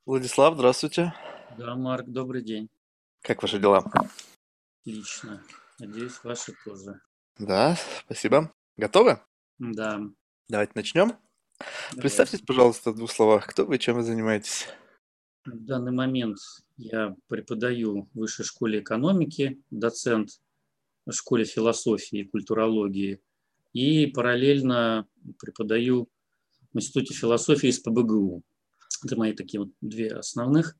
Владислав, здравствуйте. Да, Марк, добрый день. Как ваши дела? Отлично. Надеюсь, ваши тоже. Да, спасибо. Готовы? Да, Давайте начнем. Представьтесь, давайте. пожалуйста, в двух словах, кто вы и чем вы занимаетесь. В данный момент я преподаю в Высшей школе экономики, доцент в школе философии и культурологии, и параллельно преподаю в Институте философии с ПБГУ. Это мои такие вот две основных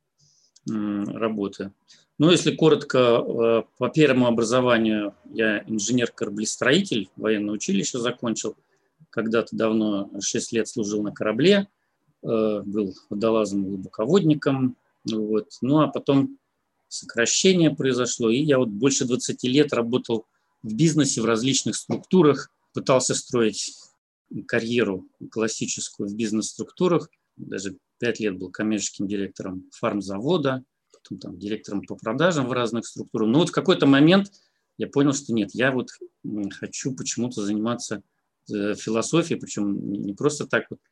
работы. Ну, если коротко, по первому образованию я инженер-кораблестроитель, военное училище закончил. Когда-то давно, 6 лет служил на корабле, был водолазом, глубоководником. Вот. Ну, а потом сокращение произошло, и я вот больше 20 лет работал в бизнесе, в различных структурах, пытался строить карьеру классическую в бизнес-структурах, даже 5 лет был коммерческим директором фармзавода, потом там директором по продажам в разных структурах. Но вот в какой-то момент я понял, что нет, я вот хочу почему-то заниматься философией, причем не просто так вот,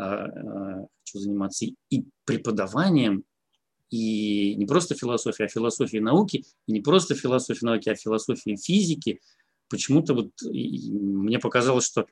хочу заниматься и преподаванием, и не просто философией, а философией науки, и не просто философией науки, а философией физики. Почему-то вот мне показалось, что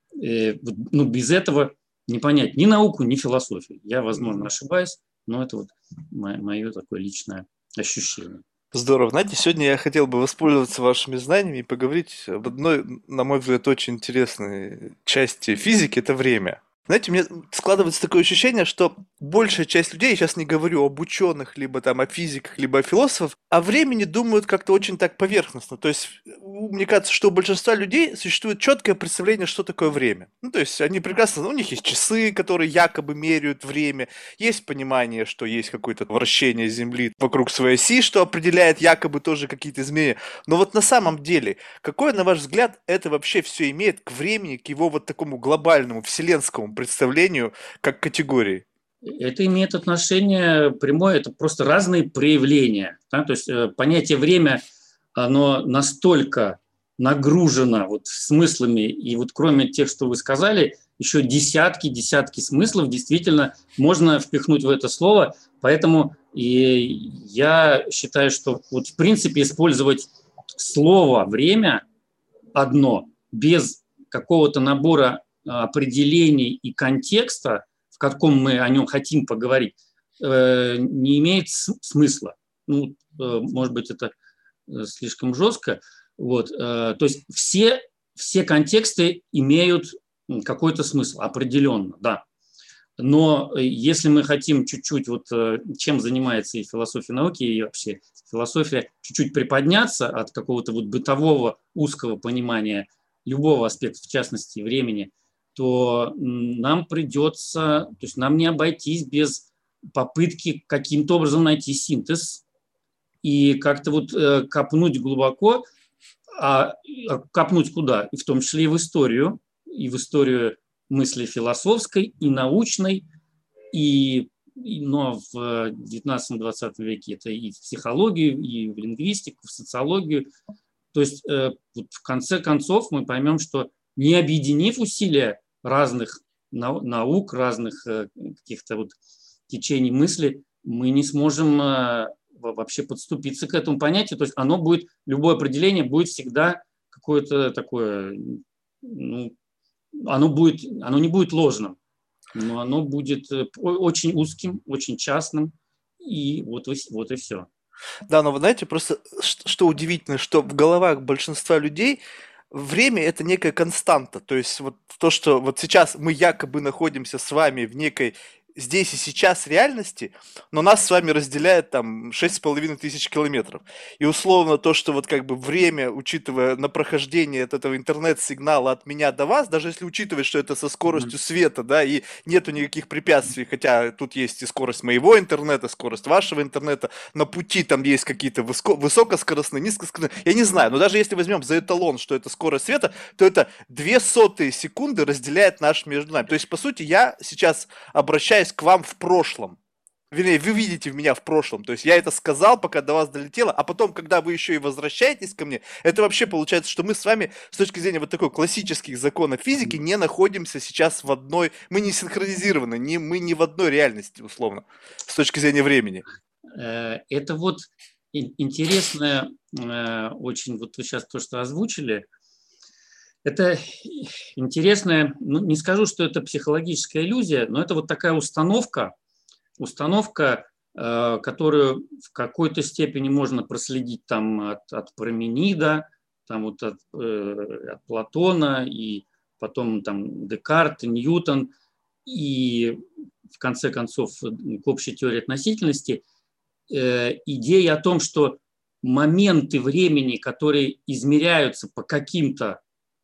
ну, без этого не понять ни науку, ни философию. Я, возможно, ошибаюсь, но это вот мое такое личное ощущение. Здорово. Знаете, сегодня я хотел бы воспользоваться вашими знаниями и поговорить об одной, на мой взгляд, очень интересной части физики– это время. Знаете, у меня складывается такое ощущение, что большая часть людей, я сейчас не говорю об ученых, либо там о физиках, либо о философах, о времени думают как-то очень так поверхностно. То есть, мне кажется, что у большинства людей существует четкое представление, что такое время. Ну, то есть, они прекрасно, у них есть часы, которые якобы меряют время, есть понимание, что есть какое-то вращение Земли вокруг своей оси, что определяет якобы тоже какие-то изменения. Но вот на самом деле, какой, на ваш взгляд, это вообще все имеет к времени, к его вот такому глобальному, вселенскому представлению как категории? Это имеет отношение прямое, это просто разные проявления. Да? То есть понятие время, оно настолько нагружено вот смыслами, и вот кроме тех, что вы сказали, еще десятки смыслов действительно можно впихнуть в это слово. Поэтому и я считаю, что вот в принципе использовать слово «время» одно без какого-то набора определений и контекста, в каком мы о нем хотим поговорить, не имеет смысла. Ну, может быть, это слишком жестко. Вот. То есть все контексты имеют какой-то смысл, определенно, да. Но если мы хотим чуть-чуть, вот чем занимается и философия науки, и вообще философия, чуть-чуть приподняться от какого-то вот бытового узкого понимания любого аспекта, в частности времени, то нам придется, то есть нам не обойтись без попытки каким-то образом найти синтез и как-то вот копнуть глубоко, а копнуть куда? И в том числе и в историю мысли философской, и научной, но в 19-20 веке это и в психологию, и в лингвистику, в социологию. То есть вот в конце концов мы поймем, что не объединив усилия разных наук, разных каких-то вот течений мысли, мы не сможем вообще подступиться к этому понятию. То есть оно будет, любое определение будет всегда какое-то такое, ну, оно не будет ложным, но оно будет очень узким, очень частным, и вот и все. Да, но вы знаете, просто что удивительно, что в головах большинства людей время это некая константа. То есть вот то, что вот сейчас мы якобы находимся с вами в некой здесь и сейчас реальности, но нас с вами разделяет там 6500 километров. И условно то, что вот как бы время, учитывая на прохождение от этого интернет-сигнала от меня до вас, даже если учитывать, что это со скоростью света, да, и нету никаких препятствий, хотя тут есть и скорость моего интернета, скорость вашего интернета, на пути там есть какие-то высокоскоростные, низкоскоростные, я не знаю, но даже если возьмем за эталон, что это скорость света, то это 0,02 секунды разделяет наш между нами. То есть, по сути, я сейчас обращаюсь к вам в прошлом. Вернее, вы видите меня в прошлом. То есть я это сказал, пока до вас долетело, а потом, когда вы еще и возвращаетесь ко мне, это вообще получается, что мы с вами с точки зрения вот такой классических законов физики не находимся сейчас в одной, мы не синхронизированы, мы не в одной реальности, условно, с точки зрения времени. Это вот интересное, очень, вот вы сейчас то, что озвучили, это интересная, ну, не скажу, что это психологическая иллюзия, но это вот такая установка, которую в какой-то степени можно проследить там от Парменида, там вот от Платона, и потом там Декарт, Ньютон, и в конце концов к общей теории относительности, идея о том, что моменты времени, которые измеряются по каким-то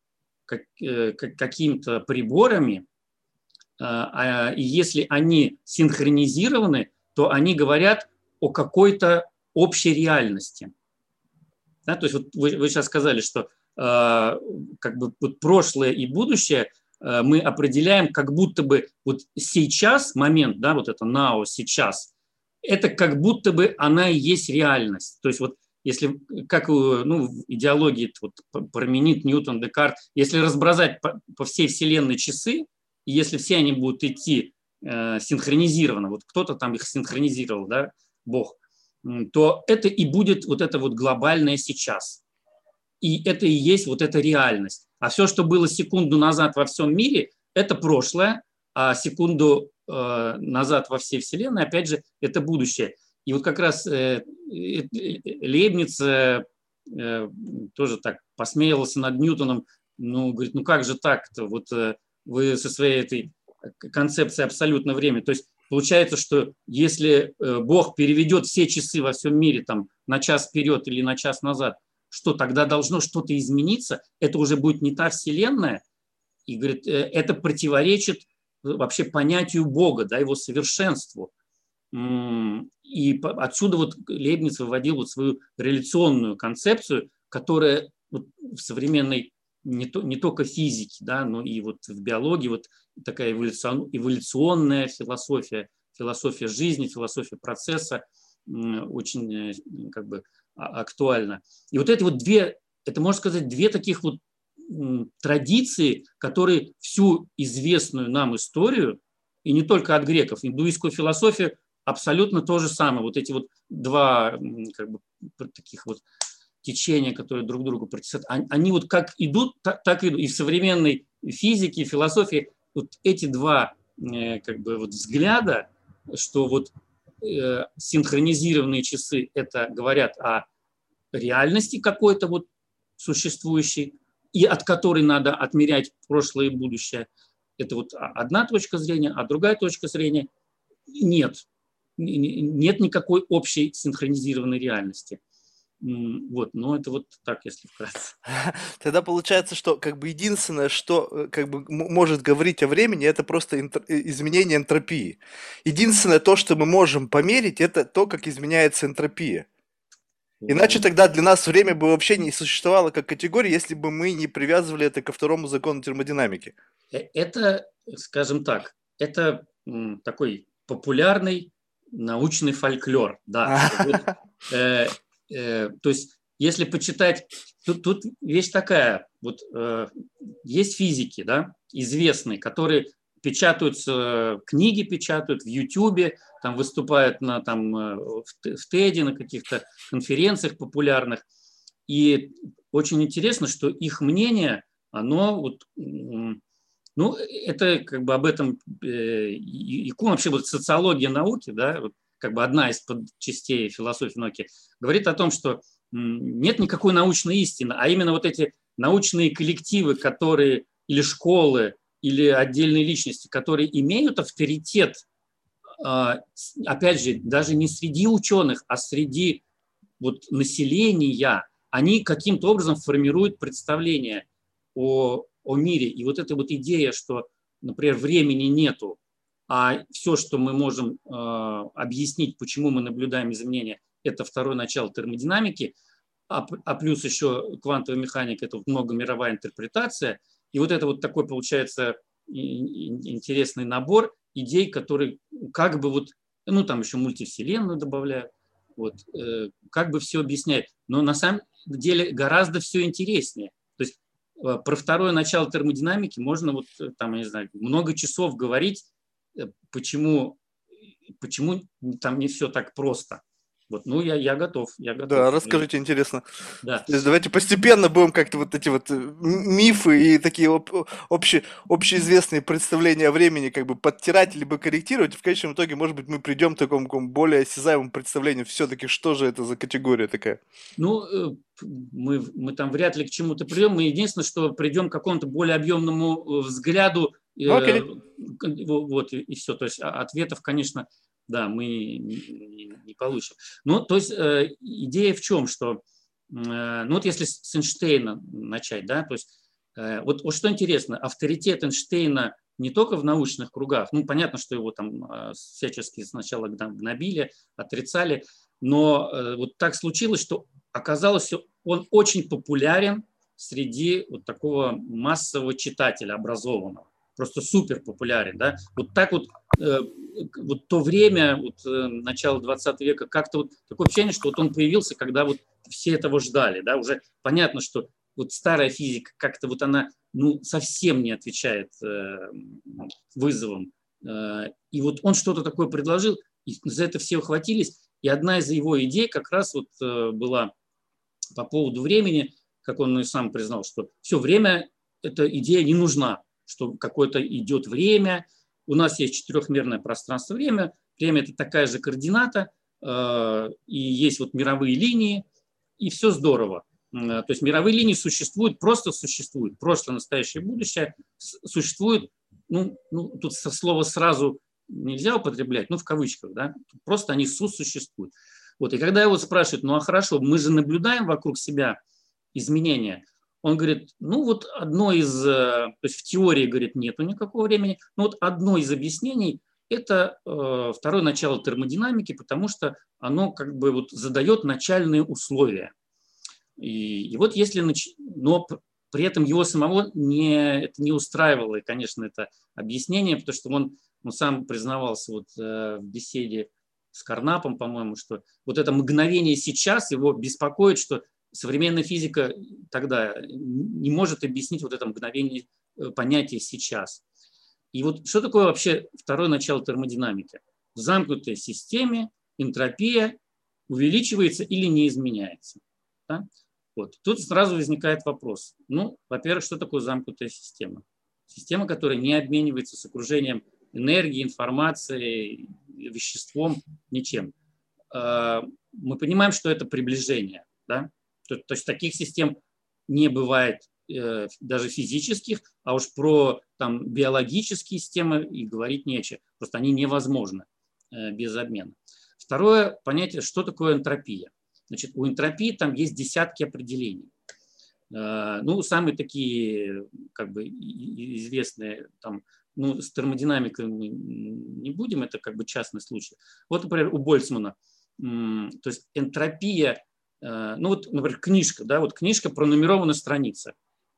приборами, и если они синхронизированы, то они говорят о какой-то общей реальности. Да, то есть вот вы сейчас сказали, что как бы вот прошлое и будущее мы определяем как будто бы вот сейчас, момент, да, вот это now, сейчас, это как будто бы она и есть реальность. То есть вот если, как ну, в идеологии вот, Парменид, Ньютон, Декарт, если разбросать по всей Вселенной часы, и если все они будут идти синхронизированно, вот кто-то там их синхронизировал, да, Бог, то это и будет вот это вот глобальное сейчас. И это и есть вот эта реальность. А все, что было секунду назад во всем мире, это прошлое, а секунду назад во всей Вселенной, опять же, это будущее. И вот как раз Лейбниц тоже так посмеялся над Ньютоном, ну, говорит, ну как же так-то, вот вы со своей этой концепцией абсолютно время. То есть получается, что если Бог переведет все часы во всем мире там, на час вперед или на час назад, что тогда должно что-то измениться, это уже будет не та Вселенная, и говорит, это противоречит вообще понятию Бога, да, его совершенству. И отсюда вот Лейбниц выводил вот свою реляционную концепцию, которая вот в современной не только физике, да, но и вот в биологии вот такая эволюционная философия, философия жизни, философия процесса очень как бы актуальна. И вот эти вот две, это можно сказать, две таких вот традиции, которые всю известную нам историю, и не только от греков, индуистскую философию, абсолютно то же самое. Вот эти вот два как бы, таких вот течения, которые друг другу противостоят, они вот как идут, так и идут. И в современной физике, философии вот эти два как бы вот взгляда, что вот синхронизированные часы это говорят о реальности какой-то вот существующей, и от которой надо отмерять прошлое и будущее. Это вот одна точка зрения, а другая точка зрения нет. Нет никакой общей синхронизированной реальности. Вот, но это вот так, если вкратце. Тогда получается, что как бы единственное, что как бы может говорить о времени, это просто изменение энтропии. Единственное то, что мы можем померить, это то, как изменяется энтропия. Иначе тогда для нас время бы вообще не существовало как категория, если бы мы не привязывали это ко второму закону термодинамики. Это, скажем так, это такой популярный научный фольклор, да. То есть, если почитать, тут вещь такая, вот есть физики, да, известные, которые печатаются, книги печатают в Ютубе, там выступают в ТЭДе, на каких-то конференциях популярных. И очень интересно, что их мнение, оно вот, ну, это как бы об этом икон, вообще вот социология науки, да, вот, как бы одна из частей философии науки, говорит о том, что нет никакой научной истины, а именно вот эти научные коллективы, которые, или школы, или отдельные личности, которые имеют авторитет, опять же, даже не среди ученых, а среди вот населения, они каким-то образом формируют представление о мире. И вот эта вот идея, что, например, времени нету, а все, что мы можем объяснить, почему мы наблюдаем изменения, это второе начало термодинамики, а плюс еще квантовая механика, это вот многомировая интерпретация. И вот это вот такой получается интересный набор идей, которые как бы вот ну, там еще мультивселенную добавляют. Вот, как бы все объясняет. Но на самом деле гораздо все интереснее. То есть про второе начало термодинамики можно вот там, я не знаю, много часов говорить, почему там не все так просто. Вот, ну, я готов, я готов. Да, расскажите, интересно. Да. То есть давайте постепенно будем как-то вот эти вот мифы и такие общеизвестные представления о времени как бы подтирать либо корректировать. И в конечном итоге, может быть, мы придем к такому более осязаемому представлению все-таки, что же это за категория такая. Ну, мы там вряд ли к чему-то придем. Мы единственное, что придем к какому-то более объемному взгляду. Ну, окей. Вот, и все. То есть ответов, конечно, да, мы не получим. Ну, то есть идея в чем, что, ну, вот если с Эйнштейна начать, да, то есть вот что интересно, авторитет Эйнштейна не только в научных кругах, ну, понятно, что его там всячески сначала гнобили, отрицали, но вот так случилось, что оказалось, он очень популярен среди вот такого массового читателя, образованного. Просто супер популярен. Да? Вот так вот, вот то время, вот, начало 20 века, как-то вот такое ощущение, что вот он появился, когда вот все этого ждали. Да? Уже понятно, что вот старая физика как-то вот она ну, совсем не отвечает вызовам. И вот он что-то такое предложил, и за это все ухватились. И одна из его идей как раз вот была по поводу времени, как он и сам признал, что все время эта идея не нужна, что какое-то идет время, у нас есть четырехмерное пространство-время, время – это такая же координата, и есть вот мировые линии, и все здорово. То есть мировые линии существуют, просто существуют. Прошлое, настоящее, будущее существует. Ну, тут со слова сразу нельзя употреблять, ну, в кавычках, да, просто они сосуществуют. Вот, и когда его спрашивают, ну, а хорошо, мы же наблюдаем вокруг себя изменения, он говорит, ну, вот одно из, то есть в теории, говорит, нету никакого времени, но вот одно из объяснений – это второе начало термодинамики, потому что оно как бы вот задает начальные условия. И вот если, но при этом его самого это не устраивало, и, конечно, это объяснение, потому что он сам признавался вот в беседе с Карнапом, по-моему, что вот это мгновение сейчас его беспокоит, что современная физика тогда не может объяснить вот это мгновение понятия сейчас. И вот что такое вообще второе начало термодинамики? В замкнутой системе энтропия увеличивается или не изменяется. Да? Вот. Тут сразу возникает вопрос. Ну, во-первых, что такое замкнутая система? Система, которая не обменивается с окружением энергией, информацией, веществом, ничем. Мы понимаем, что это приближение. Да? То есть таких систем не бывает даже физических, а уж про там, биологические системы и говорить нечего. Просто они невозможны без обмена. Второе понятие, что такое энтропия. Значит, у энтропии там есть десятки определений. Ну, самые такие, как бы, известные, там, ну, с термодинамикой мы не будем, это как бы частный случай. Вот, например, у Больцмана, то есть энтропия, ну, вот, например, книжка, да, вот книжка пронумерована страница.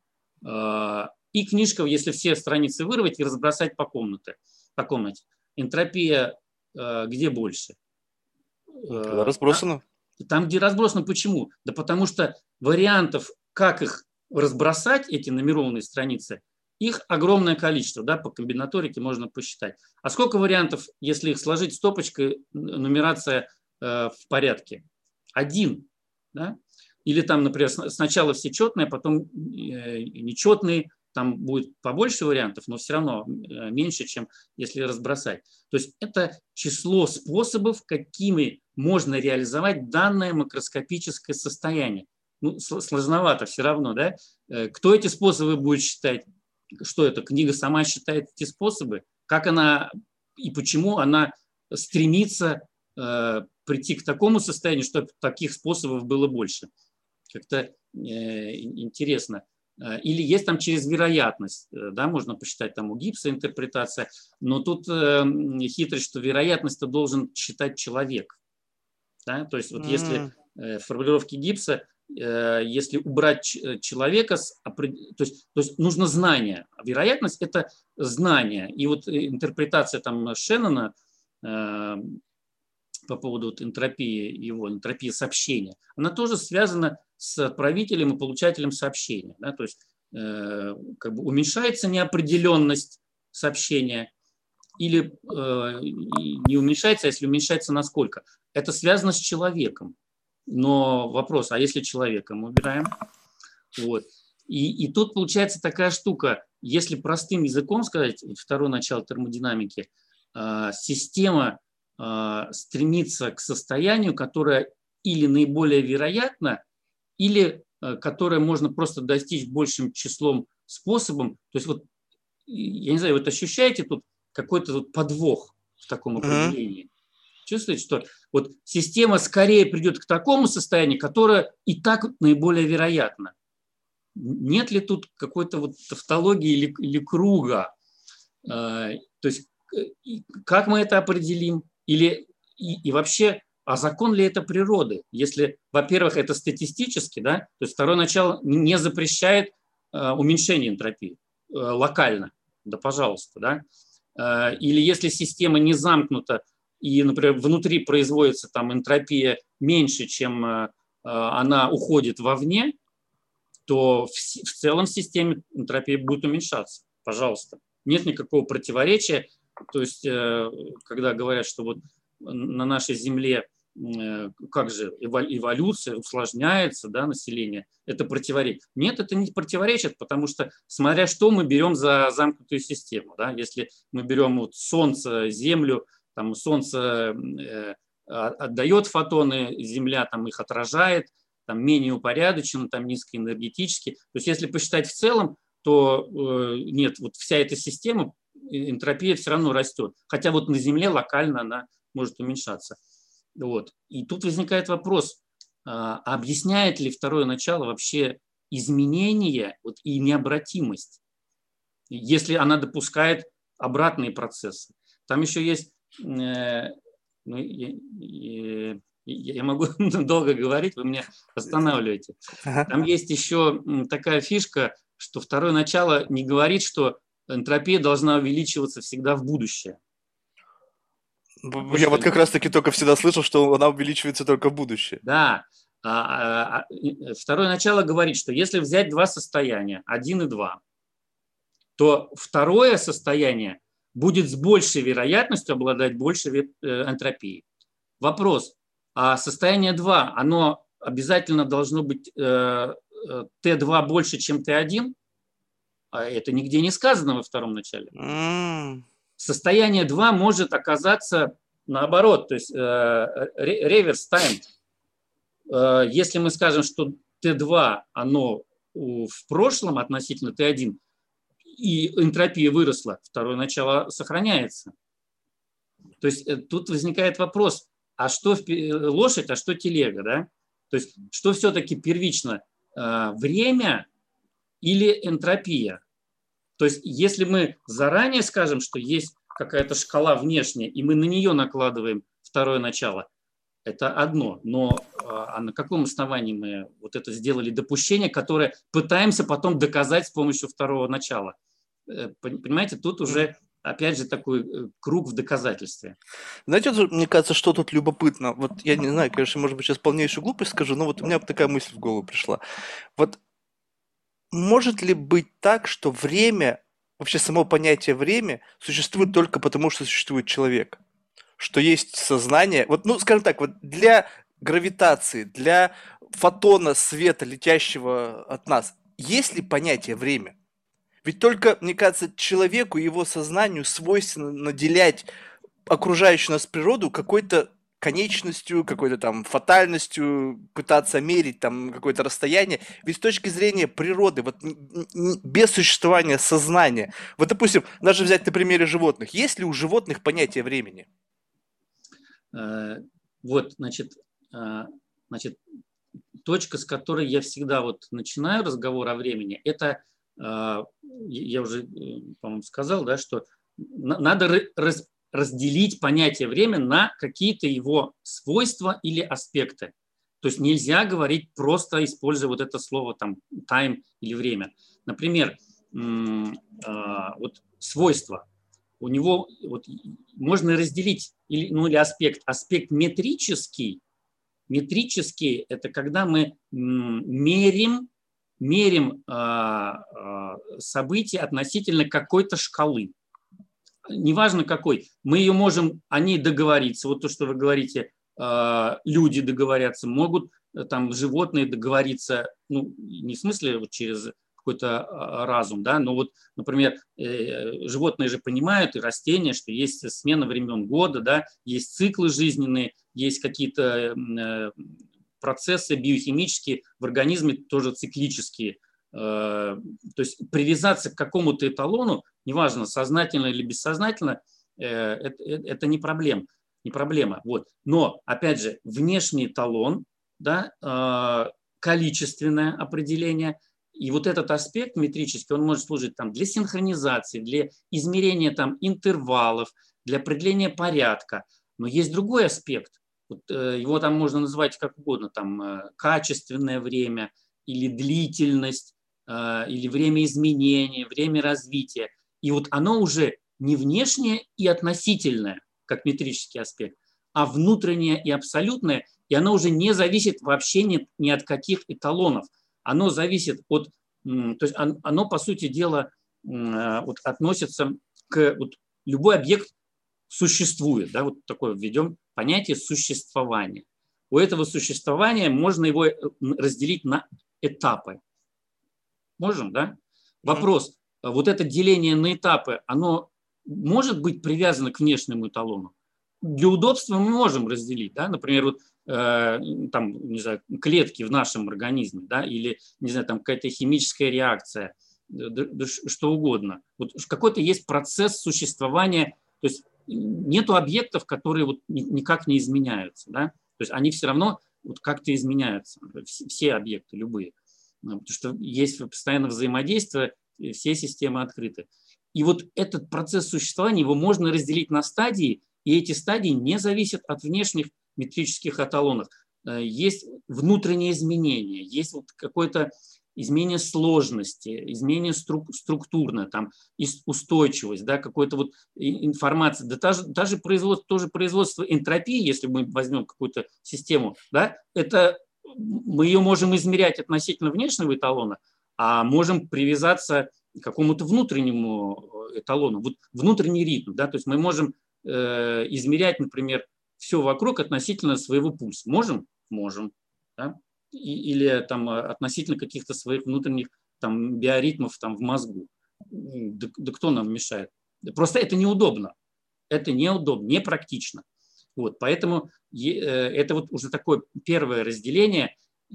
И книжка, если все страницы вырвать и разбросать по комнате. Энтропия где больше? Когда разбросано. Там, где разбросано, почему? Да потому что вариантов, как их разбросать, эти нумерованные страницы, их огромное количество, да, по комбинаторике можно посчитать. А сколько вариантов, если их сложить стопочкой, нумерация в порядке? Один. Да? Или там, например, сначала все четные, а потом нечетные, там будет побольше вариантов, но все равно меньше, чем если разбросать. То есть это число способов, какими можно реализовать данное макроскопическое состояние. Ну, сложновато все равно, да? Кто эти способы будет считать? Что это? Книга сама считает эти способы? Как она и почему она стремится прийти к такому состоянию, чтобы таких способов было больше? Как-то интересно. Или есть там через вероятность, да, можно посчитать там у Гибса интерпретация, но тут хитрость, что вероятность-то должен считать человек. Да? То есть вот если формулировки Гибса, если убрать человека, то есть нужно знание. Вероятность – это знание. И вот интерпретация там Шеннона, по поводу вот энтропии его, энтропии сообщения, она тоже связана с отправителем и получателем сообщения. Да? То есть как бы уменьшается неопределенность сообщения или не уменьшается, а если уменьшается, насколько? Это связано с человеком. Но вопрос, а если человека мы убираем? Вот. И тут получается такая штука, если простым языком сказать, второе начало термодинамики, система стремится к состоянию, которое или наиболее вероятно, или которое можно просто достичь большим числом способом. То есть вот, я не знаю, вот ощущаете тут какой-то тут подвох в таком определении? Чувствуете, что вот система скорее придет к такому состоянию, которое и так наиболее вероятно? Нет ли тут какой-то вот тавтологии или круга? То есть как мы это определим? И вообще, а закон ли это природы? Если, во-первых, это статистически, да, то есть второе начало не запрещает уменьшение энтропии локально, да, пожалуйста, да. Или если система не замкнута и, например, внутри производится там энтропия меньше, чем она уходит вовне, то в целом в системе энтропия будет уменьшаться. Пожалуйста. Нет никакого противоречия. То есть, когда говорят, что вот на нашей Земле как же эволюция усложняется, да, население, это противоречит. Нет, это не противоречит, потому что смотря что мы берем за замкнутую систему. Да? Если мы берем вот Солнце, Землю, там Солнце отдает фотоны, Земля там их отражает, там менее упорядоченно, там низкоэнергетически. То есть если посчитать в целом, то нет, вот вся эта система, энтропия все равно растет. Хотя вот на Земле локально она может уменьшаться. Вот. И тут возникает вопрос, объясняет ли второе начало вообще изменение вот, и необратимость, если она допускает обратные процессы. Там еще есть, я могу долго говорить, вы меня останавливаете. Там есть еще такая фишка, что второе начало не говорит, что энтропия должна увеличиваться всегда в будущее. Я вот как раз-таки только всегда слышал, что она увеличивается только в будущее. Да. Второе начало говорит, что если взять два состояния, 1 и 2, то второе состояние будет с большей вероятностью обладать большей энтропией. Вопрос, а состояние 2, оно обязательно должно быть Т2 больше, чем Т1? А это нигде не сказано во втором начале. Состояние 2 может оказаться наоборот, то есть реверс тайм. Если мы скажем, что Т2 оно в прошлом относительно Т1, и энтропия выросла, второе начало сохраняется. То есть тут возникает вопрос, а что лошадь, а что телега, да? То есть что все-таки первично, время или энтропия? То есть если мы заранее скажем, что есть какая-то шкала внешняя, и мы на нее накладываем второе начало, это одно. Но а на каком основании мы вот это сделали допущение, которое пытаемся потом доказать с помощью второго начала? Понимаете, тут уже, опять же, такой круг в доказательстве. Знаете, мне кажется, что тут любопытно. Вот я не знаю, конечно, может быть, сейчас полнейшую глупость скажу, но вот у меня такая мысль в голову пришла. Вот может ли быть так, что время, вообще само понятие время, существует только потому, что существует человек? Что есть сознание. Вот, ну, скажем так, вот для гравитации, для фотона света, летящего от нас, есть ли понятие время? Ведь только, мне кажется, человеку и его сознанию свойственно наделять окружающую нас природу какой-то конечностью, какой-то там фатальностью, пытаться мерить там какое-то расстояние. Ведь с точки зрения природы, вот без существования сознания, вот, допустим, даже взять на примере животных, есть ли у животных понятие времени? Вот, значит, точка, с которой я всегда вот начинаю разговор о времени, это, я уже, по-моему, сказал, да, что надо разделить понятие время на какие-то его свойства или аспекты. То есть нельзя говорить просто, используя вот это слово там time или время. Например, вот свойства. у него вот, можно разделить, или аспект метрический. Метрический – это когда мы мерим события относительно какой-то шкалы. Неважно какой, мы ее можем, они договориться, вот то, что вы говорите, люди договорятся, могут там животные договориться, ну, не в смысле вот через какой-то разум, да, но вот, например, животные же понимают, и растения, что есть смена времен года, да, есть циклы жизненные, есть какие-то процессы биохимические в организме, тоже циклические. То есть привязаться к какому-то эталону, неважно, сознательно или бессознательно, это не проблема. Не проблема. Вот. Но, опять же, внешний эталон, да, количественное определение, и вот этот аспект метрический, он может служить там, для синхронизации, для измерения там, интервалов, для определения порядка. Но есть другой аспект. Вот, его там можно называть как угодно, там, качественное время или длительность, или время изменения, время развития. И вот оно уже не внешнее и относительное, как метрический аспект, а внутреннее и абсолютное, и оно уже не зависит вообще ни от каких эталонов. Оно зависит от, то есть оно, по сути дела, вот относится к, вот любой объект существует, да, вот такое введем понятие существования. У этого существования можно его разделить на этапы. Можем, да? Вопрос, вот это деление на этапы, оно может быть привязано к внешнему эталону? Для удобства мы можем разделить, да, например, вот, там, не знаю, клетки в нашем организме, да, или, не знаю, там какая-то химическая реакция, да, что угодно. Вот какой-то есть процесс существования, то есть нету объектов, которые вот никак не изменяются, да, то есть они все равно вот как-то изменяются, все объекты, любые. Потому что есть постоянное взаимодействие, все системы открыты. И вот этот процесс существования, его можно разделить на стадии, и эти стадии не зависят от внешних метрических эталонов. Есть внутренние изменения, есть вот какое-то изменение сложности, изменение структурное, там, устойчивость, да, какой-то вот информация, да, даже производство энтропии, если мы возьмем какую-то систему, да, это мы ее можем измерять относительно внешнего эталона, а можем привязаться к какому-то внутреннему эталону, вот внутренний ритм, да, то есть мы можем измерять, например, все вокруг относительно своего пульса. Можем? Можем. Да? Или там, относительно каких-то своих внутренних там, биоритмов там, в мозгу. Да кто нам мешает? Просто это неудобно. Это неудобно, непрактично. Вот, поэтому это вот уже такое первое разделение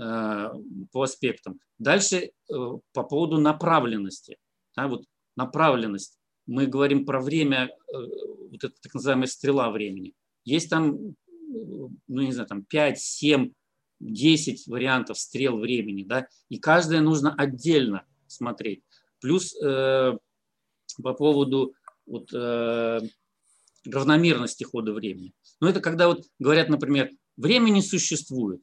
по аспектам. Дальше по поводу направленности. Да, вот направленность. Мы говорим про время, вот это так называемая стрела времени. Есть там, ну не знаю, там 5, 7, 10 вариантов стрел времени, да, и каждое нужно отдельно смотреть. Плюс по поводу вот, равномерности хода времени. Но это когда вот говорят, например, время не существует.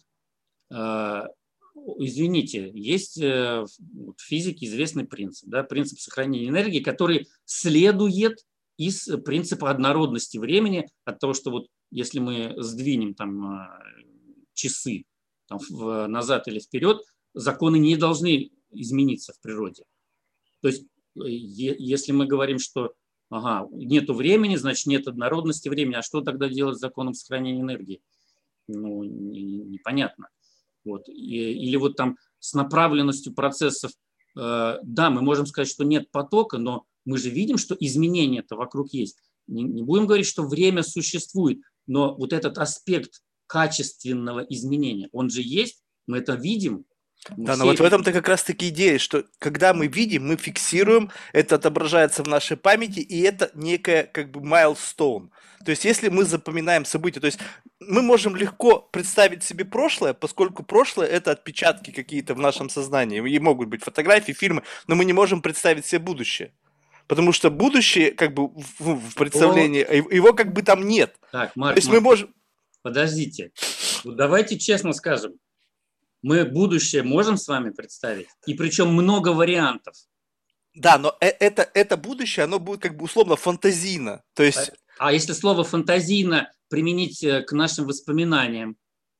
Извините, есть в физике известный принцип, да, принцип сохранения энергии, который следует из принципа однородности времени, от того, что вот если мы сдвинем там часы там, назад или вперед, законы не должны измениться в природе. То есть если мы говорим, что нету времени, значит нет однородности времени, а что тогда делать с законом сохранения энергии? Ну, непонятно. Вот. Или вот там с направленностью процессов, да, мы можем сказать, что нет потока, но мы же видим, что изменения-то вокруг есть. Не будем говорить, что время существует, но вот этот аспект качественного изменения, он же есть, мы это видим. Да, но вот в этом-то как раз-таки идея, что когда мы видим, мы фиксируем, это отображается в нашей памяти, и это некая как бы milestone. То есть если мы запоминаем события, то есть мы можем легко представить себе прошлое, поскольку прошлое – это отпечатки какие-то в нашем сознании, и могут быть фотографии, фильмы, но мы не можем представить себе будущее. Потому что будущее, как бы в представлении, его как бы там нет. Так, Марк, то есть мы можем... Подождите, вот давайте честно скажем. Мы будущее можем с вами представить? И причем много вариантов. Да, но это будущее, оно будет как бы условно фантазийно. То есть А если слово «фантазийно» применить к нашим воспоминаниям?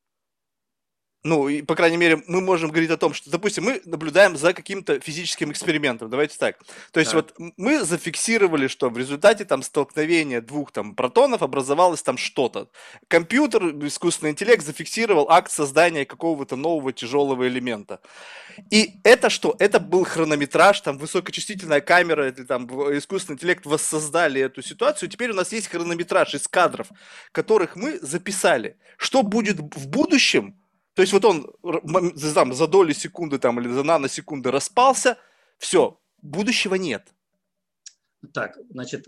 ну, и, по крайней мере, мы можем говорить о том, что, допустим, мы наблюдаем за каким-то физическим экспериментом. Давайте так. То есть Так. вот мы зафиксировали, что в результате там столкновения двух там протонов образовалось там что-то. Компьютер, искусственный интеллект зафиксировал акт создания какого-то нового тяжелого элемента. И это что? Это был хронометраж, там высокочувствительная камера, или там искусственный интеллект воссоздали эту ситуацию. Теперь у нас есть хронометраж из кадров, которых мы записали. Что будет в будущем? То есть вот он там, за доли секунды там, или за наносекунды распался, все, будущего нет. Так, значит,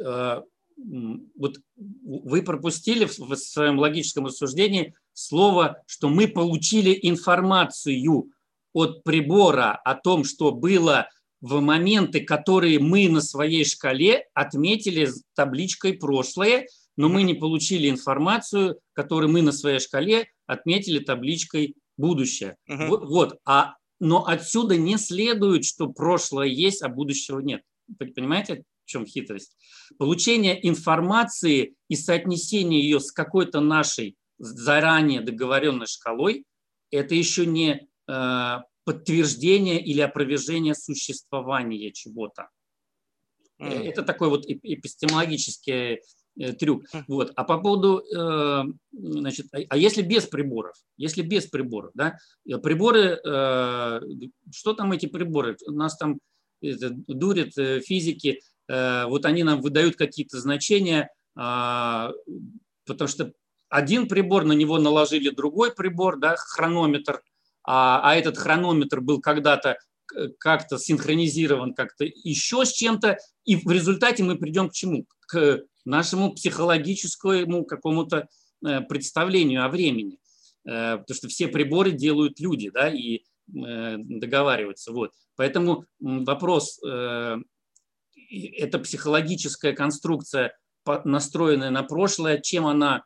вот вы пропустили в своем логическом рассуждении слово, что мы получили информацию от прибора о том, что было в моменты, которые мы на своей шкале отметили табличкой «прошлое», но мы не получили информацию, которую мы на своей шкале отметили табличкой «будущее». Мгм. Вот. Но отсюда не следует, что прошлое есть, а будущего нет. Понимаете, в чем хитрость? Получение информации и соотнесение ее с какой-то нашей заранее договоренной шкалой – это еще не подтверждение или опровержение существования чего-то. Это такой вот эпистемологический трюк. Вот. А по поводу, значит, а если без приборов? Если без приборов, да? Приборы, что там эти приборы? У нас там дурят физики, вот они нам выдают какие-то значения, потому что один прибор, на него наложили другой прибор, да, хронометр, а этот хронометр был когда-то как-то синхронизирован как-то еще с чем-то, и в результате мы придем к чему? К нашему психологическому какому-то представлению о времени. Потому что все приборы делают люди, да, и договариваются. Вот. Поэтому вопрос, это психологическая конструкция, настроенная на прошлое, чем она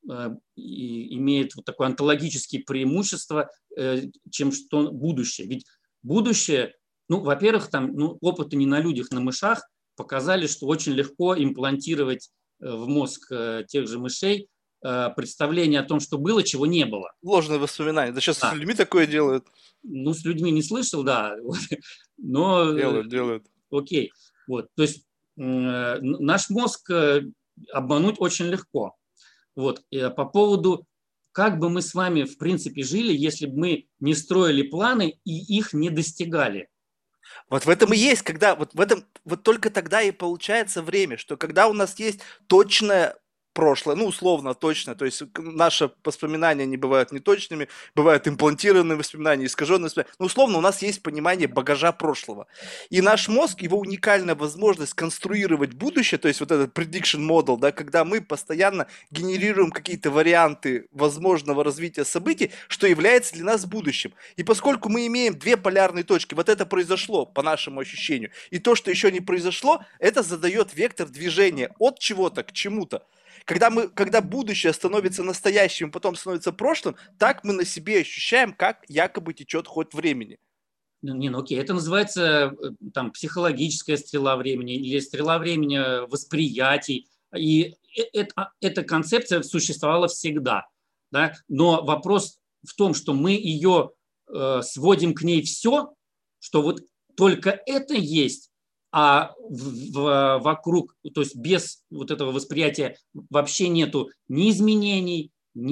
имеет вот такое онтологическое преимущество, чем что будущее. Ведь будущее, ну, во-первых, там опыты не на людях, на мышах показали, что очень легко имплантировать в мозг тех же мышей представление о том, что было, чего не было. Ложные воспоминания. Да сейчас с Да. людьми такое делают. Ну, с людьми не слышал, да, но Делают. окей. Вот. То есть наш мозг обмануть очень легко. Вот. И по поводу, как бы мы с вами в принципе жили, если бы мы не строили планы и их не достигали. Вот в этом и есть, когда вот в этом вот только тогда и получается время, что когда у нас есть точное прошлое, ну, условно точно, то есть наши воспоминания не бывают неточными, бывают имплантированные воспоминания, искаженные воспоминания. Ну, условно, у нас есть понимание багажа прошлого. И наш мозг, его уникальная возможность конструировать будущее, то есть вот этот prediction model, да, когда мы постоянно генерируем какие-то варианты возможного развития событий, что является для нас будущим. И поскольку мы имеем две полярные точки, вот это произошло, по нашему ощущению, и то, что еще не произошло, это задает вектор движения от чего-то к чему-то. Когда будущее становится настоящим, потом становится прошлым, так мы на себе ощущаем, как якобы течет ход времени. Ну окей, это называется там психологическая стрела времени или стрела времени восприятий. И эта концепция существовала всегда. Да? Но вопрос в том, что мы ее сводим к ней все, что вот только это есть, а вокруг, то есть без вот этого восприятия вообще нету ни изменений,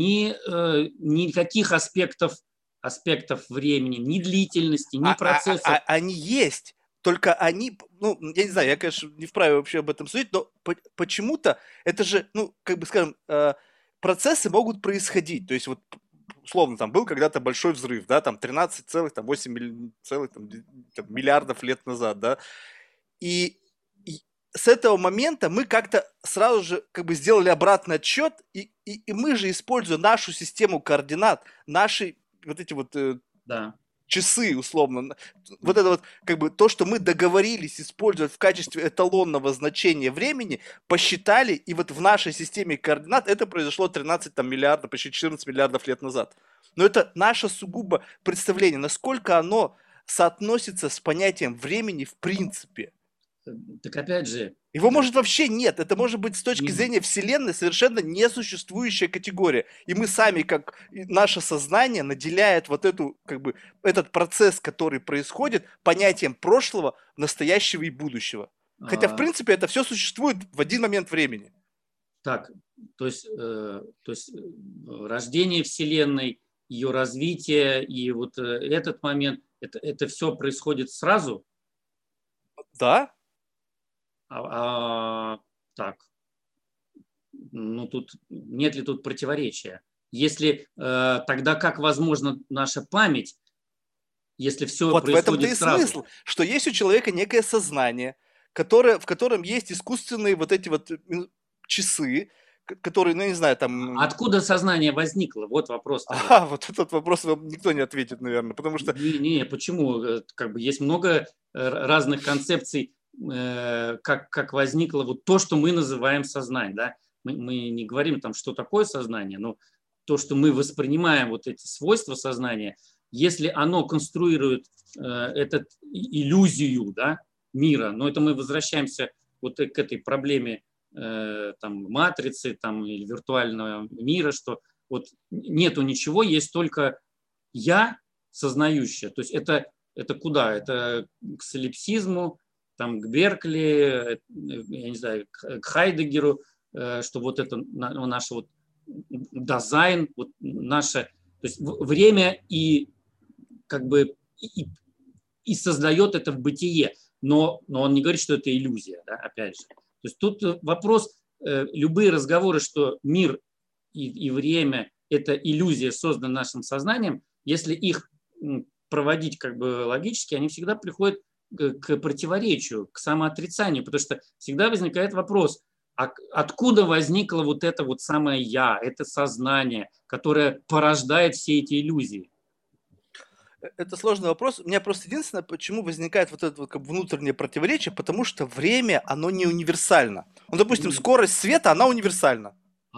никаких аспектов времени, ни длительности, ни процессов. Они есть, только они, ну, я не знаю, я, конечно, не вправе вообще об этом судить, но почему-то это же, ну, как бы скажем, процессы могут происходить. То есть вот условно, там был когда-то большой взрыв, да, там 13,8 миллиардов лет назад, да, и с этого момента мы как-то сразу же как бы сделали обратный отсчет, и мы же, используя нашу систему координат, наши вот эти вот Да. часы, условно, вот это вот как бы то, что мы договорились использовать в качестве эталонного значения времени, посчитали, и вот в нашей системе координат это произошло 13 там, миллиардов, почти 14 миллиардов лет назад. Но это наше сугубо представление, насколько оно соотносится с понятием времени в принципе. Так опять же, Его может вообще нет. Это может быть с точки не- зрения Вселенной совершенно несуществующая категория. И мы сами, как наше сознание, наделяет вот эту, как бы, этот процесс, который происходит, понятием прошлого, настоящего и будущего. Хотя, в а, принципе, это все существует в один момент времени. так, то есть рождение Вселенной, ее развитие и вот этот момент, это все происходит сразу, Да? а, так, ну тут нет ли тут противоречия? Если тогда как возможно наша память, если все Вот в этом-то происходит и сразу? смысл, что есть у человека некое сознание, которое, в котором есть искусственные вот эти вот часы, которые, ну, не знаю, там... Откуда сознание возникло? Вот вопрос тогда. Вот этот вопрос вам никто не ответит, наверное, потому что... Не, почему? Как бы есть много разных концепций, как возникло вот то, что мы называем сознанием. Да? Мы не говорим там, что такое сознание, но то, что мы воспринимаем вот эти свойства сознания, если оно конструирует этот иллюзию, да, мира, но это мы возвращаемся вот к этой проблеме там, матрицы там, или виртуального мира, что вот нету ничего, есть только я сознающее. То есть это куда? Это к солипсизму, там, к Беркли, я не знаю, к Хайдегеру, что вот это наше вот дизайн, вот наше, то есть время и как бы и создает это в бытие, но он не говорит, что это иллюзия, да, опять же. То есть тут вопрос, любые разговоры, что мир и время – это иллюзия, созданная нашим сознанием, если их проводить как бы логически, они всегда приходят к противоречию, к самоотрицанию, потому что всегда возникает вопрос, откуда возникло вот это вот самое «я», это сознание, которое порождает все эти иллюзии. Это сложный вопрос. У меня просто единственное, почему возникает вот это вот как бы внутреннее противоречие, потому что время, оно не универсально. Ну, допустим, Нет. скорость света, она универсальна.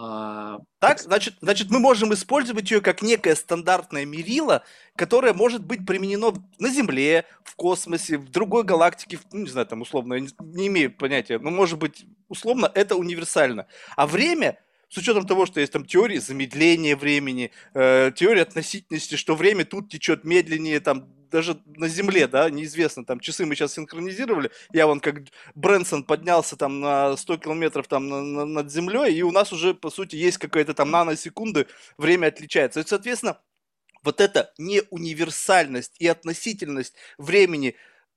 Так, Так, значит, мы можем использовать ее как некое стандартное мерило, которое может быть применено на Земле, в космосе, в другой галактике, ну, не знаю, там условно, я не имею понятия, но может быть, условно, это универсально. А время, с учетом того, что есть там теории замедления времени, теория относительности, что время тут течет медленнее, там даже на Земле, да, неизвестно, там часы мы сейчас синхронизировали, я вон как Брэнсон поднялся там на 100 километров там над землей, и у нас уже, по сути, есть какая-то там наносекунды, время отличается. И, соответственно, вот эта неуниверсальность и относительность времени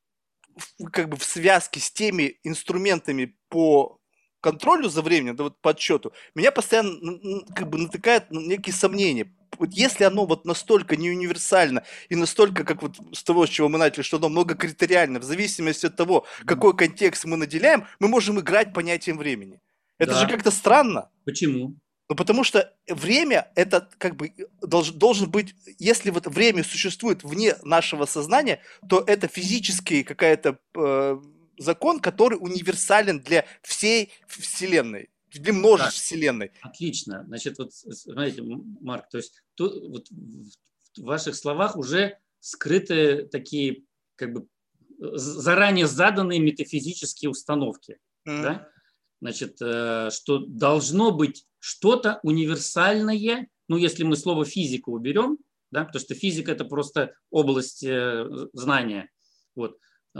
как бы в связке с теми инструментами по контролю за временем, да, вот по отсчету, меня постоянно как бы натыкает на некие сомнения. Вот если оно вот настолько не универсально и настолько, как вот с того, с чего мы начали, что оно многокритериально, в зависимости от того, какой контекст мы наделяем, мы можем играть понятием времени. Это же да. как-то странно. Почему? Ну, потому что время это как бы должен быть, если вот время существует вне нашего сознания, то это физический какая-то закон, который универсален для всей Вселенной, для Так, множеств Вселенной. отлично. Значит, вот смотрите, Марк, то есть тут, вот в ваших словах уже скрыты такие как бы заранее заданные метафизические установки, М. да? Значит, что должно быть что-то универсальное, ну, если мы слово физика уберем, да, потому что физика – это просто область знания, вот,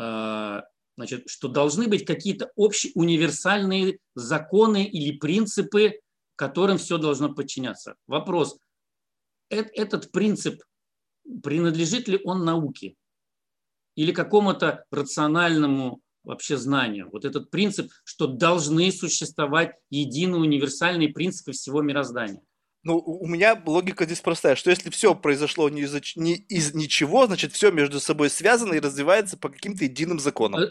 значит, что должны быть какие-то общие универсальные законы или принципы, которым все должно подчиняться. Вопрос, этот принцип, принадлежит ли он науке или какому-то рациональному вообще знанию? Вот этот принцип, что должны существовать единые универсальные принципы всего мироздания. Ну, у меня логика здесь простая, что если все произошло не из ничего, значит, все между собой связано и развивается по каким-то единым законам.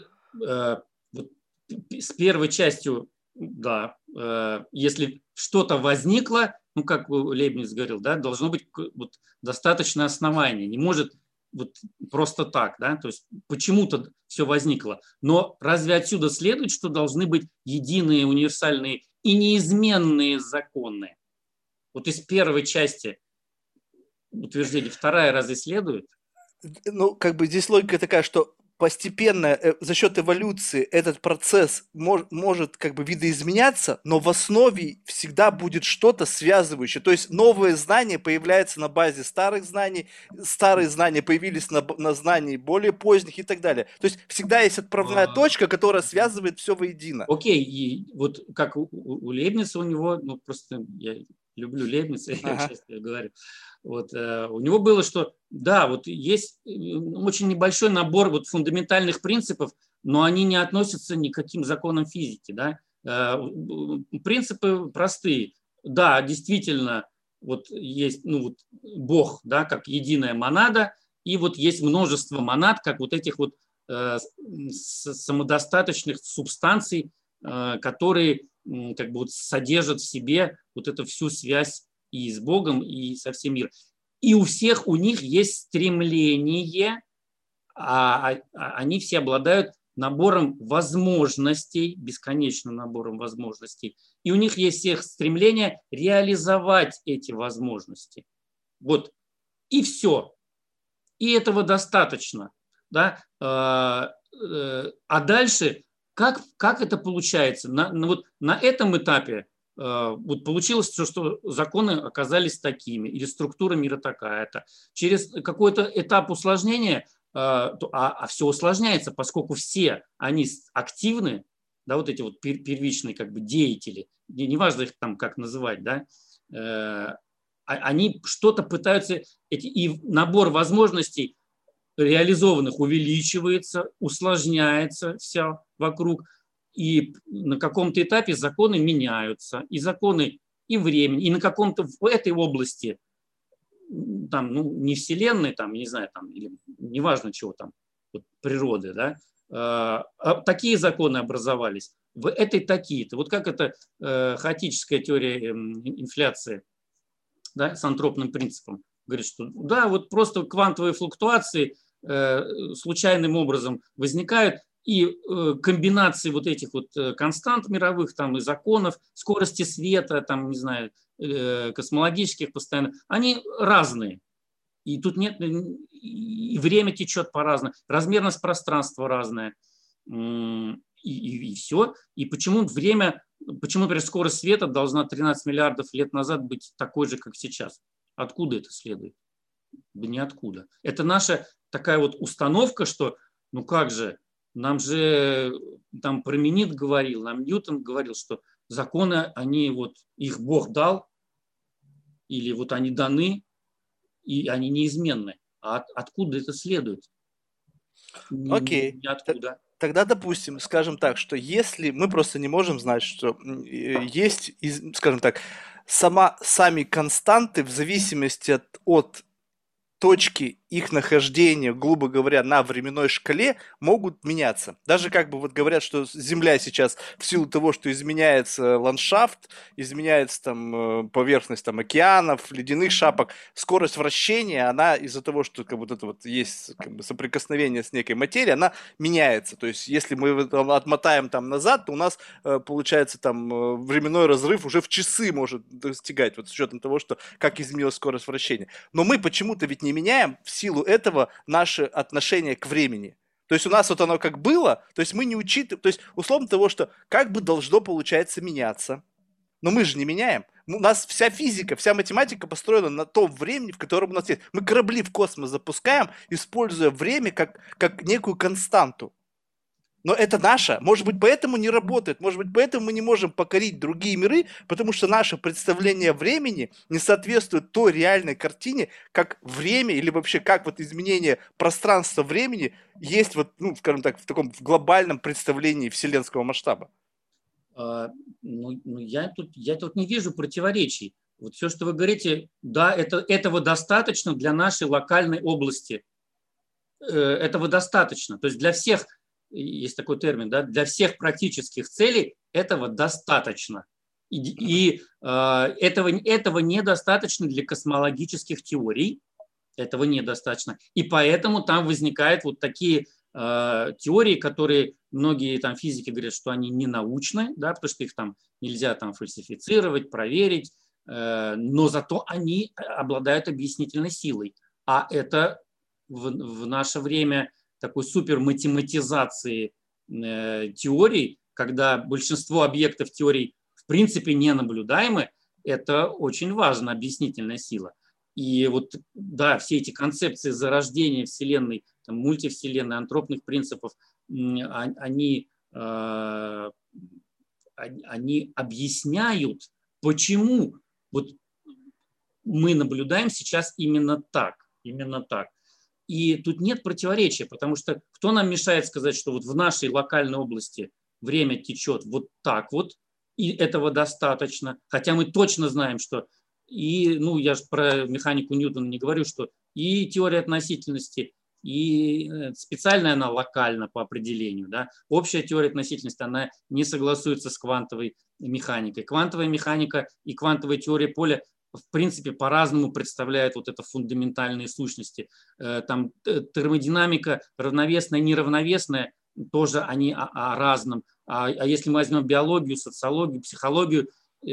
Вот с первой частью, да, если что-то возникло, ну, как Лейбниц говорил, да, должно быть вот достаточное основание, не может вот просто так, да, то есть почему-то все возникло. Но разве отсюда следует, что должны быть единые, универсальные и неизменные законы? Вот из первой части утверждения, вторая разве следует? Ну, как бы здесь логика такая, что постепенно за счет эволюции этот процесс может как бы видоизменяться, но в основе всегда будет что-то связывающее. То есть новые знания появляются на базе старых знаний, старые знания появились на знании более поздних и так далее. То есть всегда есть отправная точка, которая связывает все воедино. Окей, и вот как у Лейбница у него, ну просто я люблю Лейбница, я часто говорю, вот у него было, что да, вот есть очень небольшой набор вот фундаментальных принципов, но они не относятся ни к каким законам физики, да. Принципы простые. Да, действительно, вот есть, ну вот Бог, да, как единая монада, и вот есть множество монад, как вот этих вот самодостаточных субстанций, которые как бы вот содержат в себе вот эту всю связь и с Богом, и со всем миром. И у всех у них есть стремление, они все обладают набором возможностей, бесконечным набором возможностей. И у них есть всех стремление реализовать эти возможности. Вот. И все. И этого достаточно. Да? А дальше, как это получается? Вот на этом этапе вот получилось, что законы оказались такими, или структура мира такая-то. Через какой-то этап усложнения, все усложняется, поскольку все они активны, да, вот эти вот первичные как бы деятели, неважно их там как называть, да, они что-то пытаются, и набор возможностей реализованных увеличивается, усложняется все вокруг, и на каком-то этапе законы меняются, и законы и времени, и на каком-то в этой области, там, ну, не вселенной, там, не знаю, там, или неважно чего там, вот, природы, да, такие законы образовались, в этой такие-то. Вот как это хаотическая теория инфляции, да, с антропным принципом. Говорит, что да, вот просто квантовые флуктуации случайным образом возникают, и комбинации вот этих вот констант мировых там, и законов, скорости света, там, не знаю, космологических постоянно, они разные. И тут нет, и время течет по-разному, размерность пространства разная. И все. И почему время, почему, например, скорость света должна 13 миллиардов лет назад быть такой же, как сейчас? Откуда это следует? Да ниоткуда. Это наша такая вот установка, что ну как же, нам же там Променит говорил, нам Ньютон говорил, что законы, они вот, их Бог дал, или вот они даны, и они неизменны. А откуда это следует? Окей. Ниоткуда. Тогда допустим, скажем так, что если мы просто не можем знать, что есть, скажем так, сами константы в зависимости от точки их нахождения, грубо говоря, на временной шкале могут меняться. Даже как бы вот говорят, что Земля сейчас в силу того, что изменяется ландшафт, изменяется там поверхность там океанов, ледяных шапок, скорость вращения, она из-за того, что как бы, вот это вот есть как бы соприкосновение с некой материей, она меняется. То есть если мы отмотаем там назад, то у нас получается там временной разрыв уже в часы может достигать, вот с учетом того, что как изменилась скорость вращения. Но мы почему-то ведь не меняем в силу этого наше отношение к времени. То есть у нас вот оно как было, то есть мы не учитываем, то есть условно того, что как бы должно получается меняться. Но мы же не меняем. У нас вся физика, вся математика построена на том времени, в котором у нас есть. Мы корабли в космос запускаем, используя время как некую константу. Но это наше. Может быть, поэтому не работает. Может быть, поэтому мы не можем покорить другие миры, потому что наше представление времени не соответствует той реальной картине, как время или вообще как вот изменение пространства времени есть вот, ну, скажем так, в таком в глобальном представлении вселенского масштаба. Я тут не вижу противоречий. Вот все, что вы говорите, да, этого достаточно для нашей локальной области. Этого достаточно. То есть для всех, есть такой термин, да, для всех практических целей этого достаточно. И этого недостаточно для космологических теорий. Этого недостаточно. И поэтому там возникают вот такие теории, которые многие там физики говорят, что они не научны, да, потому что их там нельзя там фальсифицировать, проверить, но зато они обладают объяснительной силой. А это в наше время такой суперматематизации теорий, когда большинство объектов теорий в принципе не наблюдаемы, это очень важная объяснительная сила. И вот, да, все эти концепции зарождения Вселенной, там, мультивселенной, антропных принципов, они объясняют, почему вот мы наблюдаем сейчас именно так, именно так. И тут нет противоречия, потому что кто нам мешает сказать, что вот в нашей локальной области время течет вот так вот, и этого достаточно, хотя мы точно знаем, что и, ну, я же про механику Ньютона не говорю, что и теория относительности, и специальная она локальна по определению, да. Общая теория относительности, она не согласуется с квантовой механикой. Квантовая механика и квантовая теория поля в принципе по-разному представляют вот это фундаментальные сущности. Там термодинамика равновесная, неравновесная, тоже они о разном. А если мы возьмем биологию, социологию, психологию,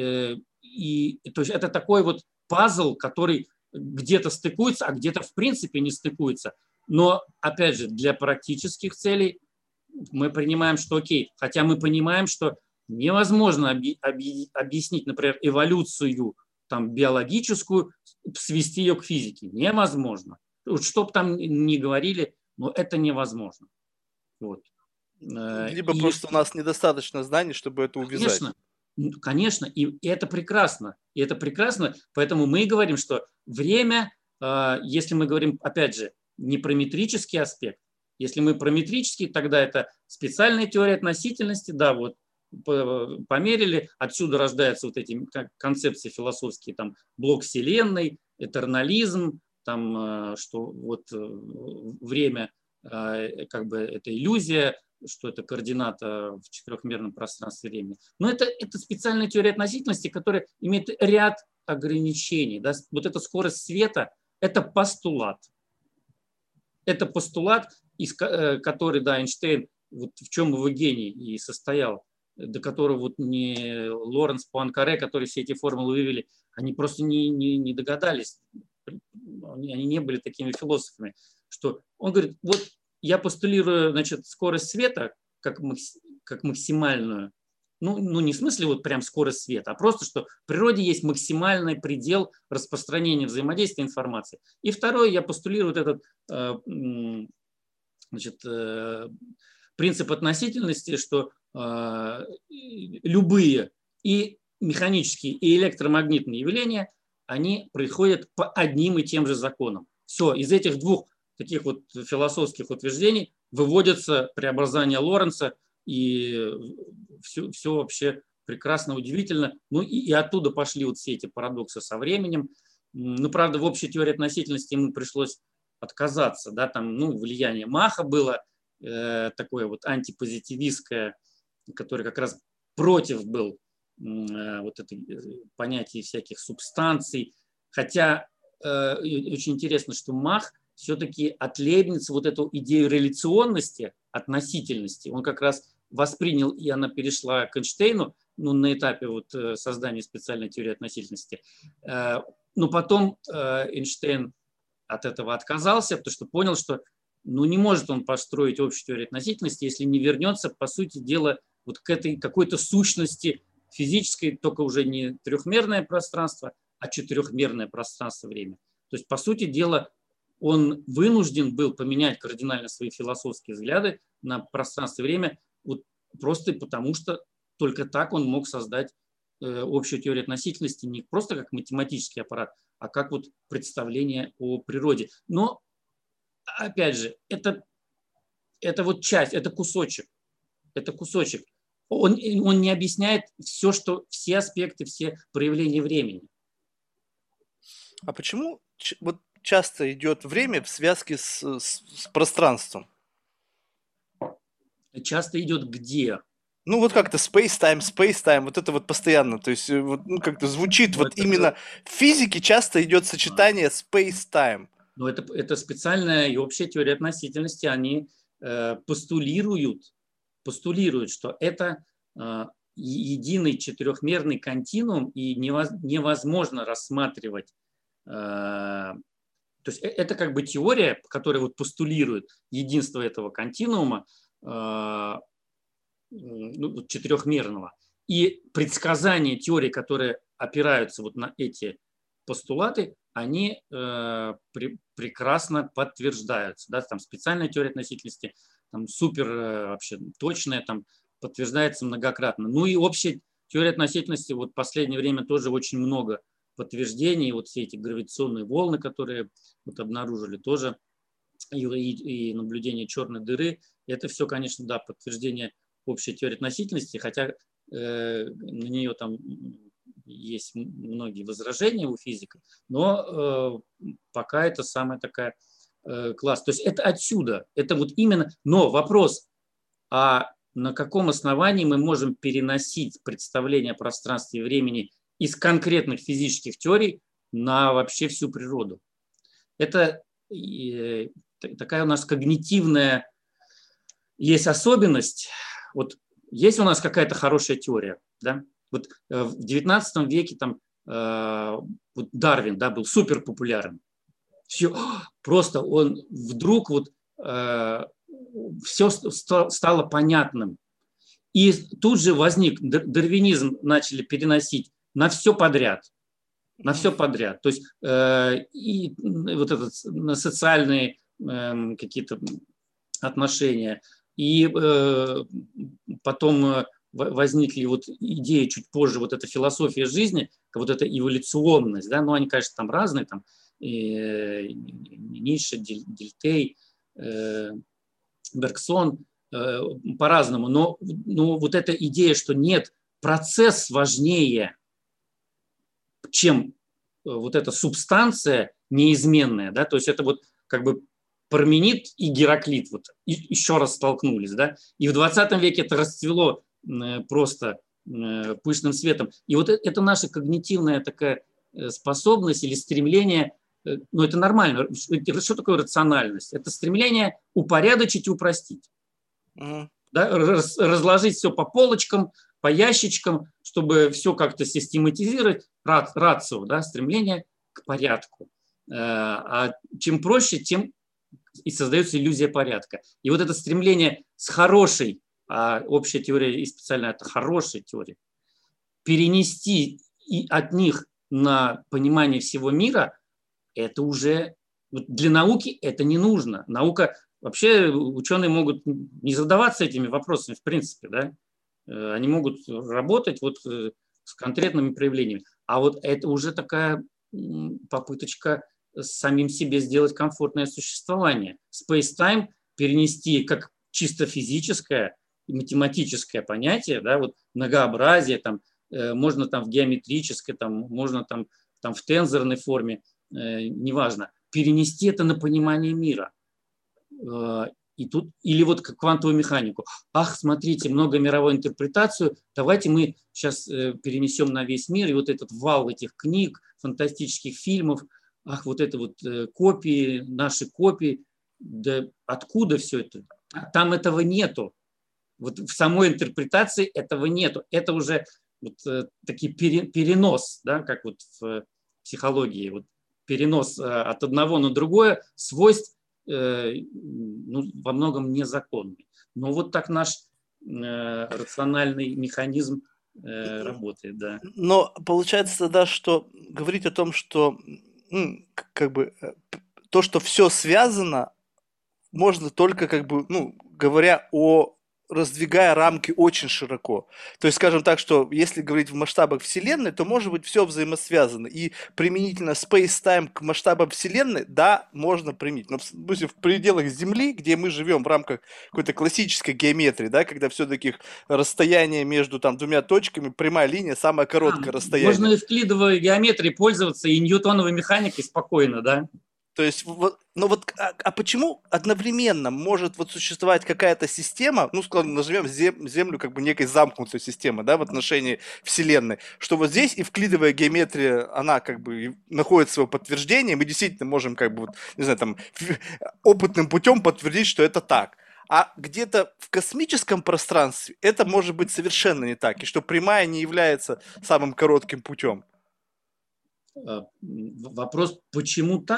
и то есть это такой вот пазл, который где-то стыкуется, а где-то в принципе не стыкуется. Но, опять же, для практических целей мы принимаем, что окей, хотя мы понимаем, что невозможно объяснить, например, эволюцию там, биологическую, свести ее к физике. Невозможно. Что бы там ни говорили, но это невозможно. Вот. Либо просто у нас недостаточно знаний, чтобы это увязать. Конечно, конечно, и это прекрасно. И это прекрасно, поэтому мы и говорим, что время, если мы говорим, опять же, не про метрический аспект, если мы про метрический, тогда это специальная теория относительности, да, вот померили, отсюда рождаются вот эти концепции философские, там, блок вселенной, этернализм, там, что вот время, как бы, это иллюзия, что это координата в четырехмерном пространстве времени. Но это специальная теория относительности, которая имеет ряд ограничений. Да? Вот эта скорость света – это постулат. Это постулат, который, да, Эйнштейн, вот в чем его гений и состоял, до которого вот не Лоренц, Пуанкаре, которые все эти формулы вывели, они просто не догадались, они не были такими философами, что он говорит, вот я постулирую, значит, скорость света как максимальную, ну не в смысле вот прям скорость света, а просто, что в природе есть максимальный предел распространения взаимодействия информации. И второе, я постулирую вот этот, значит, принцип относительности, что любые и механические, и электромагнитные явления, они происходят по одним и тем же законам. Все, из этих двух таких вот философских утверждений выводятся преобразования Лоренца, и все вообще прекрасно, удивительно. Ну и оттуда пошли вот все эти парадоксы со временем. Ну, правда, в общей теории относительности ему пришлось отказаться, да, там, ну, влияние Маха было такое вот антипозитивистское, который как раз против был вот это понятие всяких субстанций. Хотя очень интересно, что Мах все-таки от Лейбница вот эту идею реляционности, относительности, он как раз воспринял, и она перешла к Эйнштейну, ну, на этапе вот создания специальной теории относительности. Но потом Эйнштейн от этого отказался, потому что понял, что ну, не может он построить общую теорию относительности, если не вернется, по сути дела, вот к этой какой-то сущности физической, только уже не трехмерное пространство, а четырехмерное пространство-время. То есть, по сути дела, он вынужден был поменять кардинально свои философские взгляды на пространство и время, вот просто потому что только так он мог создать общую теорию относительности не просто как математический аппарат, а как вот представление о природе. Но, опять же, это вот часть, это кусочек. Это кусочек. Он не объясняет все аспекты, все проявления времени. А почему вот часто идет время в связке с пространством? Часто идет где? Ну, вот как-то space-time, вот это вот постоянно, то есть, вот, ну, как-то звучит, вот именно в физике часто идет сочетание space-time. Но это специальная и общая теория относительности, они постулируют, что это единый четырехмерный континуум, и невозможно рассматривать, то То есть это как бы теория, которая вот постулирует единство этого континуума, четырехмерного. И предсказания теории, которые опираются вот на эти постулаты, они прекрасно подтверждаются. Да? Там специальная теория относительности, там супер вообще точная, там подтверждается многократно. Ну и общая теория относительности, вот в последнее время тоже очень много подтверждений. Вот все эти гравитационные волны, которые вот обнаружили, тоже и наблюдение черной дыры, это все, конечно, да, подтверждение общей теории относительности, хотя на нее там есть многие возражения у физиков, но пока это самая такая класс. То есть это отсюда, это вот именно, но вопрос, а на каком основании мы можем переносить представление о пространстве и времени из конкретных физических теорий на вообще всю природу? Это такая у нас когнитивная есть особенность. Вот есть у нас какая-то хорошая теория, да? Вот в XIX веке там вот Дарвин, да, был супер популярен. Все, просто он вдруг вот все стало понятным. И тут же возник дарвинизм, начали переносить на все подряд. На все подряд. То есть и вот этот, на социальные какие-то отношения. И потом возникли вот идеи чуть позже, вот эта философия жизни, вот эта эволюционность, да, ну они, конечно, там разные, там Ницше, Дельтей, Бергсон, по-разному, но вот эта идея, что нет, процесс важнее, чем вот эта субстанция неизменная, да, то есть это вот как бы Парменид и Гераклит вот еще раз столкнулись, да, и в 20 веке это расцвело просто пышным светом. И вот это наша когнитивная такая способность или стремление, ну это нормально. Что такое рациональность? Это стремление упорядочить и упростить. Да, разложить все по полочкам, по ящичкам, чтобы все как-то систематизировать, рацио, да, стремление к порядку. А чем проще, тем и создается иллюзия порядка. И вот это стремление с хорошей, а общая теория и специальная это хорошая теория, перенести и от них на понимание всего мира, это уже для науки это не нужно. Наука, вообще ученые могут не задаваться этими вопросами в принципе, да? Они могут работать вот с конкретными проявлениями. А вот это уже такая попыточка самим себе сделать комфортное существование. Space-time перенести как чисто физическое и математическое понятие, да, вот многообразие, там, можно там в геометрической, там, можно там в тензорной форме, неважно, перенести это на понимание мира. И тут, или вот квантовую механику. Ах, смотрите, многомировую интерпретацию, давайте мы сейчас перенесем на весь мир, и вот этот вал этих книг, фантастических фильмов, ах, вот это вот копии, наши копии, да откуда все это? Там этого нету. Вот в самой интерпретации этого нету. Это уже вот такой перенос, да, как вот в психологии, вот перенос от одного на другое свойств, ну, во многом незаконный. Но вот так наш рациональный механизм работает, да. Но получается тогда, что говорить о том, что как бы то, что все связано, можно только как бы, ну, говоря о раздвигая рамки очень широко. То есть, скажем так, что если говорить в масштабах Вселенной, то может быть все взаимосвязано. И применительно space-time к масштабам Вселенной, да, можно применить. Но в пределах Земли, где мы живем в рамках какой-то классической геометрии, да, когда все-таки расстояние между там двумя точками, прямая линия, самое короткое расстояние. Можно эвклидовой геометрией пользоваться и ньютоновой механикой спокойно, да? То есть, но вот, а почему одновременно может вот существовать какая-то система, ну, скажем, назовем Землю как бы некой замкнутой системой, да, в отношении Вселенной, что вот здесь эвклидовая геометрия, она как бы находит свое подтверждение, мы действительно можем как бы, вот, не знаю, там, опытным путем подтвердить, что это так. А где-то в космическом пространстве это может быть совершенно не так, и что прямая не является самым коротким путем. Вопрос, почему так?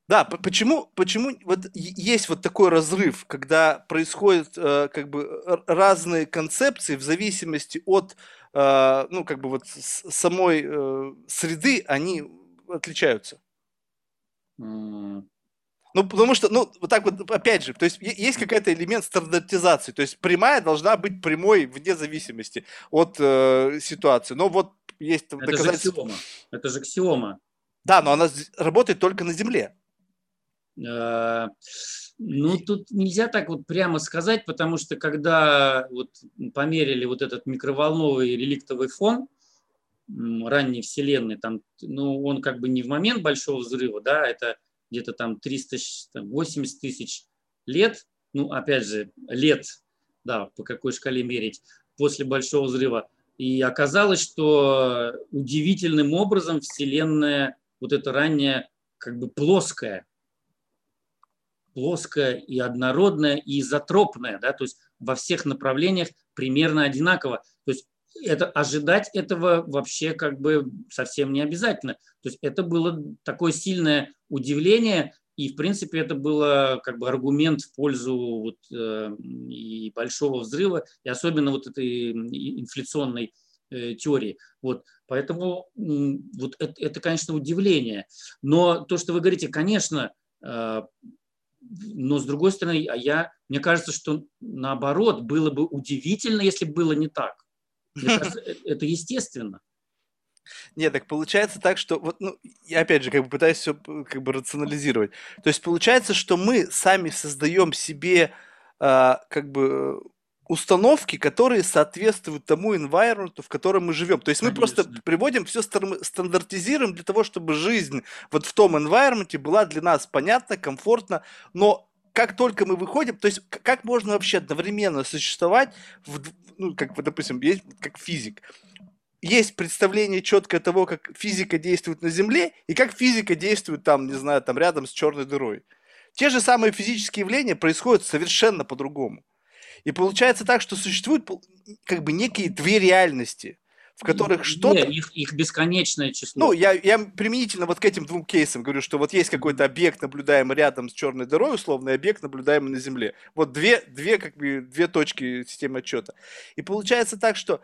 Да, почему вот есть вот такой разрыв, когда происходят как бы разные концепции в зависимости от, ну, как бы вот самой среды, они отличаются. М, Ну, потому что, ну, вот так вот, опять же, то есть есть какой-то элемент стандартизации, то есть прямая должна быть прямой вне зависимости от ситуации. Но вот есть Это же доказательства. аксиома. Это же аксиома. Да, но она работает только на Земле. Э, Ну, И- тут нельзя так вот прямо сказать, потому что когда вот померили вот этот микроволновый реликтовый фон ранней Вселенной, там, ну, он как бы не в момент Большого взрыва, да, это где-то там 380 тысяч лет, ну, опять же, лет, да, по какой шкале мерить, после Большого взрыва. И оказалось, что удивительным образом Вселенная, вот эта ранняя, как бы плоская и однородная и изотропная, да, то есть во всех направлениях примерно одинаково. То есть это, ожидать этого вообще как бы совсем не обязательно. То есть это было такое сильное удивление, и в принципе это было как бы аргумент в пользу вот, и большого взрыва, и особенно вот этой инфляционной теории. Вот. Поэтому вот это, конечно, удивление. Но то, что вы говорите, конечно, но с другой стороны, мне кажется, что наоборот, было бы удивительно, если бы было не так. Мне кажется, это естественно. Нет, так получается так, что вот, ну, я опять же как бы пытаюсь все как бы рационализировать. То есть получается, что мы сами создаем себе как бы установки, которые соответствуют тому environment, в котором мы живем. То есть мы просто Конечно. приводим все стандартизируем для того, чтобы жизнь вот в том environment была для нас понятна, комфортна, но как только мы выходим, то есть как можно вообще одновременно существовать, ну, как, вот, допустим, есть как физик, есть представление четкое того, как физика действует на Земле и как физика действует там, не знаю, там рядом с черной дырой. Те же самые физические явления происходят совершенно по-другому. И получается так, что существуют как бы некие две реальности, в которых Две, что-то... их бесконечное Ну, число. я применительно вот к этим двум кейсам говорю, что вот есть какой-то объект, наблюдаемый рядом с черной дырой, условный объект, наблюдаемый на Земле. Вот как бы, две точки системы отчета. И получается так, что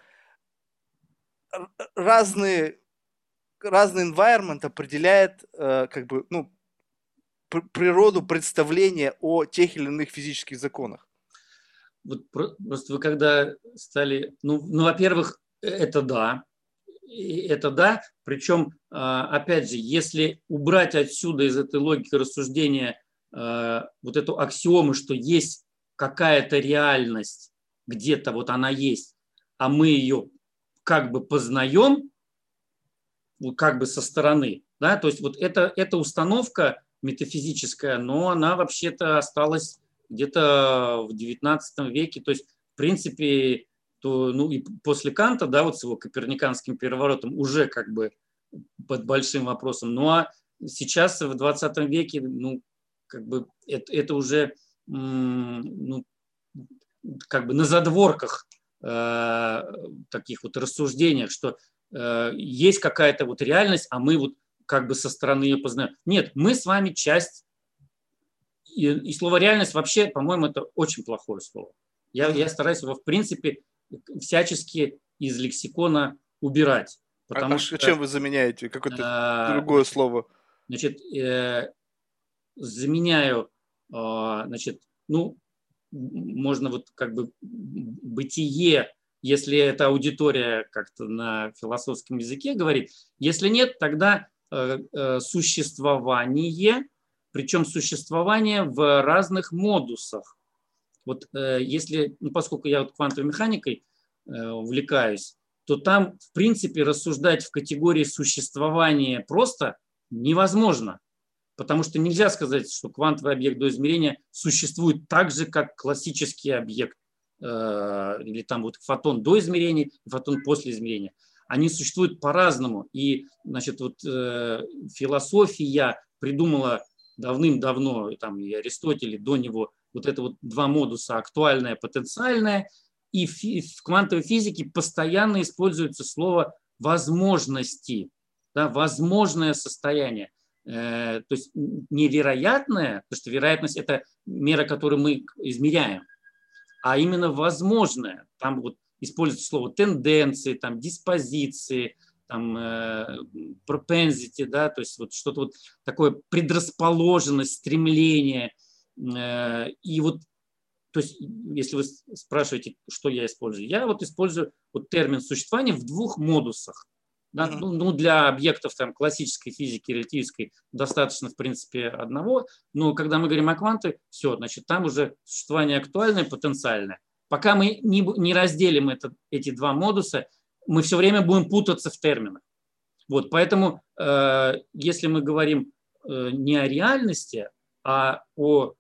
разные разный environment определяет как бы, ну, природу представления о тех или иных физических законах. Вот просто вы когда стали, ну во-первых, это да, это да, причем, опять же, если убрать отсюда из этой логики рассуждения вот эту аксиому, что есть какая-то реальность, где-то вот она есть, а мы ее как бы познаем, как бы со стороны, да, то есть вот эта установка метафизическая, но она вообще-то осталась где-то в XIX веке, то есть в принципе, ну и после Канта, да, вот с его коперниканским переворотом уже как бы под большим вопросом, ну а сейчас в XX веке, ну как бы это уже ну, как бы на задворках таких вот рассуждениях, что есть какая-то вот реальность, а мы вот как бы со стороны ее познаем. Нет, мы с вами часть, и слово реальность вообще, по-моему, это очень плохое слово. Я стараюсь его, в принципе, всячески из лексикона убирать, потому что Чем вы заменяете? Какое-то другое значит, слово? значит, заменяю, значит, ну, можно вот как бы бытие, если эта аудитория как-то на философском языке говорит. Если нет, тогда существование, причем существование в разных модусах. Вот если, ну, поскольку я вот квантовой механикой увлекаюсь, то там, в принципе, рассуждать в категории существования просто невозможно. Потому что нельзя сказать, что квантовый объект до измерения существует так же, как классический объект, или там вот фотон до измерения и фотон после измерения. Они существуют по-разному. И, значит, вот философия придумала давным-давно, там и Аристотель, и до него, вот это вот два модуса: актуальное, потенциальное. И в квантовой физике постоянно используется слово возможности, да, возможное состояние. То есть невероятное, потому что вероятность – это мера, которую мы измеряем, а именно возможное. Там вот используется слово тенденции, там диспозиции, там propensity, да, то есть вот что-то вот такое предрасположенность, стремление. И вот, то есть если вы спрашиваете, что я вот использую вот термин существования в двух модусах. Да? Ну, для объектов там, классической физики, релятивистской достаточно, в принципе, одного. Но когда мы говорим о кванте, все, значит, там уже существование актуальное, потенциальное. Пока мы не разделим эти два модуса, мы все время будем путаться в терминах. Вот, поэтому, если мы говорим не о реальности, а о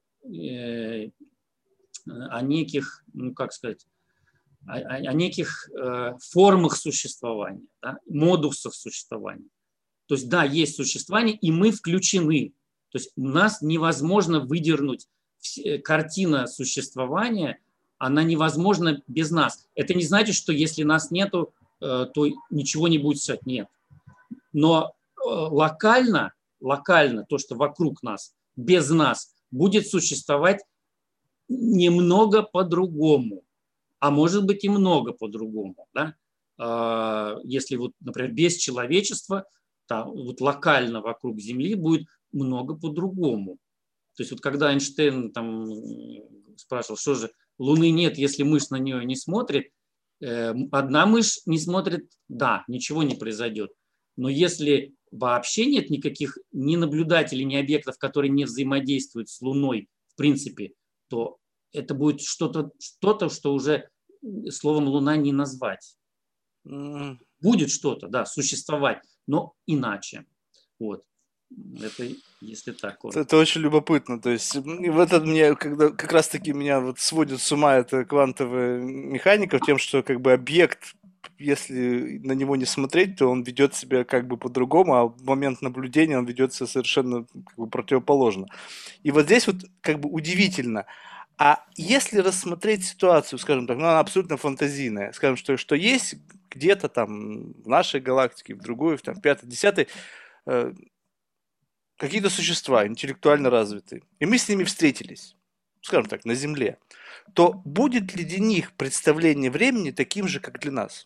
неких, ну, как сказать, о неких формах существования, да, модусах существования. То есть, да, есть существование, и мы включены. То есть, у нас невозможно выдернуть картина существования, она невозможна без нас. Это не значит, что если нас нету, то ничего не будет существовать. Нет. Но локально то, что вокруг нас, без нас, будет существовать немного по-другому. А может быть и много по-другому. Да? Если, вот, например, без человечества, там, вот локально вокруг Земли будет много по-другому. То есть вот когда Эйнштейн там спрашивал, что же Луны нет, если мышь на нее не смотрит, одна мышь не смотрит, да, ничего не произойдет. Но если вообще нет никаких ни наблюдателей, ни объектов, которые не взаимодействуют с Луной, в принципе, то это будет что-то, что уже словом Луна не назвать. Будет что-то, да, существовать, но иначе. Вот. Это если так. Это очень любопытно. То есть в этот мне, когда как раз-таки меня вот сводит с ума эта квантовая механика тем, что как бы объект, если на него не смотреть, то он ведет себя как бы по-другому, а в момент наблюдения он ведет себя совершенно как бы противоположно. И вот здесь вот как бы удивительно. А если рассмотреть ситуацию, скажем так, ну она абсолютно фантазийная, скажем, что есть где-то там в нашей галактике, в другой, в там, пятой, десятой, какие-то существа интеллектуально развитые, и мы с ними встретились, скажем так, на Земле, то будет ли для них представление времени таким же, как для нас?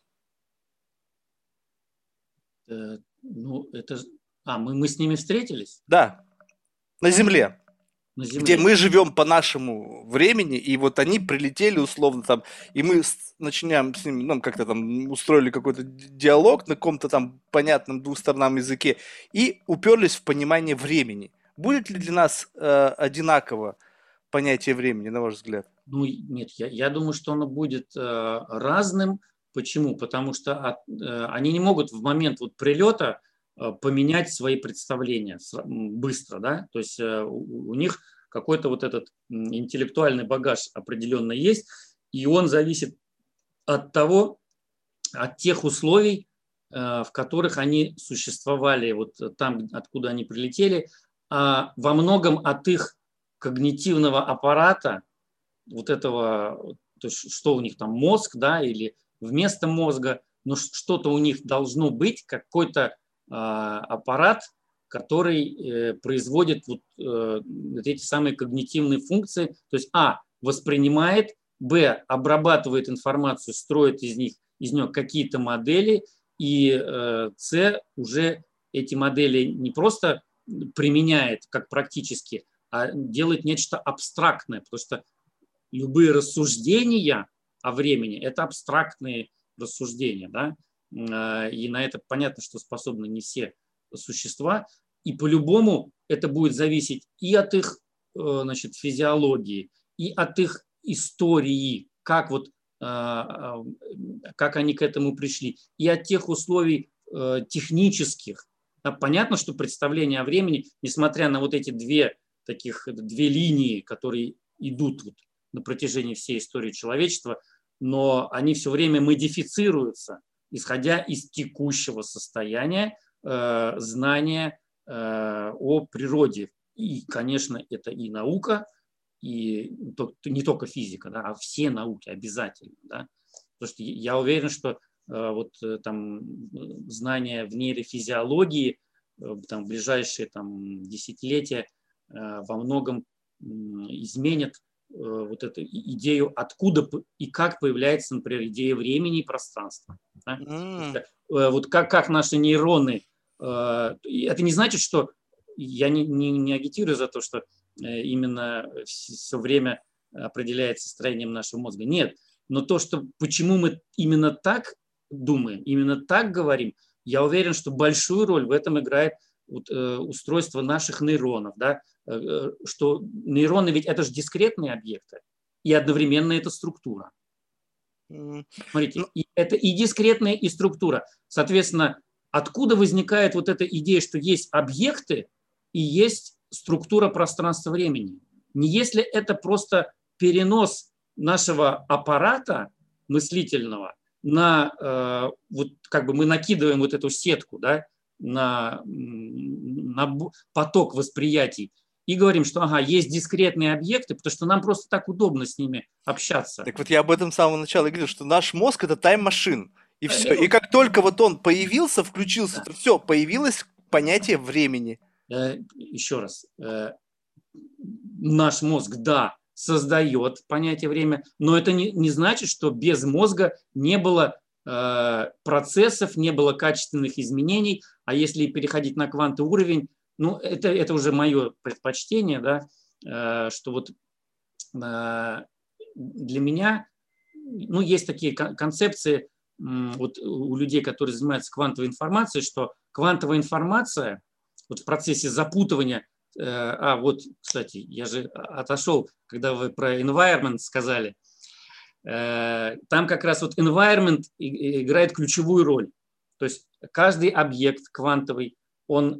Ну, это... мы с ними встретились? Да, на Земле. На Земле. Где мы живем по нашему времени, и вот они прилетели условно там, и мы начинаем с ними, ну, как-то там устроили какой-то диалог на каком-то там понятном двустороннем языке и уперлись в понимание времени. Будет ли для нас одинаково понятие времени, на ваш взгляд? Ну, нет, я думаю, что оно будет разным. Почему? Потому что они не могут в момент вот прилета поменять свои представления быстро, да, то есть у них какой-то вот этот интеллектуальный багаж определенно есть, и он зависит от тех условий, в которых они существовали, вот там, откуда они прилетели, а во многом от их когнитивного аппарата, вот этого, то есть что у них там мозг, да, или вместо мозга, но что-то у них должно быть, какой-то аппарат, который производит вот эти самые когнитивные функции, то есть воспринимает, обрабатывает информацию, строит из нее какие-то модели, и уже эти модели не просто применяет как практически, а делает нечто абстрактное, потому что любые рассуждения о времени – это абстрактные рассуждения, да? И на это понятно, что способны не все существа, и по-любому это будет зависеть и от их, значит, физиологии, и от их истории, как они к этому пришли, и от тех условий технических. Понятно, что представление о времени, несмотря на вот эти две линии, которые идут вот на протяжении всей истории человечества, но они все время модифицируются, исходя из текущего состояния знания о природе. И, конечно, это и наука, и не только физика, да, а все науки обязательно. Да? Потому что я уверен, что там знания в нейрофизиологии там, в ближайшие там, десятилетия во многом изменят вот эту идею, откуда и как появляется, например, идея времени и пространства. Да? Вот как наши нейроны, это не значит, что я не агитирую за то, что именно все время определяется строением нашего мозга. Нет, но то, что почему мы именно так думаем, именно так говорим, я уверен, что большую роль в этом играет вот, устройство наших нейронов, да? Что нейроны ведь это же дискретные объекты, и одновременно это структура. Смотрите, это и дискретная, и структура. Соответственно, откуда возникает вот эта идея, что есть объекты и есть структура пространства-времени? Не если это просто перенос нашего аппарата мыслительного на, вот как бы мы накидываем вот эту сетку, да, на поток восприятий и говорим, что ага, есть дискретные объекты, потому что нам просто так удобно с ними общаться. Так вот я об этом с самого начала говорил, что наш мозг это тайм-машин. И все. И как только вот он появился, включился, да. Все, появилось понятие времени. Еще раз. Наш мозг, да, создает понятие время, но это не значит, что без мозга не было процессов, не было качественных изменений. А если переходить на квантовый уровень, ну, это уже мое предпочтение, да, что вот для меня, ну, есть такие концепции вот у людей, которые занимаются квантовой информацией, что квантовая информация вот в процессе запутывания, вот, кстати, я же отошел, когда вы про environment сказали, там как раз вот environment играет ключевую роль. То есть каждый объект квантовый, он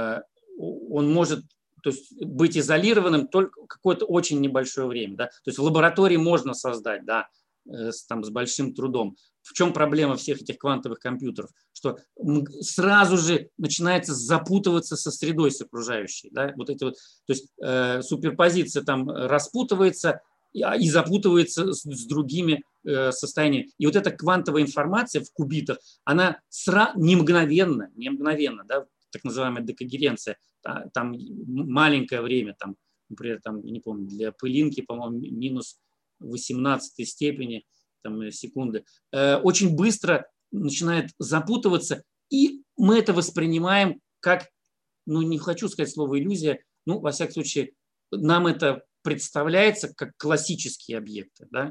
может, то есть, быть изолированным только какое-то очень небольшое время. Да? То есть в лаборатории можно создать, да, там, с большим трудом. В чем проблема всех этих квантовых компьютеров? Что сразу же начинается запутываться со средой, с окружающей. Да? Вот эти вот, то есть суперпозиция там распутывается и запутывается с другими состояниями. И вот эта квантовая информация в кубитах, она не мгновенно, да, так называемая декогеренция, там маленькое время, там, например, там, не помню, для пылинки, по-моему, минус 18 степени там, секунды, очень быстро начинает запутываться, и мы это воспринимаем как, ну, не хочу сказать слово иллюзия, ну, во всяком случае, нам это представляется как классические объекты, да?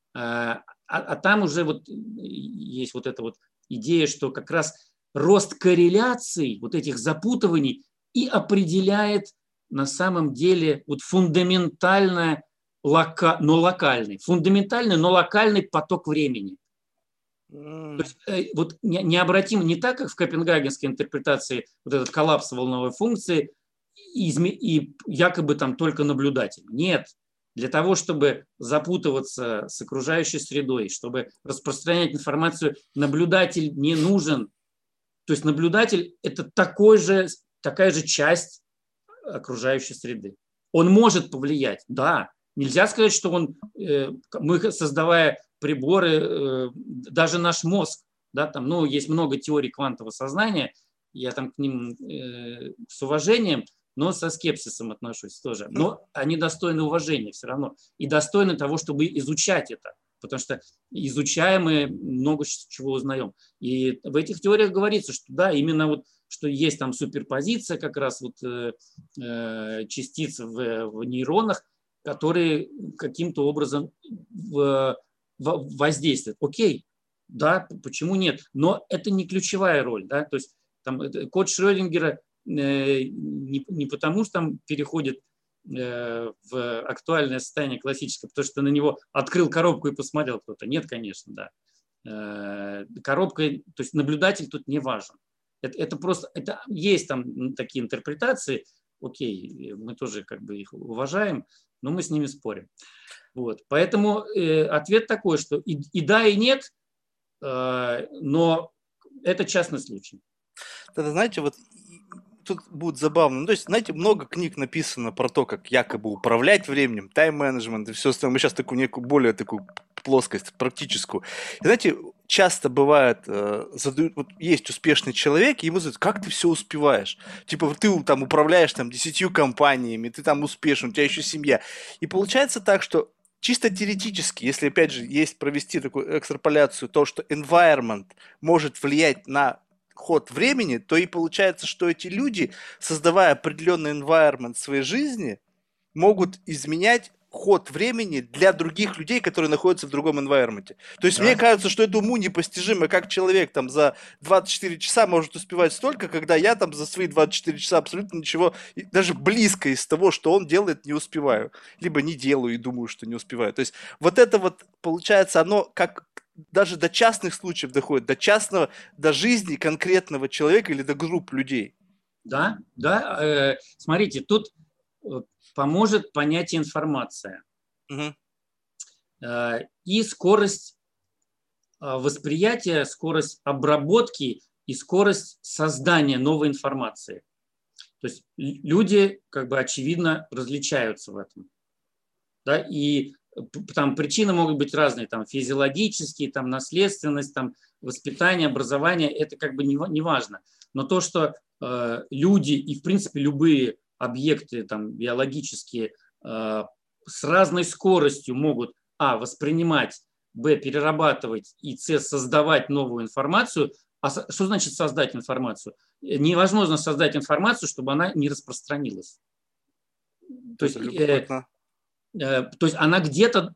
А там уже вот есть вот эта вот идея, что как раз рост корреляций, вот этих запутываний и определяет на самом деле вот фундаментальное, но локальный, фундаментальный, но локальный поток времени. То есть вот необратимо, не так, как в копенгагенской интерпретации, вот этот коллапс волновой функции и якобы там только наблюдатель. Нет. Для того, чтобы запутываться с окружающей средой, чтобы распространять информацию, наблюдатель не нужен. То есть наблюдатель – это такая же часть окружающей среды. Он может повлиять, да. Нельзя сказать, что мы, создавая приборы, даже наш мозг, да, там, ну, есть много теорий квантового сознания, я там к ним с уважением, но со скепсисом отношусь тоже. Но они достойны уважения все равно. И достойны того, чтобы изучать это. Потому что изучаем мы много чего узнаем. И в этих теориях говорится, что да, именно вот, что есть там суперпозиция как раз вот частиц в нейронах, которые каким-то образом воздействуют. Окей, да, почему нет? Но это не ключевая роль. Да? То есть там, код Шрёдингера не потому, что там переходит в актуальное состояние классическое, потому что на него открыл коробку и посмотрел кто-то. Нет, конечно, да. Коробка, то есть наблюдатель тут не важен. Это просто, это есть там такие интерпретации, окей, мы тоже как бы их уважаем, но мы с ними спорим. Вот. Поэтому ответ такой, что и да, и нет, но это частный случай. Тогда, знаете, вот тут будет забавно. Ну, то есть, знаете, много книг написано про то, как якобы управлять временем, тайм-менеджмент и все остальное. Мы сейчас такую некую более такую плоскость практическую. И, знаете, часто бывает, задают, вот есть успешный человек, и ему задают, как ты все успеваешь? Типа, ты там управляешь там 10 компаниями, ты там успешен, у тебя еще семья. И получается так, что чисто теоретически, если, опять же, есть провести такую экстраполяцию, то, что environment может влиять на ход времени, то и получается, что эти люди, создавая определенный environment в своей жизни, могут изменять ход времени для других людей, которые находятся в другом environment. То есть мне Да, кажется, что это уму непостижимо, как человек там за 24 часа может успевать столько, когда я там за свои 24 часа абсолютно ничего, даже близко из того, что он делает, не успеваю. Либо не делаю и думаю, что не успеваю. То есть вот это вот, получается, оно как даже до частных случаев доходит, до частного, до жизни конкретного человека или до групп людей. да, да. Смотрите, тут э, поможет понятие информация Мгм. и скорость восприятия, скорость обработки и скорость создания новой информации. То есть люди, как бы очевидно, различаются в этом. Да? И там причины могут быть разные, там физиологические, там наследственность, там воспитание, образование, это как бы не важно. Но то, что люди и, в принципе, любые объекты там, биологические с разной скоростью могут воспринимать, перерабатывать и создавать новую информацию. А что значит создать информацию? Невозможно создать информацию, чтобы она не распространилась. То есть, Это любопытно. то есть она где-то,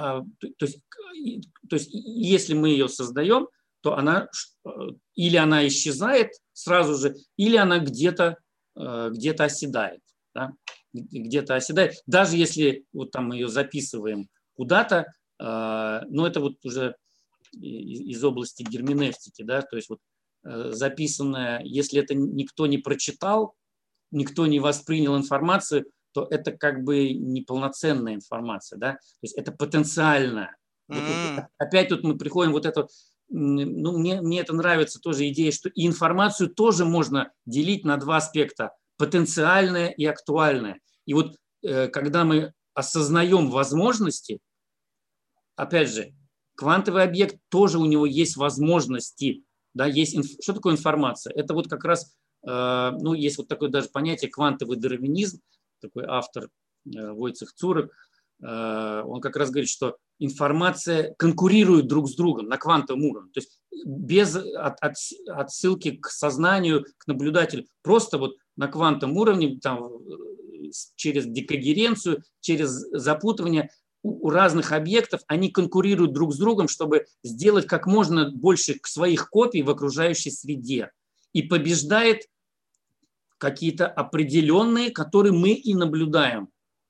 то есть если мы ее создаем, то она или она исчезает сразу же, или она где-то оседает. Да? Где-то оседает. Даже если вот там мы ее записываем куда-то, но это вот уже из области герменевтики, да, то есть вот записанное, если это никто не прочитал, никто не воспринял информацию, то это как бы неполноценная информация, да, то есть это потенциальная. Вот опять тут мы приходим вот это, ну, мне это нравится тоже идея, что и информацию тоже можно делить на два аспекта, потенциальное и актуальное. И вот когда мы осознаем возможности, опять же, квантовый объект тоже у него есть возможности, да, есть что такое информация? Это вот как раз, ну, есть вот такое даже понятие квантовый дарвинизм, такой автор Войцех Цурек, он как раз говорит, что информация конкурирует друг с другом на квантовом уровне, то есть без отсылки к сознанию, к наблюдателю, просто вот на квантовом уровне, там, через декогеренцию, через запутывание у разных объектов, они конкурируют друг с другом, чтобы сделать как можно больше своих копий в окружающей среде. И побеждает какие-то определенные, которые мы и наблюдаем.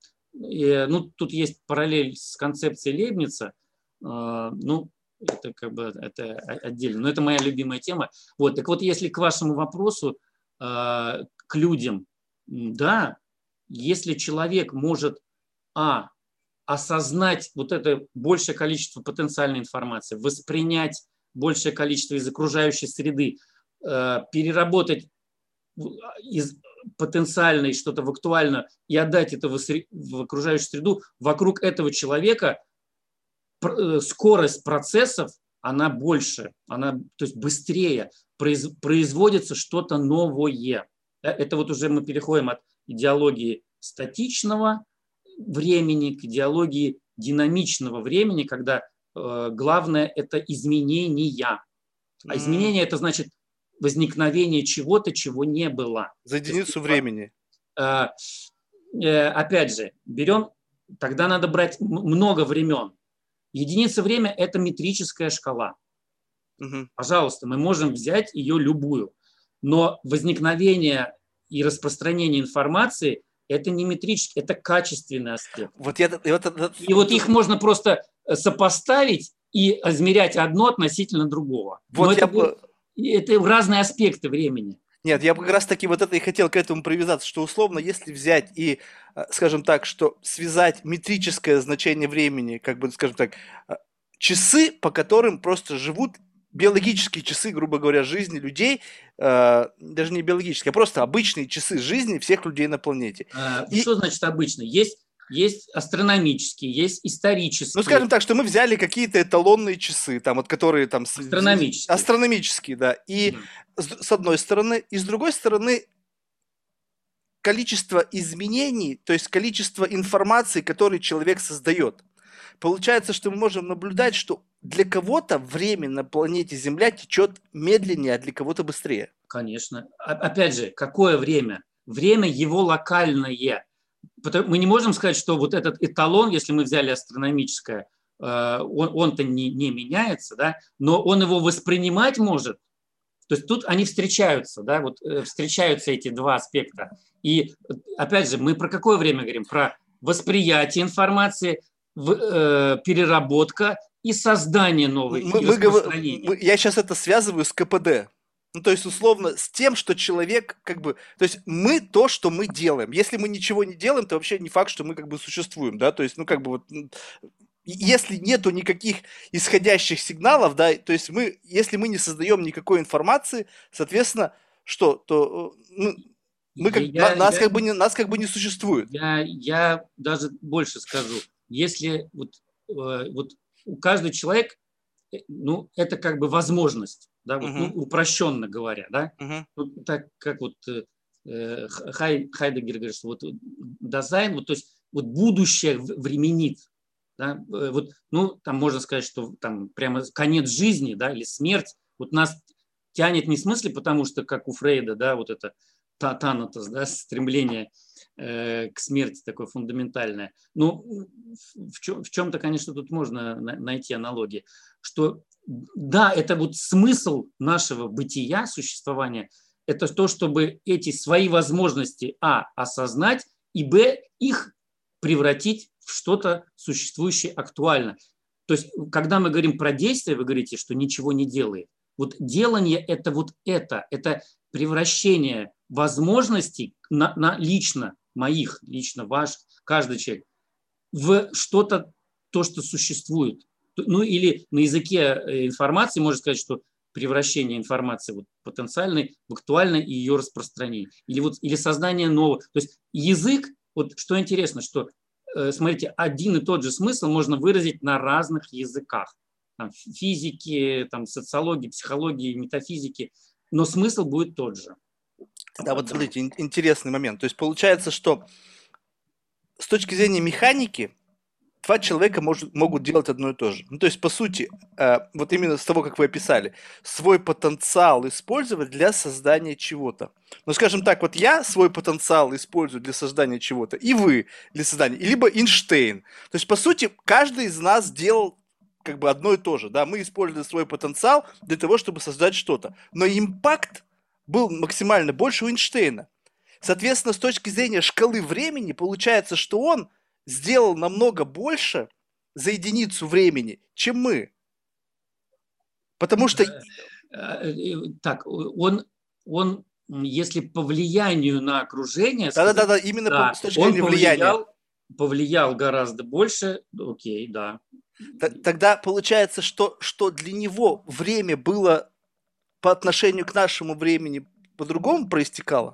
Ну, тут есть параллель с концепцией Лейбница. Ну, это как бы это отдельно. Но это моя любимая тема. Вот, так вот, если к вашему вопросу, к людям, да, если человек может, осознать вот это большее количество потенциальной информации, воспринять большее количество из окружающей среды, переработать из потенциальной что-то в актуальное и отдать это в окружающую среду, вокруг этого человека скорость процессов, она больше, она, то есть быстрее, производится что-то новое. Это вот уже мы переходим от идеологии статичного времени к идеологии динамичного времени, когда главное – это изменения. А изменение – это значит возникновение чего-то, чего не было. За единицу времени. Опять же, берем, тогда надо брать много времен. Единица время – это метрическая шкала. Пожалуйста, мы можем взять ее любую. Но возникновение и распространение информации – это не метрический, это качественный аспект. И вот их можно просто сопоставить и измерять одно относительно другого. Вот это разные аспекты времени. Нет, я бы как раз таки вот это и хотел к этому привязаться, что условно, если взять и, скажем так, что связать метрическое значение времени, как бы, скажем так, часы, по которым просто живут биологические часы, грубо говоря, жизни людей, даже не биологические, а просто обычные часы жизни всех людей на планете. Что значит обычно? Есть астрономические, есть Ну, скажем исторические. так, что мы взяли какие-то эталонные часы, там, вот, которые там... Астрономические. Астрономические, да. И с одной стороны, и с другой стороны, количество изменений, то есть количество информации, которую человек создает. Получается, что мы можем наблюдать, что для кого-то время на планете Земля течет медленнее, а для кого-то быстрее. Конечно. Опять же, какое время? Время его локальное. Мы не можем сказать, что вот этот эталон, если мы взяли астрономическое, он-то не меняется, да, но он его воспринимать может. То есть тут они встречаются, да, вот встречаются эти два аспекта. И опять же, мы про какое время говорим? Про восприятие информации, переработка и создание новой, и распространение. Я сейчас это связываю с КПД. Ну, то есть, условно, с тем, что человек, как бы, то есть, мы то, что мы делаем. Если мы ничего не делаем, то вообще не факт, что мы, как бы, существуем, да, то есть, ну, как бы, вот, если нету никаких исходящих сигналов, да, то есть, если мы не создаем никакой информации, соответственно, что, то, ну, нас как бы не существует. Я даже больше скажу. Если вот каждый человек, ну, это как бы возможность, да, вот, ну, упрощенно говоря, да, вот так как вот Хайдеггер говорит, что вот дизайн, вот, то есть вот будущее временит, да, вот, ну, там можно сказать, что там прямо конец жизни, да, или смерть, вот нас тянет не в смысле, потому что, как у Фрейда, да, вот это Танатос, да, стремление к смерти такое фундаментальное. Ну, в чем-то, конечно, тут можно найти аналогии, что да, это вот смысл нашего бытия, существования, это то, чтобы эти свои возможности, осознать, и, их превратить в что-то существующее актуально. То есть, когда мы говорим про действие, вы говорите, что ничего не делает. Вот делание – это вот это превращение возможностей лично моих, лично ваш, каждый человек, в что-то, то, что существует. Ну или на языке информации можно сказать, что превращение информации вот, потенциальной в актуальной и ее распространение. Или создание нового. То есть язык, вот что интересно, что, смотрите, один и тот же смысл можно выразить на разных языках. Там, физики, там, социологии, психологии, метафизики, но смысл будет тот же. Да, вот смотрите, интересный момент. То есть получается, что с точки зрения механики два человека могут делать одно и то же. Ну, то есть, по сути, вот именно с того, как вы описали, свой потенциал использовать для создания чего-то. Ну, скажем так, вот я свой потенциал использую для создания чего-то, и вы для создания, либо Эйнштейн. То есть, по сути, каждый из нас делал как бы одно и то же. Да? Мы использовали свой потенциал для того, чтобы создать что-то. Но импакт был максимально больше у Эйнштейна. Соответственно, с точки зрения шкалы времени, получается, что он сделал намного больше за единицу времени, чем мы. Потому что... Так, он если по влиянию на окружение... Да, именно с точки зрения влияния. Повлиял гораздо больше, окей, да. Тогда получается, что для него время было по отношению к нашему времени по-другому проистекало?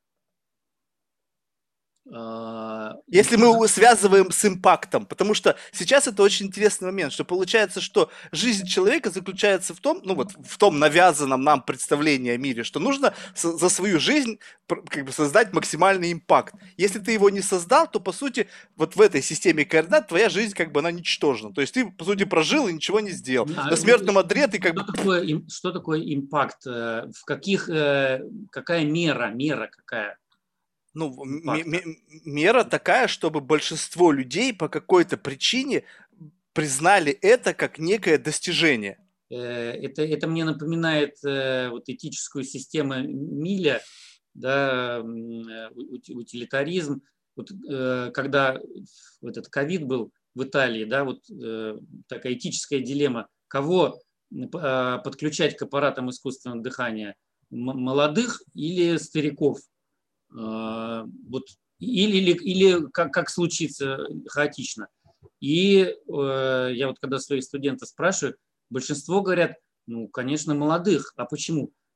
Если мы его связываем с импактом, потому что сейчас это очень интересный момент, что получается, что жизнь человека заключается в том, ну вот в том навязанном нам представлении о мире, что нужно за свою жизнь как бы создать максимальный импакт. Если ты его не создал, то по сути вот в этой системе координат твоя жизнь как бы она ничтожна. То есть ты по сути прожил и ничего не сделал. На смертном одре ты как бы... Что такое импакт? Какая мера какая? Ну, мера такая, чтобы большинство людей по какой-то причине признали это как некое достижение. Это мне напоминает вот этическую систему Милля, да, утилитаризм. Вот, когда вот этот ковид был в Италии, да, вот такая этическая дилемма, кого подключать к аппаратам искусственного дыхания, молодых или стариков? Вот, или как случится хаотично. И я вот когда своих студентов спрашиваю, большинство говорят, ну, конечно, молодых. А почему?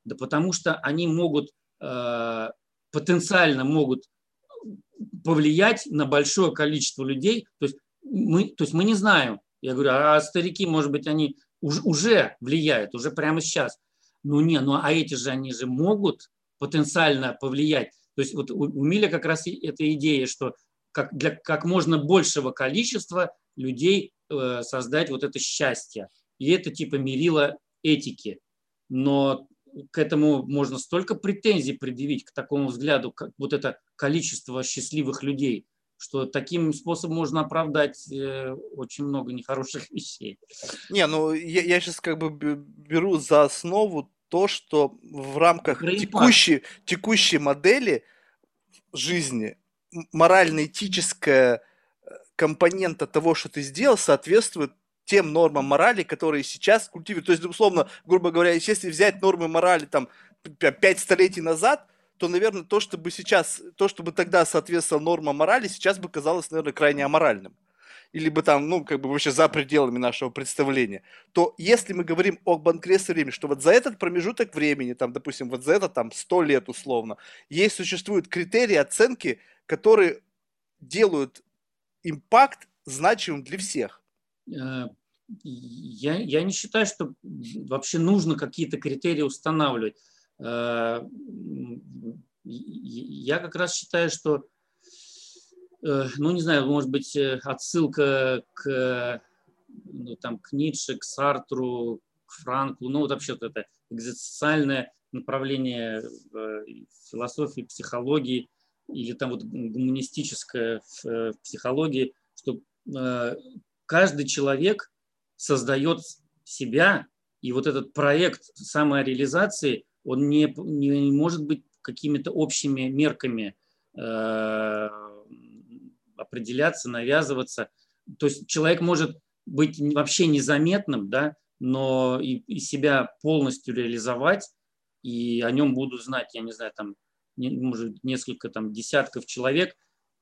Да потому что они могут, потенциально могут повлиять на большое количество людей. То есть мы не знаем. Я говорю, а старики, может быть, они уже влияют, уже прямо сейчас. Ну не, ну а эти же, они же могут потенциально повлиять. То есть вот у Миля как раз эта идея, что для как можно большего количества людей создать вот это счастье. И это типа мерило этики. Но к этому можно столько претензий предъявить, к такому взгляду, как вот это количество счастливых людей, что таким способом можно оправдать очень много нехороших вещей. Не, ну я сейчас как бы беру за основу то, что в рамках Про импакт. текущей модели жизни морально-этическая компонента того, что ты сделал, соответствует тем нормам морали, которые сейчас культивируют. То есть, условно, грубо говоря, если взять нормы морали там 5 столетий назад, то, наверное, то, чтобы сейчас, то, чтобы тогда соответствовало нормам морали, сейчас бы казалось, наверное, крайне аморальным. Или бы там, ну, как бы вообще за пределами нашего представления. То если мы говорим о банкротстве времени, что вот за этот промежуток времени, там, допустим, вот за это там 100 лет условно, существуют критерии оценки, которые делают импакт значимым для всех. Я не считаю, что вообще нужно какие-то критерии устанавливать. Я как раз считаю, что, ну, не знаю, может быть, отсылка ну, там, к Ницше, к Сартру, к Франклу, ну, вот вообще вот это экзистенциальное направление в философии, психологии или там вот гуманистическая в психологии, что каждый человек создает себя, и вот этот проект самореализации, он не может быть какими-то общими мерками определяться, навязываться. То есть человек может быть вообще незаметным, да, но и себя полностью реализовать, и о нем будут знать, я не знаю, там, может, несколько там, десятков человек,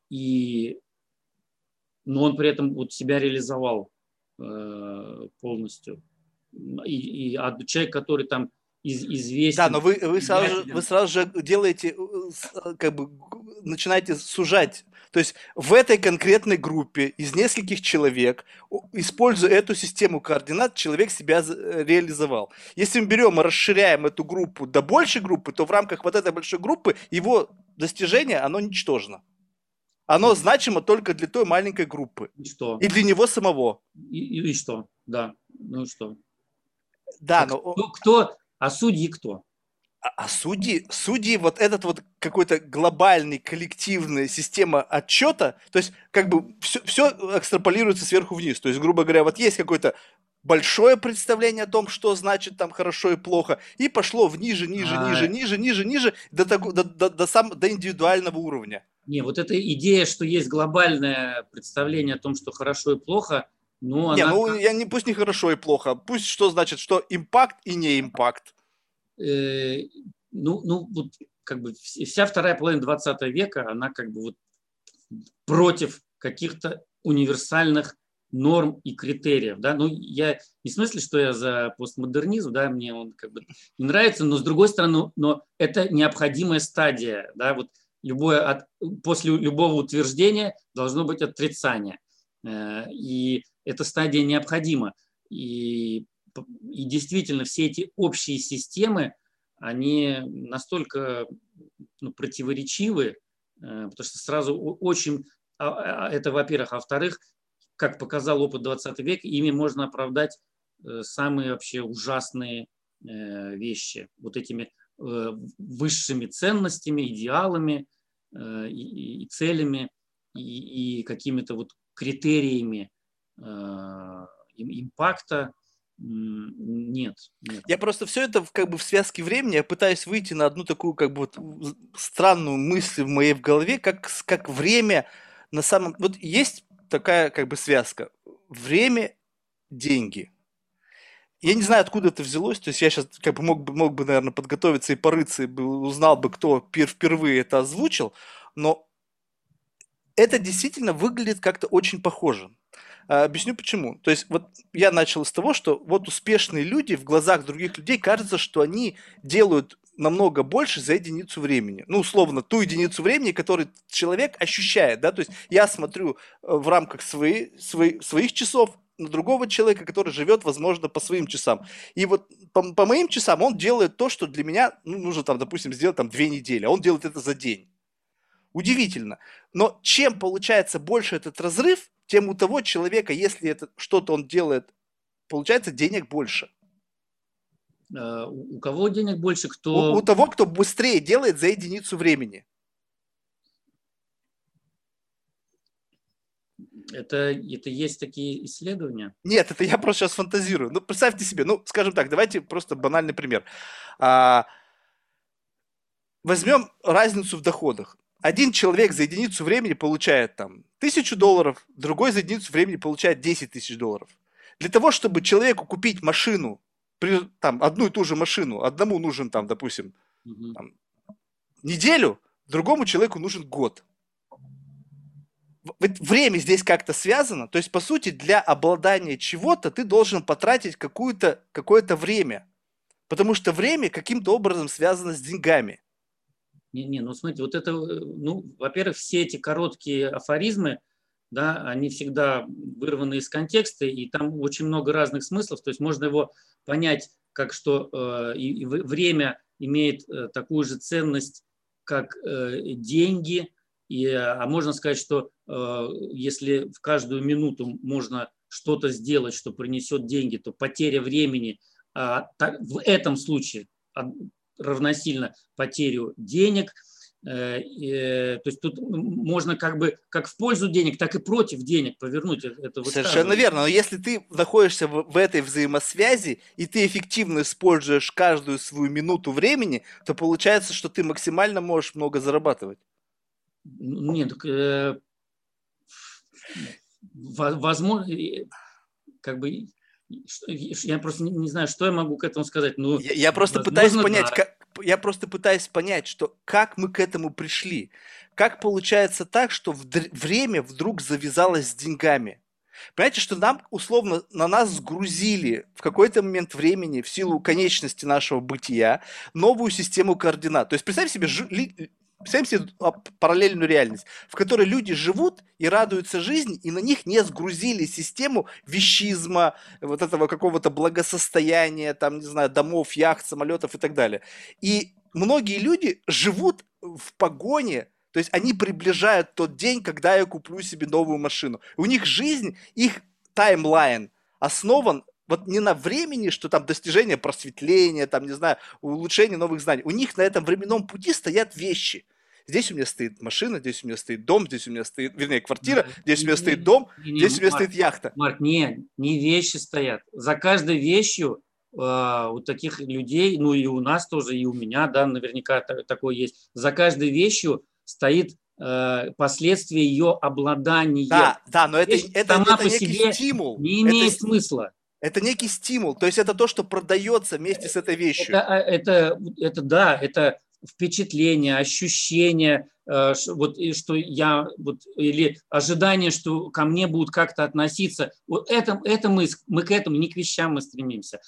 но он при этом вот себя реализовал полностью. А человек, который там Да, но известен, вы влиятелен. сразу же делаете, как бы начинаете сужать. То есть в этой конкретной группе из нескольких человек, используя эту систему координат, человек себя реализовал. Если мы берем и расширяем эту группу до большей группы, то в рамках вот этой большой группы его достижение, оно ничтожно. Оно значимо только для той маленькой группы. И что? И для него самого. И что? Да. Ну и что? Да, но А судьи кто? судьи, вот этот вот какой-то глобальный, коллективная система отчета, то есть как бы все экстраполируется сверху вниз. То есть, грубо говоря, вот есть какое-то большое представление о том, что значит там хорошо и плохо, и пошло ниже, ниже, ниже, А, ниже, ниже, ниже, до индивидуального уровня. не, вот эта идея, что есть глобальное представление о том, что хорошо и плохо, ну, Не, она ну я не, пусть не хорошо и плохо, пусть что значит, что импакт и не импакт. э, ну, вот как бы вся вторая половина 20 века, она как бы вот против каких-то универсальных норм и критериев. Да? Ну, я не в смысле, что я за постмодернизм, да, мне он как бы не нравится, но с другой стороны, но это необходимая стадия. Да? Вот после любого утверждения должно быть отрицание. И эта стадия необходима. И действительно все эти общие системы, они настолько противоречивы, потому что сразу очень, это во-первых, а во-вторых, как показал опыт 20 века, ими можно оправдать самые вообще ужасные вещи, вот этими высшими ценностями, идеалами и целями, и какими-то вот критериями импакта. Нет, нет. Я просто все это как бы в связке времени, я пытаюсь выйти на одну такую как бы вот странную мысль в моей в голове, как время на самом... Вот есть такая как бы связка. Время, деньги. Я не знаю, откуда это взялось, то есть я сейчас как бы мог бы, наверное, подготовиться и порыться, и узнал бы, кто впервые это озвучил, но это действительно выглядит как-то очень похоже. Объясню почему. То есть вот я начал с того, что вот успешные люди в глазах других людей кажется, что они делают намного больше за единицу времени. Ну, условно, ту единицу времени, которую человек ощущает, да, то есть я смотрю в рамках своих часов на другого человека, который живет, возможно, по своим часам. И вот по моим часам он делает то, что для меня нужно, там, допустим, сделать там 2 недели, а он делает это за день. Удивительно. Но чем получается больше этот разрыв, тем у того человека, если это что-то он делает, получается денег больше. У кого денег больше, У кто... того, кто быстрее делает за единицу времени. Это есть такие исследования? Нет, это я просто сейчас фантазирую. Ну, представьте себе, ну, скажем так, давайте просто банальный пример. А, Возьмем разницу в доходах. Один человек за единицу времени получает там $1000, другой за единицу времени получает $10 000. Для того, чтобы человеку купить машину, там, одну и ту же машину, одному нужен там, допустим, там, неделю, другому человеку нужен год. Время здесь как-то связано, то есть, по сути, для обладания чего-то ты должен потратить какое-то время, потому что время каким-то образом связано с деньгами. Ну смотрите, вот это, ну, во-первых, все эти короткие афоризмы, да, они всегда вырваны из контекста, и там очень много разных смыслов, то есть можно его понять, как что время имеет такую же ценность, как деньги, а можно сказать, что если в каждую минуту можно что-то сделать, что принесет деньги, то потеря времени в этом случае равносильно потерю денег. То есть тут можно как бы как в пользу денег, так и против денег повернуть это высказывание. Совершенно верно. Но если ты находишься в этой взаимосвязи, и ты эффективно используешь каждую свою минуту времени, то получается, что ты максимально можешь много зарабатывать. Нет, возможно, как бы я просто не знаю, что я могу к этому сказать. Но, я просто пытаюсь понять, что как мы к этому пришли. Как получается так, что время вдруг завязалось с деньгами? Понимаете, что нам, условно, на нас сгрузили в какой-то момент времени, в силу конечности нашего бытия, новую систему координат. То есть представь себе, представим себе параллельную реальность, в которой люди живут и радуются жизни, и на них не сгрузили систему вещизма, вот этого какого-то благосостояния, там, не знаю, домов, яхт, самолетов и так далее. И многие люди живут в погоне, то есть они приближают тот день, когда я куплю себе новую машину. У них жизнь, их таймлайн основан вот не на времени, что там достижение просветления, там, не знаю, улучшение новых знаний. У них на этом временном пути стоят вещи. Здесь у меня стоит машина, здесь у меня стоит дом, здесь у меня стоит, вернее, квартира, здесь у меня стоит дом, здесь у меня стоит яхта. Марк, не вещи стоят. За каждой вещью у таких людей, ну и у нас тоже, и у меня, да, наверняка такое есть. За каждой вещью стоит последствия ее обладания. Да, но это сама по некий себе стимул. Не имеет смысла. Это некий стимул, то есть это то, что продается вместе с этой вещью. Это впечатление, ощущение, вот, что я, вот, или ожидание, что ко мне будут как-то относиться. Вот это мы к этому, не к вещам мы стремимся.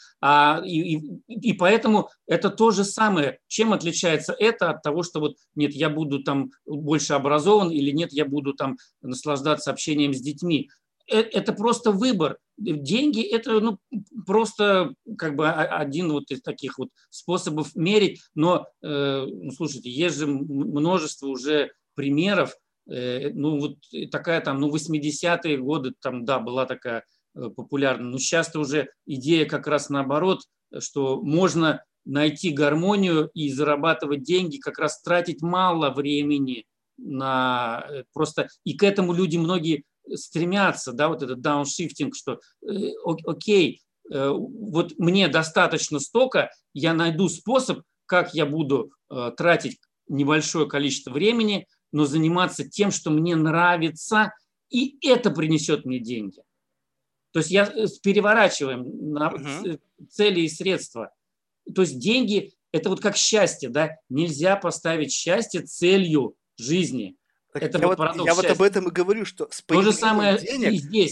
И поэтому это то же самое. Чем отличается это от того, что вот нет, я буду там больше образован, или нет, я буду там наслаждаться общением с детьми. Это просто выбор. Деньги – это просто как бы один вот из таких вот способов мерить. Но, слушайте, есть же множество уже примеров. Вот такая там, 80-е годы, там, да, была такая популярна. Но сейчас-то уже идея как раз наоборот, что можно найти гармонию и зарабатывать деньги, как раз тратить мало времени на просто... И к этому люди многие стремятся, да, вот этот дауншифтинг, что окей, вот мне достаточно столько, я найду способ, как я буду тратить небольшое количество времени, но заниматься тем, что мне нравится, и это принесет мне деньги. То есть переворачиваем на цели и средства. То есть деньги – это вот как счастье, да, нельзя поставить счастье целью жизни. Я вот об этом и говорю, что с то же самое денег... и здесь.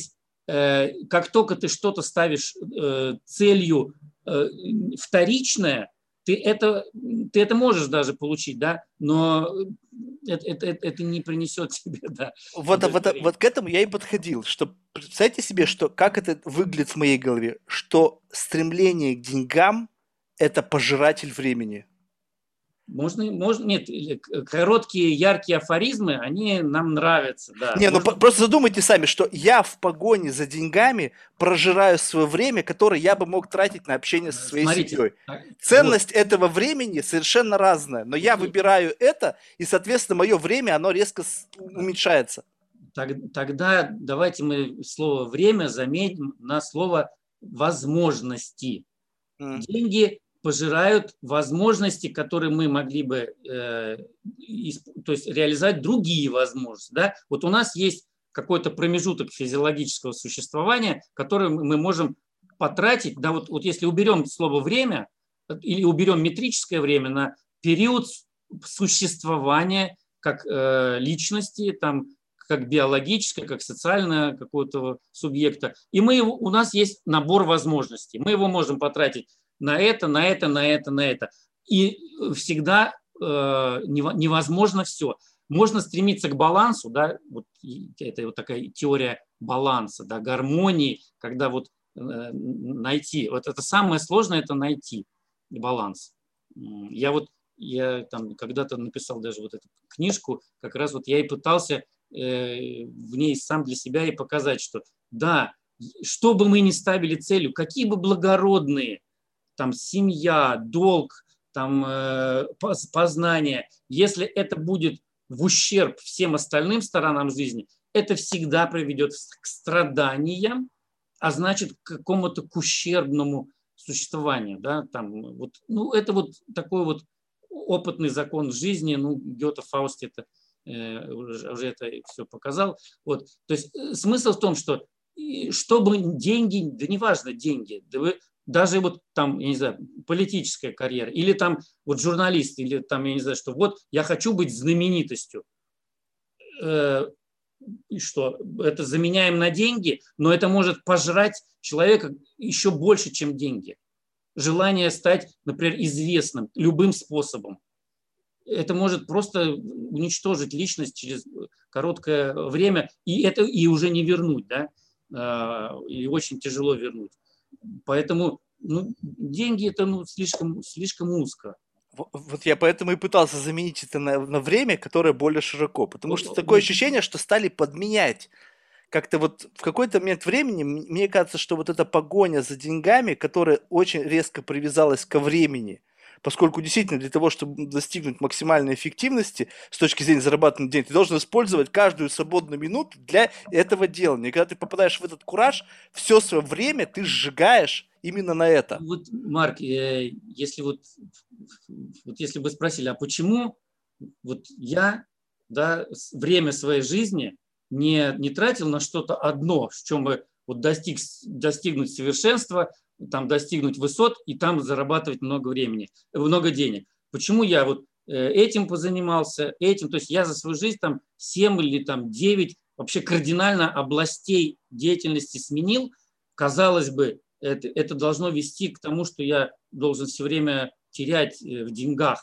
как только ты что-то ставишь целью вторичное, ты это можешь даже получить, да, но это не принесет тебе, да, удовлетворения. Вот к этому я и подходил, что представьте себе, что как это выглядит в моей голове, что стремление к деньгам – это пожиратель времени. Нет, короткие, яркие афоризмы, они нам нравятся, да. Не, ну просто задумайте сами, что я в погоне за деньгами прожираю свое время, которое я бы мог тратить на общение со своей Смотрите, семьей. вот, Ценность этого времени совершенно разная, но я выбираю это, и, соответственно, мое время, оно резко уменьшается. тогда давайте мы слово «время» заменим на слово «возможности». Деньги пожирают возможности, которые мы могли бы то есть реализовать другие возможности. Да? Вот у нас есть какой-то промежуток физиологического существования, который мы можем потратить. Да, вот если уберем слово «время» или уберем метрическое время на период существования как личности, там, как биологическое, как социальное какого-то субъекта. И у нас есть набор возможностей. Мы его можем потратить на это, на это, на это, на это. И всегда невозможно все. Можно стремиться к балансу, да, вот это вот такая теория баланса, да, гармонии, когда вот найти, вот это самое сложное, это найти баланс. Я там когда-то написал даже вот эту книжку, как раз вот я и пытался в ней сам для себя и показать, что да, что бы мы ни ставили целью, какие бы благородные, там, семья, долг, там, познание, если это будет в ущерб всем остальным сторонам жизни, это всегда приведет к страданиям, а значит, к какому-то к ущербному существованию. Да? Там, вот, ну, это вот такой вот опытный закон жизни, ну, Гёте, Фауст это уже это все показал. Вот. То есть смысл в том, что чтобы деньги, да неважно деньги, да вы, даже вот там, я не знаю, политическая карьера, или там вот журналист, или там, я не знаю, что вот я хочу быть знаменитостью. И что? Это заменяем на деньги, но это может пожрать человека еще больше, чем деньги. Желание стать, например, известным любым способом. Это может просто уничтожить личность через короткое время, и это и уже не вернуть, да, и очень тяжело вернуть. Поэтому деньги это слишком узко. Вот я поэтому и пытался заменить это на время, которое более широко, потому что такое ощущение, что стали подменять. Как-то вот в какой-то момент времени, мне кажется, что вот эта погоня за деньгами, которая очень резко привязалась ко времени, поскольку действительно для того, чтобы достигнуть максимальной эффективности с точки зрения зарабатывания денег, ты должен использовать каждую свободную минуту для этого делания. И когда ты попадаешь в этот кураж, все свое время ты сжигаешь именно на это. Вот, Марк, если если бы спросили, а почему вот я, да, время своей жизни не тратил на что-то одно, в чем бы вот достигнуть совершенства, там достигнуть высот и там зарабатывать много денег. Почему я вот этим позанимался, этим, то есть я за свою жизнь там 7 или там 9 вообще кардинально областей деятельности сменил. Казалось бы, это должно вести к тому, что я должен все время терять в деньгах.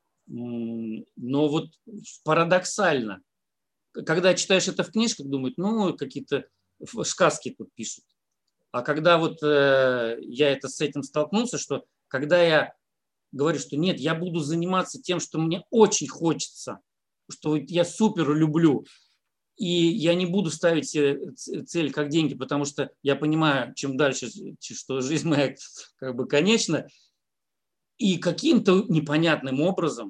Но вот парадоксально, когда читаешь это в книжках, думают, ну, какие-то сказки тут пишут. А когда вот я с этим столкнулся, что когда я говорю, что нет, я буду заниматься тем, что мне очень хочется, что я супер люблю, и я не буду ставить себе цель как деньги, потому что я понимаю, чем дальше, что жизнь моя как бы конечна, и каким-то непонятным образом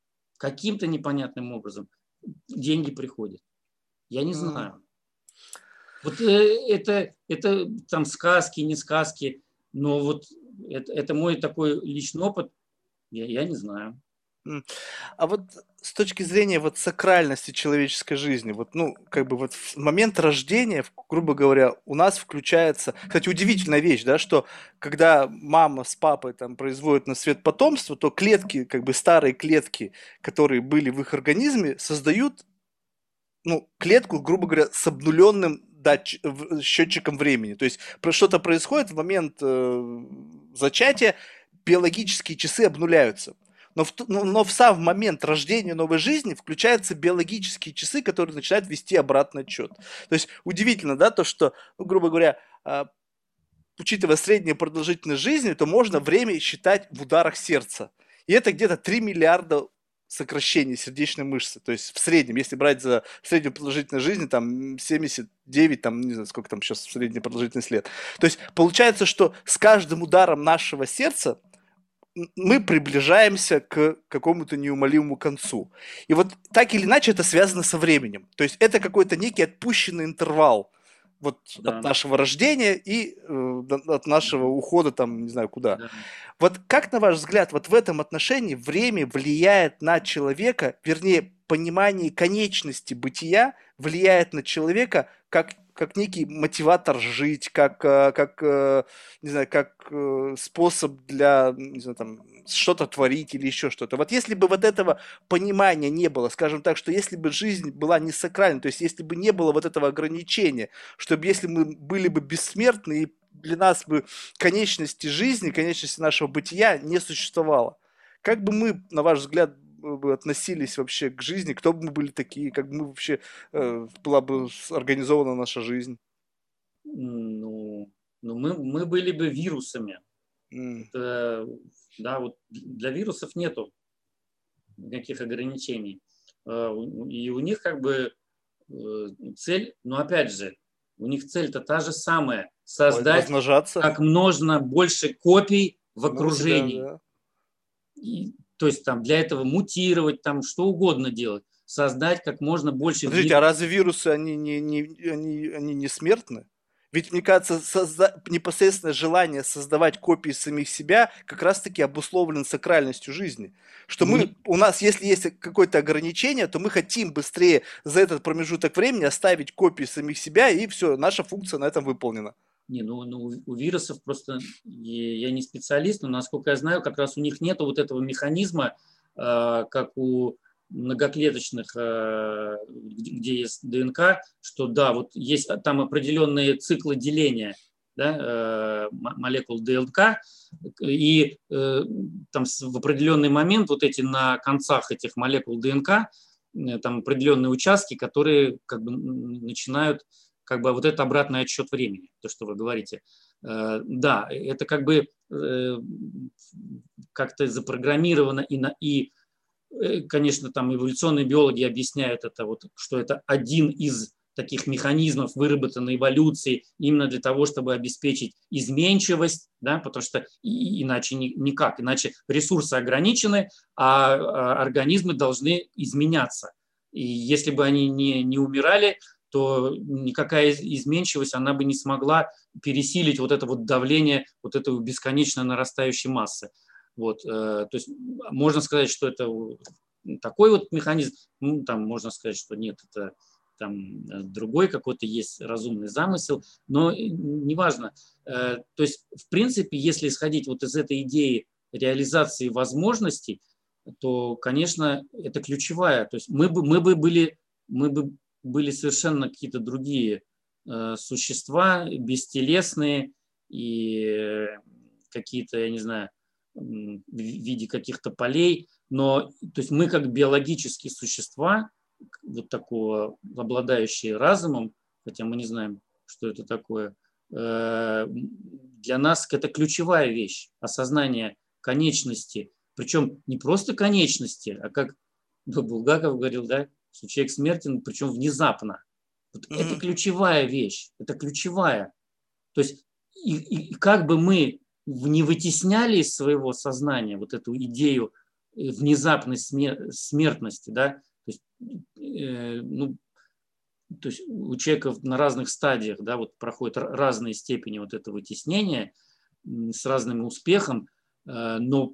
деньги приходят. Я не знаю. Вот это там сказки, не сказки, но вот это мой такой личный опыт, я не знаю. А вот с точки зрения вот сакральности человеческой жизни, вот, ну, как бы вот в момент рождения, грубо говоря, у нас включается, кстати, удивительная вещь, да, что когда мама с папой там производят на свет потомство, то клетки, как бы старые клетки, которые были в их организме, создают, ну, клетку, грубо говоря, с обнуленным дать счетчиком времени. То есть что-то происходит в момент зачатия, биологические часы обнуляются. Но в сам момент рождения новой жизни включаются биологические часы, которые начинают вести обратный отчет. То есть удивительно, да, то, что, ну, грубо говоря, учитывая среднюю продолжительность жизни, то можно время считать в ударах сердца. И это где-то 3 миллиарда сокращений сердечной мышцы. То есть в среднем, если брать за среднюю продолжительность жизни, там 79, там, не знаю, сколько там сейчас средняя продолжительность лет. То есть получается, что с каждым ударом нашего сердца мы приближаемся к какому-то неумолимому концу. И вот так или иначе это связано со временем. То есть это какой-то некий отпущенный интервал вот от Да, нашего рождения и от нашего да, ухода там, не знаю, куда. да. Вот как, на ваш взгляд, вот в этом отношении время влияет на человека, вернее, понимание конечности бытия влияет на человека как некий мотиватор жить, не знаю, как способ для, не знаю, там, что-то творить или еще что-то. Вот если бы вот этого понимания не было, скажем так, что если бы жизнь была не сакральной, то есть если бы не было вот этого ограничения, чтобы если мы были бы бессмертны и для нас бы конечности жизни, конечности нашего бытия не существовало. Как бы мы, на ваш взгляд, бы относились вообще к жизни, кто бы мы были такие, как бы мы вообще была бы организована наша жизнь? Ну, мы были бы вирусами. М. Это, да, вот для вирусов нету никаких ограничений. И у них как бы цель, но опять же, у них цель-то та же самая – создать Размножаться, как можно больше копий в самого себя, окружении. да. То есть там для этого мутировать, там что угодно делать, создать как можно больше Подождите, видов. а разве вирусы, они не смертны? Ведь, мне кажется, непосредственное желание создавать копии самих себя как раз-таки обусловлено сакральностью жизни. Что Ну, мы, у нас, если есть какое-то ограничение, то мы хотим быстрее за этот промежуток времени оставить копии самих себя, и все, наша функция на этом выполнена. у вирусов просто, я не специалист, но насколько я знаю, как раз у них нет вот этого механизма, как у многоклеточных, где есть ДНК, что да, вот есть там определенные циклы деления, да, молекул ДНК, и там в определенный момент вот эти на концах этих молекул ДНК там определенные участки, которые как бы начинают как бы вот это обратный отсчет времени, то, что вы говорите. Да, это как бы как-то запрограммировано конечно, там эволюционные биологи объясняют это, вот, что это один из таких механизмов, выработанной эволюцией именно для того, чтобы обеспечить изменчивость, да, потому что иначе никак, иначе ресурсы ограничены, а организмы должны изменяться. И если бы они не умирали, то никакая изменчивость, она бы не смогла пересилить вот это вот давление вот этой бесконечно нарастающей массы. Вот, то есть можно сказать, что это такой вот механизм, ну, там можно сказать, что нет, это там другой какой-то есть разумный замысел, но неважно. То есть, в принципе, если исходить вот из этой идеи реализации возможностей, то, конечно, это ключевая. То есть мы бы были совершенно какие-то другие существа, бестелесные и какие-то, я не знаю, в виде каких-то полей, но то есть мы как биологические существа, вот такого, обладающие разумом, хотя мы не знаем, что это такое, для нас это ключевая вещь, осознание конечности, причем не просто конечности, а как Булгаков говорил, да, что человек смертен, причем внезапно. Вот это Мгм. ключевая вещь, это ключевая. То есть и как бы мы не вытесняли из своего сознания вот эту идею внезапной смертности, да, то есть, ну, то есть у человека на разных стадиях, да, вот проходят разные степени вот этого вытеснения с разным успехом, но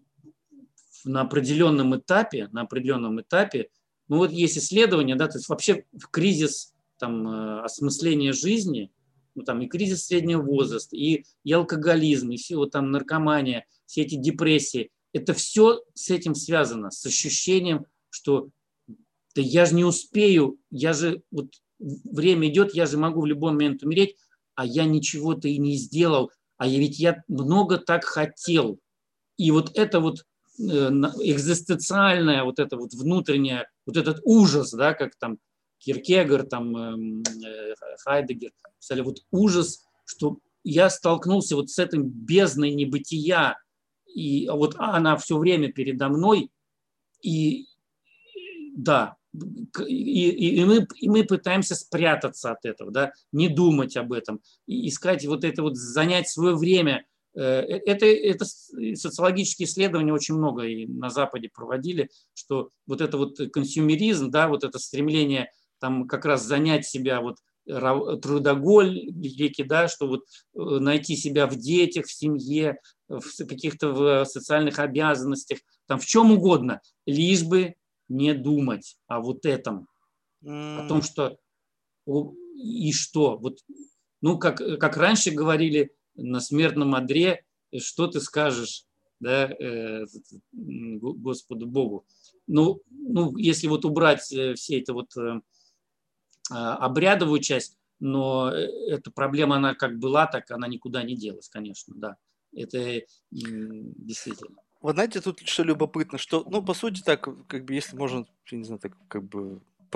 на определенном этапе, ну вот есть исследования, да, то есть вообще в кризис там осмысления жизни, ну там и кризис среднего возраста, и алкоголизм, и все вот там наркомания, все эти депрессии, это все с этим связано, с ощущением, что да я же не успею, я же вот время идет, я же могу в любой момент умереть, а я ничего-то и не сделал, ведь я много так хотел. И вот это вот экзистенциальное, вот это вот внутреннее, вот этот ужас, да, как там Киркегор, там Хайдеггер писали, вот ужас, что я столкнулся вот с этой бездной небытия, и вот она все время передо мной, и да, и мы пытаемся спрятаться от этого, да, не думать об этом, искать вот это вот, занять свое время. Это социологические исследования очень много и на Западе проводили, что вот это вот консюмеризм, да, вот это стремление там как раз занять себя вот трудоголики, да, что вот найти себя в детях, в семье, в каких-то в социальных обязанностях, там в чем угодно, лишь бы не думать о вот этом, о том, что и что. Вот, ну, как раньше говорили на смертном одре, что ты скажешь, да, Господу Богу. Ну, если вот убрать все это вот обрядовую часть, но эта проблема, она как была, так она никуда не делась, конечно, да. Это действительно. Вот знаете, тут что любопытно, что, ну, по сути, так, как бы, если можно, я не знаю, так, как бы,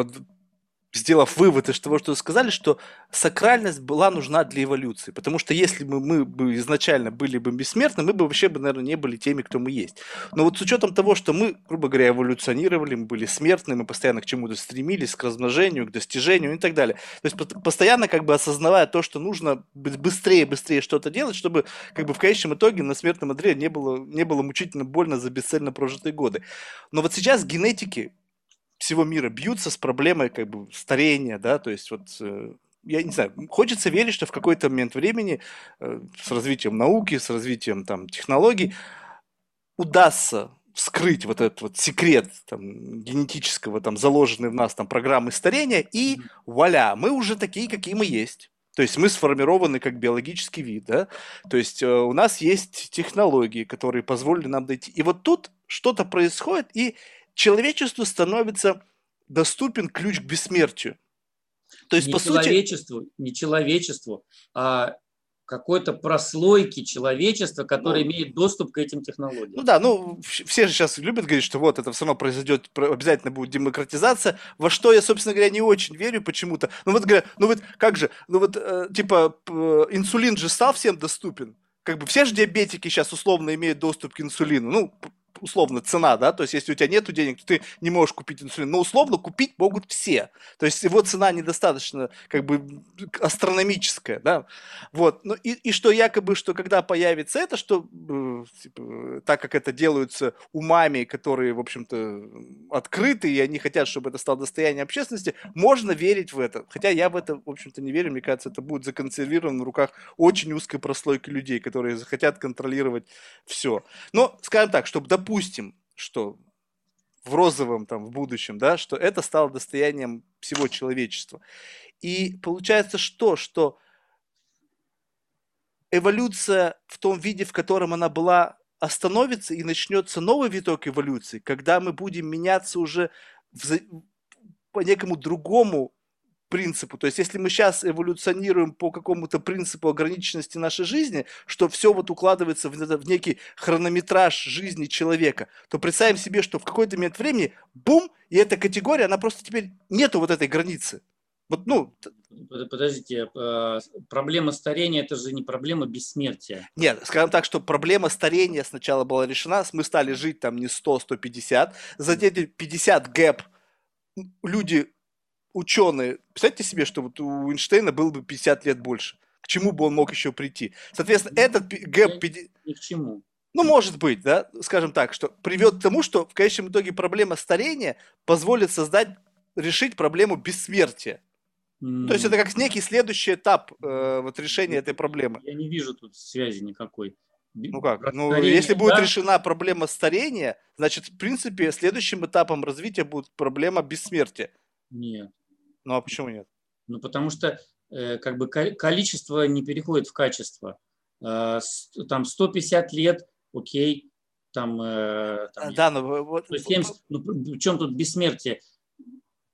сделав вывод из того, что вы сказали, что сакральность была нужна для эволюции. Потому что если бы мы бы изначально были бы бессмертны, мы бы вообще, наверное, не были теми, кто мы есть. Но вот с учетом того, что мы, грубо говоря, эволюционировали, мы были смертны, мы постоянно к чему-то стремились, к размножению, к достижению и так далее. То есть постоянно как бы осознавая то, что нужно быстрее что-то делать, чтобы как бы в конечном итоге на смертном одре не было мучительно больно за бесцельно прожитые годы. Но вот сейчас генетики всего мира бьются с проблемой как бы старения, да, то есть вот я не знаю, хочется верить, что в какой-то момент времени с развитием науки, с развитием там технологий удастся вскрыть вот этот вот секрет там, генетического, там, заложенный в нас там программы старения, и вуаля, мы уже такие, какие мы есть. То есть мы сформированы как биологический вид, да? То есть у нас есть технологии, которые позволили нам дойти. И вот тут что-то происходит, и человечеству становится доступен ключ к бессмертию. То есть, Не по сути... человечеству, а какой-то прослойки человечества, которое имеет доступ к этим технологиям. Ну да, ну все же сейчас любят говорить, что вот это все равно произойдет, обязательно будет демократизация, во что я, собственно говоря, не очень верю почему-то. Ну вот, говоря, ну вот как же, ну вот типа инсулин же стал всем доступен. Как бы все же диабетики сейчас условно имеют доступ к инсулину. Ну, условно, цена, да, то есть если у тебя нет денег, то ты не можешь купить инсулин, но условно купить могут все, то есть его цена недостаточно, как бы, астрономическая, да, вот, ну и что якобы, что когда появится это, что, типа, так как это делаются умами, которые, в общем-то, открыты, и они хотят, чтобы это стало достоянием общественности, можно верить в это, хотя я в это, в общем-то, не верю, мне кажется, это будет законсервировано в руках очень узкой прослойки людей, которые захотят контролировать все. Но, скажем так, чтобы, допустим, что в розовом там в будущем, да, что это стало достоянием всего человечества. И получается что эволюция в том виде, в котором она была, остановится и начнется новый виток эволюции, когда мы будем меняться уже по некому другому принципу. То есть, если мы сейчас эволюционируем по какому-то принципу ограниченности нашей жизни, что все вот укладывается в некий хронометраж жизни человека, то представим себе, что в какой-то момент времени, бум, и эта категория, она просто теперь нету вот этой границы. Вот, ну, Подождите, проблема старения – это же не проблема бессмертия. нет, скажем так, что проблема старения сначала была решена, мы стали жить там не 100-150, за эти 50 гэп люди, ученые, представьте себе, что вот у Эйнштейна было бы 50 лет больше. К чему бы он мог еще прийти? Соответственно, этот гэп... Ни к чему. Ну, может быть, да, скажем так, что приведет к тому, что в конечном итоге проблема старения позволит решить проблему бессмертия. То есть это как некий следующий этап вот решения этой проблемы. Я не вижу тут связи никакой. Ну как? Ну, Старение, если будет да? решена проблема старения, значит, в принципе, следующим этапом развития будет проблема бессмертия. Нет. Ну а почему нет? Ну, потому что как бы количество не переходит в качество. Там 150 лет, окей, там Да, но вот... 170, ну, в чем тут бессмертие?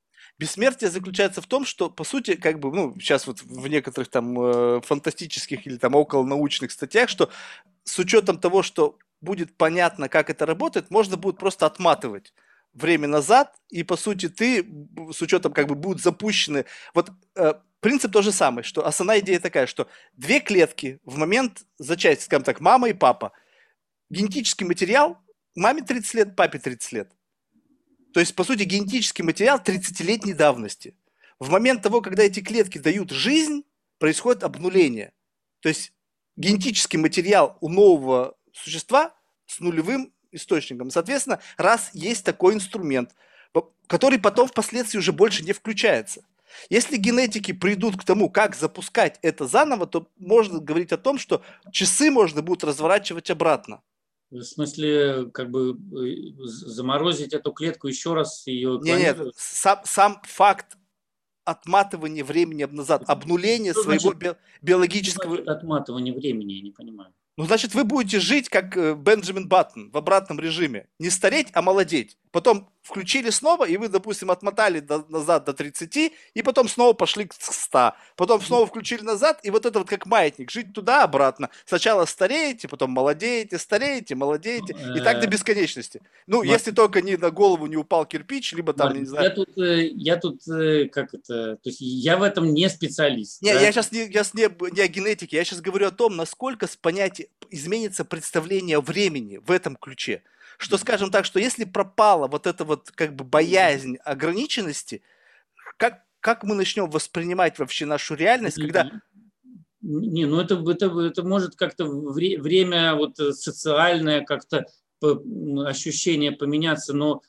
Бессмертие заключается в том, что, по сути, как бы, ну, сейчас вот в некоторых там фантастических или там околонаучных статьях, что с учетом того, что будет понятно, как это работает, можно будет просто отматывать время назад, и, по сути, ты, с учетом, как бы, будут запущены... Вот принцип тот же самый, что основная идея такая, что две клетки в момент зачатия, скажем так, мама и папа, генетический материал, маме 30 лет, папе 30 лет. То есть, по сути, генетический материал 30-летней давности. В момент того, когда эти клетки дают жизнь, происходит обнуление. То есть, генетический материал у нового существа с нулевым источником. Соответственно, раз есть такой инструмент, который потом впоследствии уже больше не включается. Если генетики придут к тому, как запускать это заново, то можно говорить о том, что часы можно будет разворачивать обратно. В смысле, как бы заморозить эту клетку еще раз, ее Нет, клонировать? сам факт отматывания времени назад, обнуление Что своего значит, что биологического... значит отматывание времени, я не понимаю. Ну, значит, вы будете жить, как Бенджамин Баттон, в обратном режиме. Не стареть, а молодеть. Потом включили снова, и вы, допустим, отмотали назад до 30, и потом снова пошли к 100. Потом снова включили назад, и вот это вот как маятник. Жить туда-обратно. Сначала стареете, потом молодеете, молодеете. И так до бесконечности. Ну, Марк, если только не на голову не упал кирпич, либо там, Марк, я не знаю... я тут, как это, то есть я в этом не специалист, Не, да? я сейчас не о генетике, я сейчас говорю о том, насколько с понятия изменится представление о времени в этом ключе. Что, скажем так, что если пропала вот эта вот как бы боязнь ограниченности, как мы начнем воспринимать вообще нашу реальность, когда... Не, ну это может как-то время вот социальное, как-то ощущение поменяться, но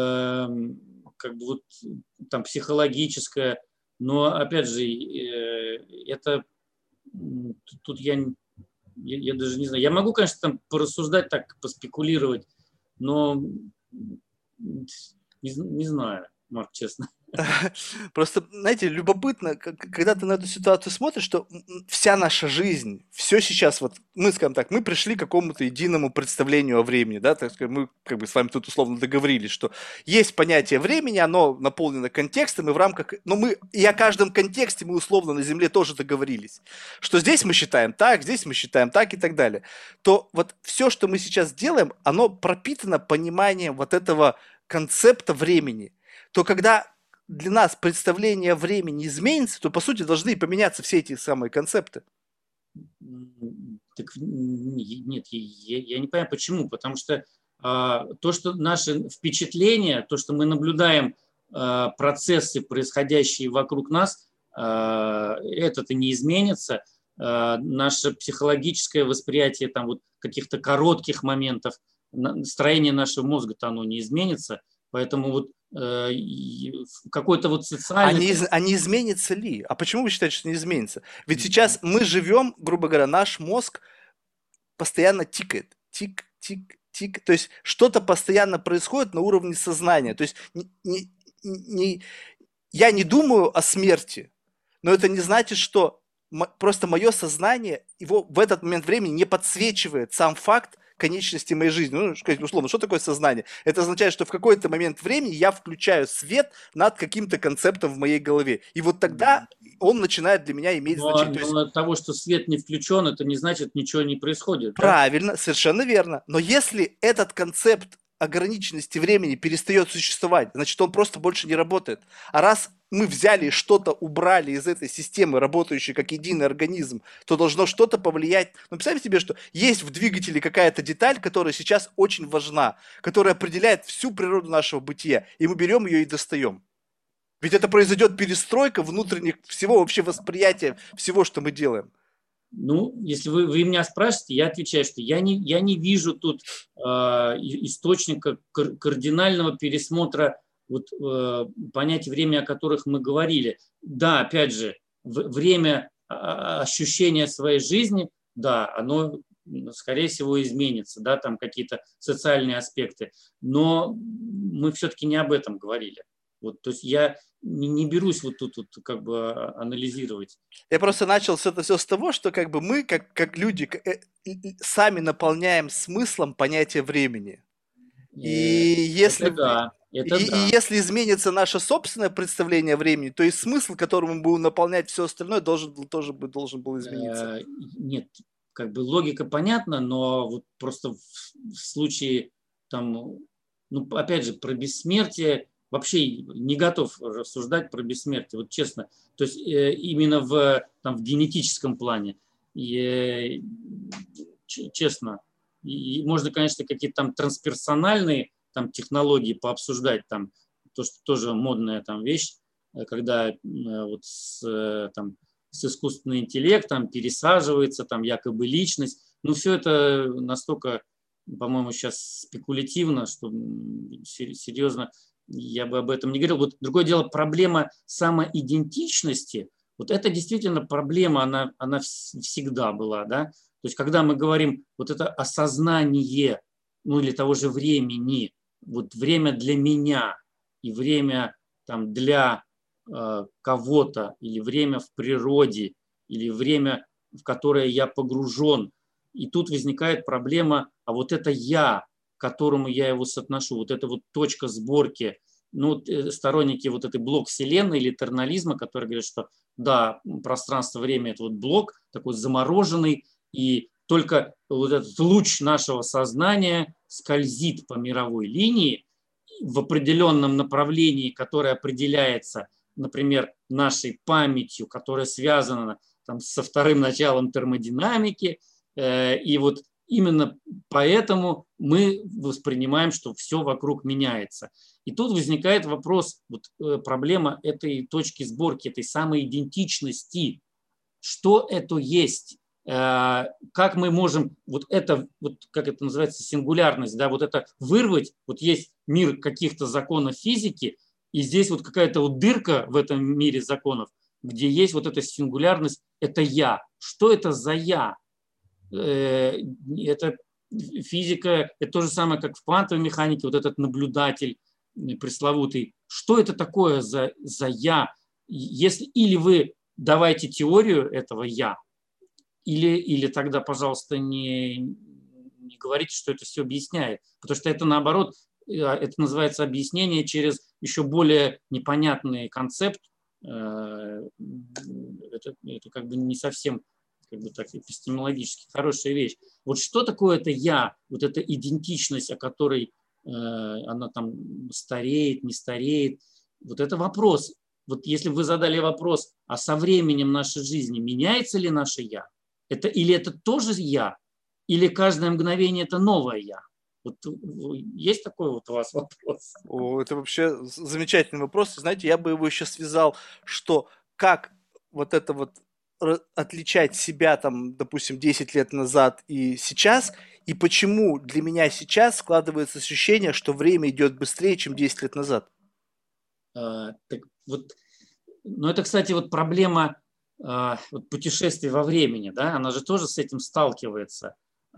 как бы вот там психологическое, но опять же это тут я даже не знаю. Я могу, конечно, там порассуждать так, поспекулировать, но не знаю, Марк, честно. Просто, знаете, любопытно, когда ты на эту ситуацию смотришь, что вся наша жизнь, все сейчас, вот мы, скажем так, мы пришли к какому-то единому представлению о времени, да, так сказать, мы как бы с вами тут условно договорились, что есть понятие времени, оно наполнено контекстом, и в рамках, но мы, и о каждом контексте мы условно на Земле тоже договорились, что здесь мы считаем так, здесь мы считаем так и так далее. То вот все, что мы сейчас делаем, оно пропитано пониманием вот этого концепта времени. То когда для нас представление времени изменится, то, по сути, должны поменяться все эти самые концепты. Так, нет, я не понимаю, почему. Потому что то, что наши впечатления, то, что мы наблюдаем процессы, происходящие вокруг нас, это-то не изменится. Наше психологическое восприятие там, вот, каких-то коротких моментов, строение нашего мозга-то оно не изменится. Поэтому вот какой-то вот социальный... А не изменится ли? А почему вы считаете, что не изменится? Ведь сейчас мы живем, грубо говоря, наш мозг постоянно тикает. Тик, тик, тик. То есть что-то постоянно происходит на уровне сознания. То есть я не думаю о смерти, но это не значит, что просто мое сознание его в этот момент времени не подсвечивает сам факт конечности моей жизни. Ну, сказать условно, что такое сознание? Это означает, что в какой-то момент времени я включаю свет над каким-то концептом в моей голове. И вот тогда он начинает для меня иметь значение. Но от того, что свет не включен, это не значит, ничего не происходит. Правильно, да? Совершенно верно. Но если этот концепт ограниченности времени перестает существовать, значит, он просто больше не работает. А раз мы взяли и что-то убрали из этой системы, работающей как единый организм, то должно что-то повлиять. Ну, представьте себе, что есть в двигателе какая-то деталь, которая сейчас очень важна, которая определяет всю природу нашего бытия, и мы берем ее и достаем. Ведь это произойдет перестройка внутренних всего вообще восприятия всего, что мы делаем. Ну, если вы меня спрашиваете, я отвечаю, что я не вижу тут источника кардинального пересмотра вот, понятий времени, о которых мы говорили. Да, опять же, время ощущения своей жизни, да, оно, скорее всего, изменится, да, там какие-то социальные аспекты, но мы все-таки не об этом говорили. Вот, то есть я не берусь вот тут вот как бы анализировать. Я просто начал это все с того, что как бы мы, как люди, сами наполняем смыслом понятие времени. И если... Это да. Это И да. если изменится наше собственное представление о времени, то и смысл, которым мы будем наполнять все остальное, должен был измениться. Нет, как бы логика понятна, но вот просто в случае там, ну, опять же, про бессмертие вообще не готов рассуждать про бессмертие, вот честно. То есть именно в генетическом плане. И, честно. И можно, конечно, какие-то там трансперсональные там технологии пообсуждать, там, то, что тоже модная там вещь, когда вот там, с искусственным интеллектом пересаживается, там якобы личность. Ну, все это настолько, по-моему, сейчас спекулятивно, что серьезно я бы об этом не говорил. Вот другое дело, проблема самоидентичности. Вот это действительно проблема, она всегда была, да. То есть, когда мы говорим вот это осознание, ну или того же времени, вот время для меня и время там для кого-то, или время в природе, или время, в которое я погружен. И тут возникает проблема, а вот это я, к которому я его соотношу, вот это вот точка сборки. Ну, сторонники вот этой блок вселенной или этернализма, которые говорят, что да, пространство-время – это вот блок такой замороженный, и только вот этот луч нашего сознания скользит по мировой линии в определенном направлении, которое определяется, например, нашей памятью, которая связана там, со вторым началом термодинамики. И вот именно поэтому мы воспринимаем, что все вокруг меняется. И тут возникает вопрос, вот, проблема этой точки сборки, этой самой идентичности. Что это есть? Как мы можем вот это, вот как это называется, сингулярность, да, вот это вырвать, вот есть мир каких-то законов физики, и здесь вот какая-то вот дырка в этом мире законов, где есть эта сингулярность, это я. Что это за я? Это физика, это то же самое, как в квантовой механике, вот этот наблюдатель пресловутый. Что это такое за я? Если, или вы давайте теорию этого я, или тогда, пожалуйста, не говорите, что это все объясняет. Потому что это, наоборот, это называется объяснение через еще более непонятный концепт. Это как бы не совсем как бы так эпистемологически хорошая вещь. Вот что такое это я, вот эта идентичность, о которой она там стареет, не стареет. Вот это вопрос. Вот если вы задали вопрос, а со временем нашей жизни меняется ли наше я? Или это тоже я? Или каждое мгновение это новое я? Вот есть такой вот у вас вопрос? Это вообще замечательный вопрос. Знаете, я бы его еще связал, что как вот это вот отличать себя там, допустим, 10 лет назад и сейчас, и почему для меня сейчас складывается ощущение, что время идет быстрее, чем 10 лет назад. Так вот, ну это, кстати, вот проблема вот путешествий во времени, да, она же тоже с этим сталкивается.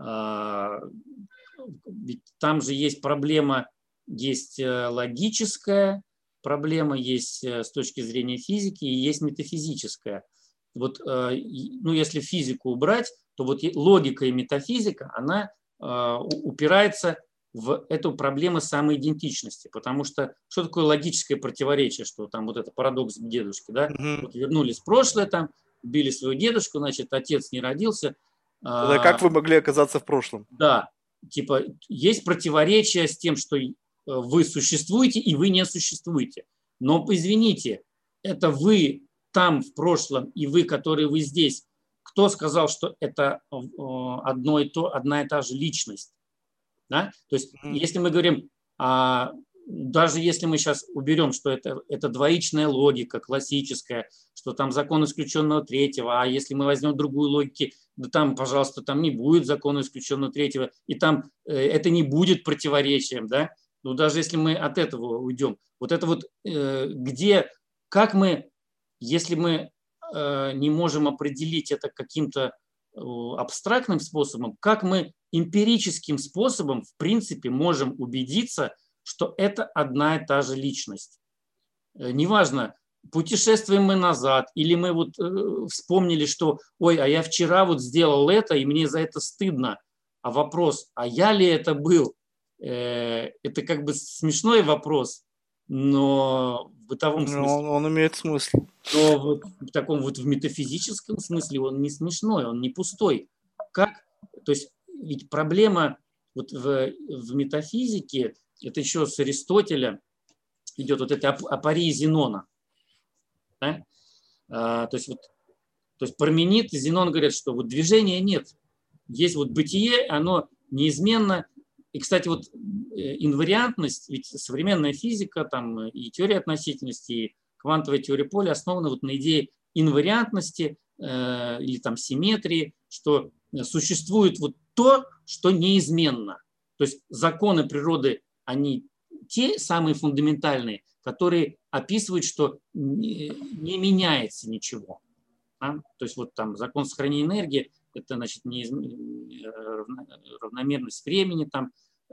Ведь там же есть проблема, есть логическая проблема, есть с точки зрения физики, и есть метафизическая. Вот, ну, если физику убрать, то вот логика и метафизика, она упирается в эту проблему самоидентичности. Потому что такое логическое противоречие, что там вот это парадокс дедушки, да? Мгм. Вот вернулись в прошлое, там, убили своего дедушку, значит, отец не родился. Тогда как вы могли оказаться в прошлом? Да, типа есть противоречие с тем, что вы существуете и вы не существуете. Но извините, это вы там в прошлом и вы, которые вы здесь. Кто сказал, что это одна и та же личность? Да? То есть, Мгм. если мы говорим, даже если мы сейчас уберем, что это двоичная логика классическая, что там закон исключенного третьего, а если мы возьмем другую логику, да там, пожалуйста, там не будет закона исключенного третьего, и там это не будет противоречием, да? Но даже если мы от этого уйдем, вот это вот как мы, если мы не можем определить это каким-то абстрактным способом, как мы эмпирическим способом, в принципе, можем убедиться, что это одна и та же личность. Неважно, путешествуем мы назад, или мы вот вспомнили, что, ой, а я вчера вот сделал это, и мне за это стыдно. А вопрос, а я ли это был? Это как бы смешной вопрос, но в бытовом Ну, смысле, он имеет смысл. но вот в таком вот в метафизическом смысле он не смешной, он не пустой. Как? То есть ведь проблема вот в метафизике, это еще с Аристотеля идет вот эта апория Зенона. Да? То есть Парменид и Зенон говорят, что вот движения нет. Есть вот бытие, оно неизменно. И, кстати, вот инвариантность, ведь современная физика там, и теория относительности, и квантовая теория поля основана вот на идее инвариантности или там симметрии, что существует вот то, что неизменно. То есть законы природы, они те самые фундаментальные, которые описывают, что не меняется ничего. Да? То есть вот там закон сохранения энергии, это значит равномерность времени, там,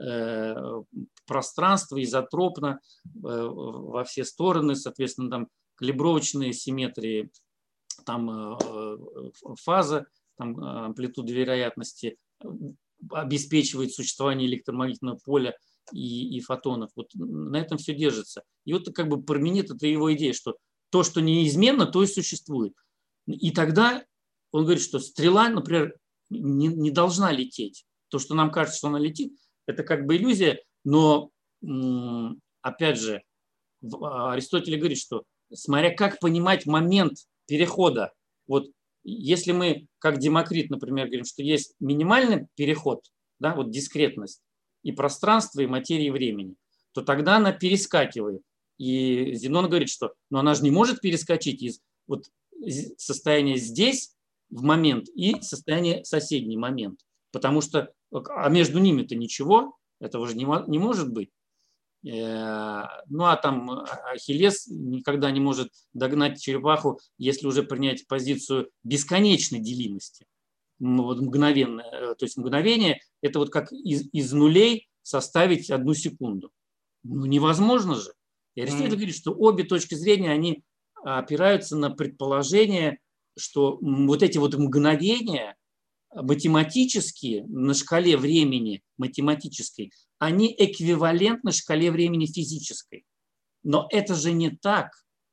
пространство изотропно во все стороны, соответственно, там калибровочные симметрии, там фаза, там амплитуда вероятности обеспечивает существование электромагнитного поля и фотонов. Вот на этом все держится. И вот как бы Парменид, это его идея, что то, что неизменно, то и существует. И тогда он говорит, что стрела, например, не должна лететь. То, что нам кажется, что она летит, это как бы иллюзия, но, опять же, Аристотель говорит, что смотря как понимать момент перехода, вот если мы, как Демокрит, например, говорим, что есть минимальный переход, да, вот дискретность и пространство, и материи, и времени, то тогда она перескакивает. И Зенон говорит, что но она же не может перескочить из вот состояния здесь в момент и состояние соседний момент. Потому что, а между ними-то ничего, этого же не может быть. Ну, а там Ахиллес никогда не может догнать черепаху, если уже принять позицию бесконечной делимости. Вот мгновенное, то есть мгновение – это вот как из нулей составить 1 секунду. Ну, невозможно же. И Аристотель говорит, что обе точки зрения, они опираются на предположение, что вот эти вот мгновения математические на шкале времени математической, они эквивалентны шкале времени физической. Но это же не так.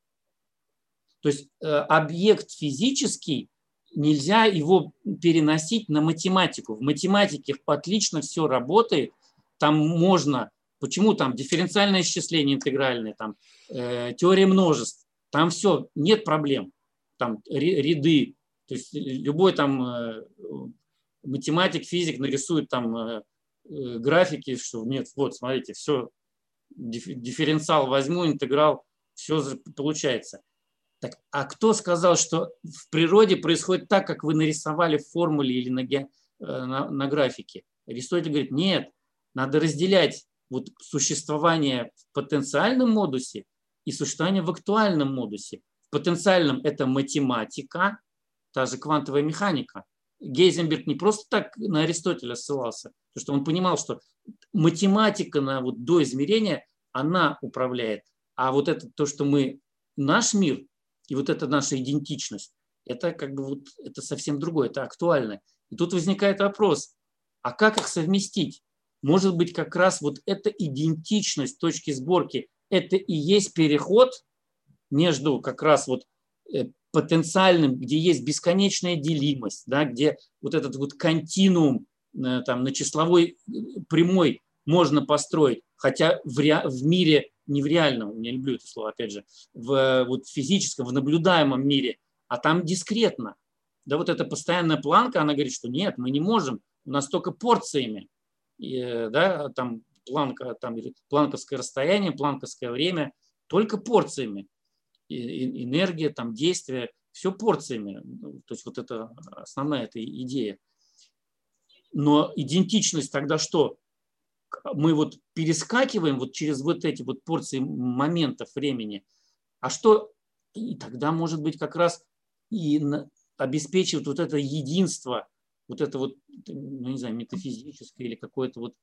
То есть объект физический, нельзя его переносить на математику. В математике отлично все работает. Там можно, почему там дифференциальное исчисление интегральное, там теория множеств, там все, нет проблем. Там ряды, то есть любой там математик, физик нарисует там графики, что нет, вот, смотрите, все, дифференциал возьму, интеграл, все получается. Так, а кто сказал, что в природе происходит так, как вы нарисовали в формуле или на графике? Аристотель говорит, нет, надо разделять вот существование в потенциальном модусе и существование в актуальном модусе. В потенциальном это математика, та же квантовая механика. Гейзенберг не просто так на Аристотеля ссылался, потому что он понимал, что математика на вот до измерения, она управляет. А вот это то, что мы, наш мир, и вот эта наша идентичность, это как бы вот, это совсем другое, это актуально. И тут возникает вопрос, а как их совместить? Может быть, как раз вот эта идентичность точки сборки, это и есть переход между как раз вот потенциальным, где есть бесконечная делимость, да, где вот этот вот континуум там, на числовой прямой можно построить, хотя в мире, не в реальном, не люблю это слово, опять же, в вот физическом, в наблюдаемом мире, а там дискретно. Да, вот эта постоянная планка, она говорит, что нет, мы не можем, у нас только порциями. И, да, там планка, там планковское расстояние, планковское время, только порциями. И энергия, там, действие, все порциями. То есть вот это основная эта идея. Но идентичность тогда что? Мы вот перескакиваем вот через вот эти вот порции моментов времени. А что? И тогда, может быть, как раз и обеспечивает вот это единство, вот это вот, ну, не знаю, метафизическое или какое-то вот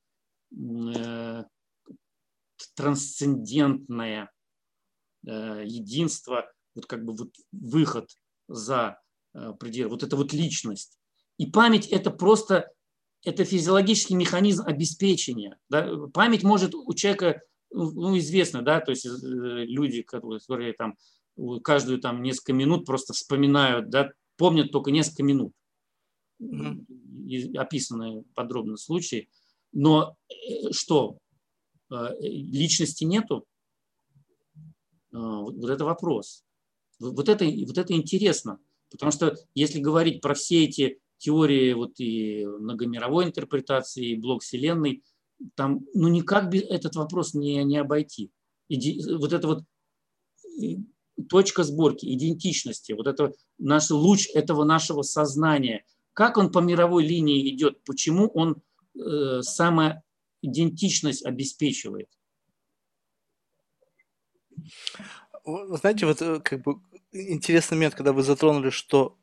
трансцендентное единство, вот как бы вот выход за пределы, вот это вот личность. И память это просто, это физиологический механизм обеспечения. Да? Память может у человека ну, известно, да, то есть люди, которые там каждую там несколько минут просто вспоминают, да, помнят только несколько минут, Мгм. описанные подробно случаи. Но что, личности нету? Вот это вопрос. Вот это интересно. Потому что если говорить про все эти теории вот и многомировой интерпретации, и блок Вселенной, там ну никак этот вопрос не обойти. Вот это вот точка сборки, идентичности, вот это наш луч этого нашего сознания, как он по мировой линии идет, почему он самоидентичность обеспечивает. Вы знаете, вот как бы интересный момент, когда вы затронули, что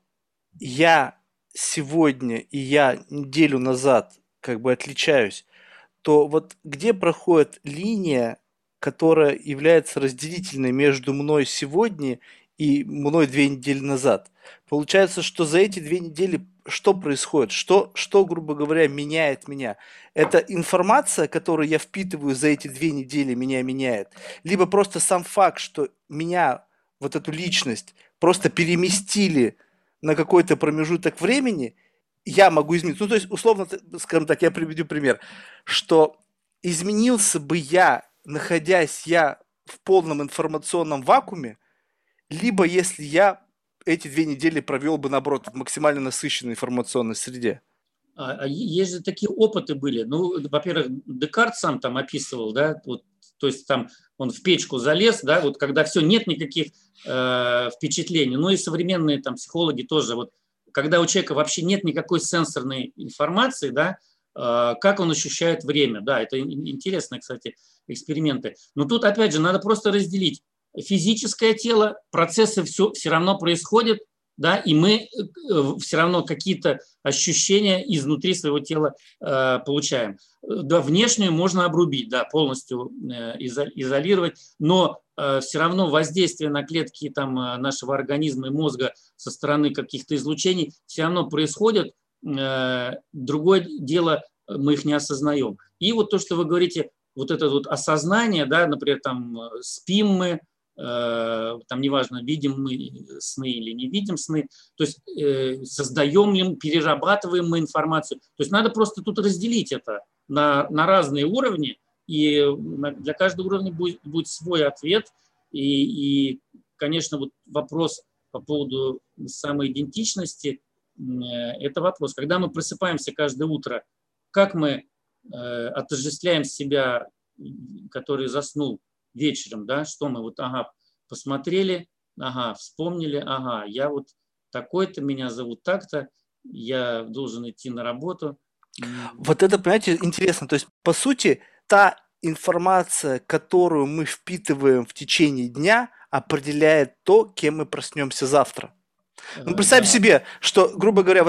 я сегодня и я неделю назад как бы отличаюсь, то вот где проходит линия, которая является разделительной между мной сегодня и мной 2 недели назад? Получается, что за эти 2 недели что происходит? Что, грубо говоря, меняет меня? Это информация, которую я впитываю за эти 2 недели, меня меняет? Либо просто сам факт, что меня, вот эту личность, просто переместили на какой-то промежуток времени, я могу измениться. Ну, то есть, условно, скажем так, я приведу пример, что изменился бы я, находясь я в полном информационном вакууме, либо если я эти 2 недели провел бы, наоборот, в максимально насыщенной информационной среде. Есть же такие опыты были. Ну, во-первых, Декарт сам там описывал, да, вот, то есть там он в печку залез, да, вот когда все, нет никаких впечатлений. Ну и современные там психологи тоже, вот когда у человека вообще нет никакой сенсорной информации, да, как он ощущает время. Да, это интересные, кстати, эксперименты. Но тут, опять же, надо просто разделить. Физическое тело, процессы все равно происходят, да, и мы все равно какие-то ощущения изнутри своего тела получаем. Да, внешнюю можно обрубить, да, полностью изолировать, но все равно воздействие на клетки там, нашего организма и мозга со стороны каких-то излучений все равно происходит. Другое дело, мы их не осознаем. И вот то, что вы говорите, вот это вот осознание, да, например, там спим мы, там неважно, видим мы сны или не видим сны, то есть создаем ли, перерабатываем мы информацию. То есть надо просто тут разделить это на разные уровни, и для каждого уровня будет свой ответ. И, конечно, вот вопрос по поводу самоидентичности, это вопрос. Когда мы просыпаемся каждое утро, как мы отождествляем себя, который заснул вечером, да, что мы вот, ага, посмотрели, ага, вспомнили, ага, я вот такой-то, меня зовут так-то, я должен идти на работу. Вот это, понимаете, интересно. То есть, по сути, та информация, которую мы впитываем в течение дня, определяет то, кем мы проснемся завтра. Ну, представь Да, себе, что, грубо говоря,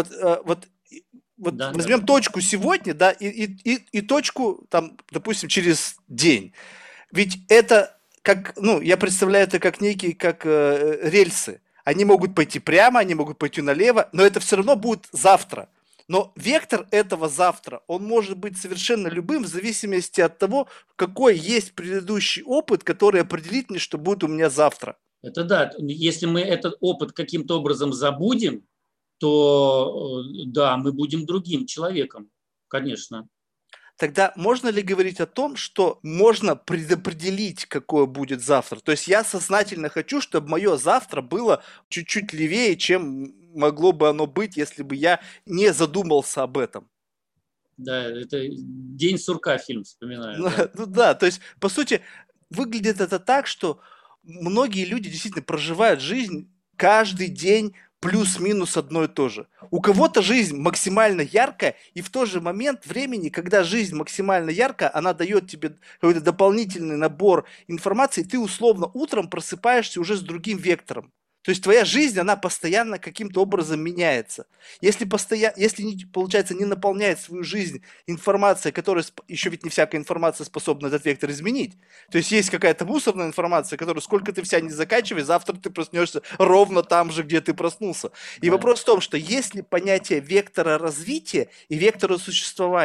вот да, да, возьмем да. точку сегодня, да, и точку, там, допустим, через день. Ведь это как, ну, я представляю это как некие, как рельсы. Они могут пойти прямо, они могут пойти налево, но это все равно будет завтра. Но вектор этого завтра, он может быть совершенно любым в зависимости от того, какой есть предыдущий опыт, который определит мне, что будет у меня завтра. Это да, если мы этот опыт каким-то образом забудем, то да, мы будем другим человеком, конечно. Тогда можно ли говорить о том, что можно предопределить, какое будет завтра? То есть я сознательно хочу, чтобы мое завтра было чуть-чуть левее, чем могло бы оно быть, если бы я не задумался об этом. Да, это «День сурка» фильм вспоминаю, Ну, да. ну да, то есть, по сути, выглядит это так, что многие люди действительно проживают жизнь каждый день плюс-минус одно и то же. У кого-то жизнь максимально яркая, и в тот же момент времени, когда жизнь максимально яркая, она дает тебе какой-то дополнительный набор информации, и ты условно утром просыпаешься уже с другим вектором. То есть твоя жизнь, она постоянно каким-то образом меняется. Если не, получается, не наполняет свою жизнь информация, которая, еще ведь не всякая информация способна этот вектор изменить. То есть есть какая-то мусорная информация, которую сколько ты вся не закачивай, завтра ты проснешься ровно там же, где ты проснулся. И Да. вопрос в том, что есть ли понятие вектора развития и вектора существования?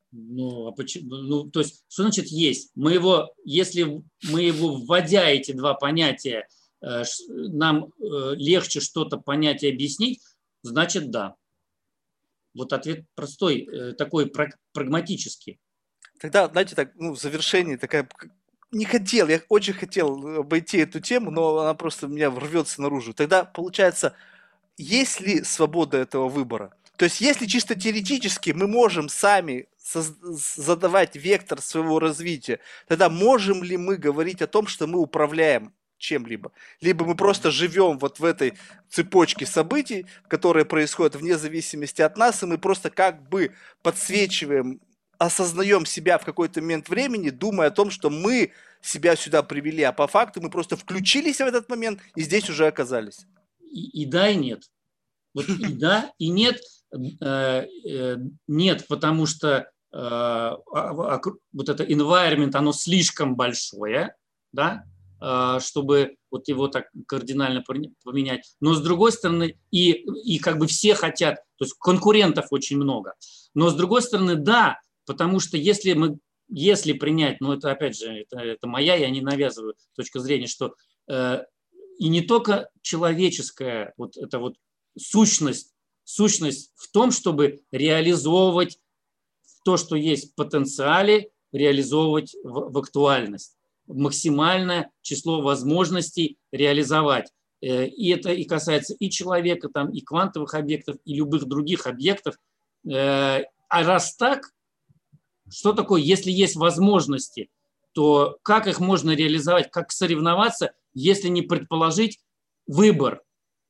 Ну, а почему? Ну, то есть, что значит есть? Если мы его, вводя эти два понятия, нам легче что-то понять и объяснить, значит, да. Вот ответ простой, такой прагматический. Тогда, знаете, так, ну, в завершении такая... Не хотел, я очень хотел обойти эту тему, но она просто у меня рвется наружу. Тогда, получается, есть ли свобода этого выбора? То есть, если чисто теоретически мы можем сами задавать вектор своего развития, тогда можем ли мы говорить о том, что мы управляем чем-либо? Либо мы просто живем вот в этой цепочке событий, которые происходят вне зависимости от нас, и мы просто как бы подсвечиваем, осознаем себя в какой-то момент времени, думая о том, что мы себя сюда привели, а по факту мы просто включились в этот момент и здесь уже оказались. И да, и нет. Вот и да, и нет. Нет, потому что вот это environment, оно слишком большое, да, чтобы вот его так кардинально поменять. Но с другой стороны, и как бы все хотят, то есть конкурентов очень много. Но с другой стороны, да, потому что если принять, ну это опять же, это моя, я не навязываю точку зрения, что и не только человеческая вот эта вот сущность в том, чтобы реализовывать то, что есть в потенциале, реализовывать в актуальность. Максимальное число возможностей реализовать. И это и касается и человека, там, и квантовых объектов, и любых других объектов. А раз так, что такое, если есть возможности, то как их можно реализовать, как соревноваться, если не предположить выбор?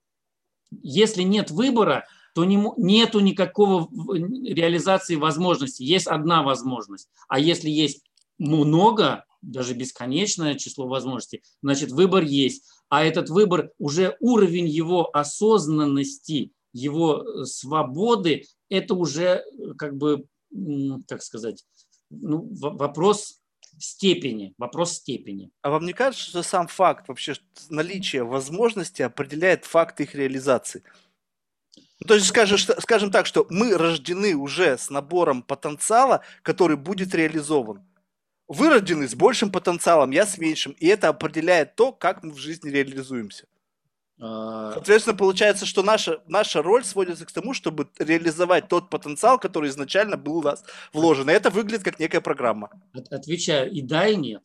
Если нет выбора, то нету никакого реализации возможности. Есть одна возможность. А если есть много, даже бесконечное число возможностей, значит, выбор есть. А этот выбор, уже уровень его осознанности, его свободы, это уже, как бы, как сказать, ну, вопрос степени. А вам не кажется, что сам факт вообще наличия возможности определяет факт их реализации? Ну, то есть скажем так, что мы рождены уже с набором потенциала, который будет реализован. Вы рождены с большим потенциалом, я с меньшим, и это определяет то, как мы в жизни реализуемся. Соответственно, получается, что наша роль сводится к тому, чтобы реализовать тот потенциал, который изначально был у нас вложен. И это выглядит как некая программа. Отвечаю и да, и нет.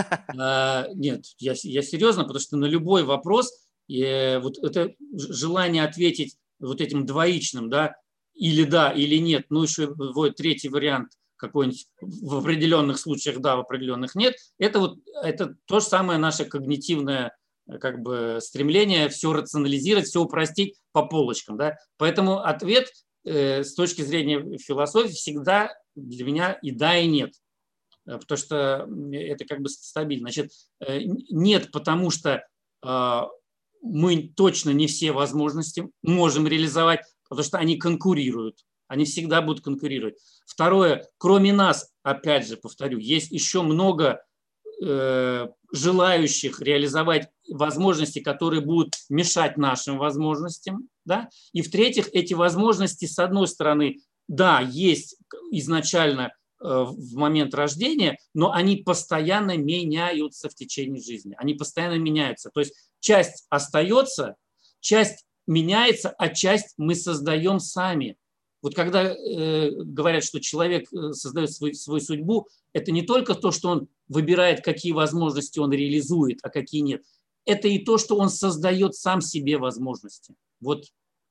Нет, я серьезно, потому что на любой вопрос вот это желание ответить вот этим двоичным, да, или да, или нет, ну еще вот третий вариант какой-нибудь в определенных случаях да, в определенных нет, это то же самое наше когнитивное как бы стремление все рационализировать, все упростить по полочкам, да. Поэтому ответ с точки зрения философии всегда для меня и да, и нет. Потому что это как бы стабильно. Значит, нет, потому что мы точно не все возможности можем реализовать, потому что они конкурируют. Они всегда будут конкурировать. Второе, кроме нас, опять же, повторю, есть еще много желающих реализовать возможности, которые будут мешать нашим возможностям. Да? И в-третьих, эти возможности, с одной стороны, да, есть изначально в момент рождения, но они постоянно меняются в течение жизни. Они постоянно меняются. То есть часть остается, часть меняется, а часть мы создаем сами. Вот когда говорят, что человек создает свою судьбу, это не только то, что он выбирает, какие возможности он реализует, а какие нет. Это и то, что он создает сам себе возможности. Вот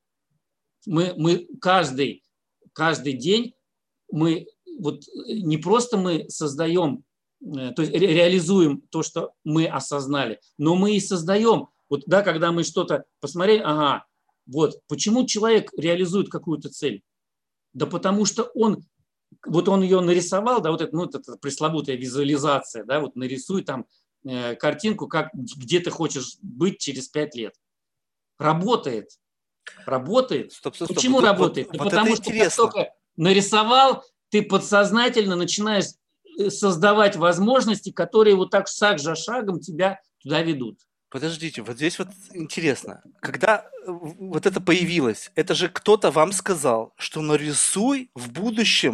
мы каждый день мы вот не просто мы создаем, то есть реализуем то, что мы осознали, но мы и создаем. Вот да, когда мы что-то посмотрели, ага, вот почему человек реализует какую-то цель? Да потому что он ее нарисовал, да, это пресловутая визуализация, да, вот нарисуй там картинку, где ты хочешь быть через 5 лет. Работает. Стоп. Почему работает? Да потому что как только нарисовал, ты подсознательно начинаешь создавать возможности, которые вот так шаг за шагом тебя туда ведут. Подождите, вот здесь вот интересно. Когда вот это появилось, это же кто-то вам сказал, что нарисуй в будущем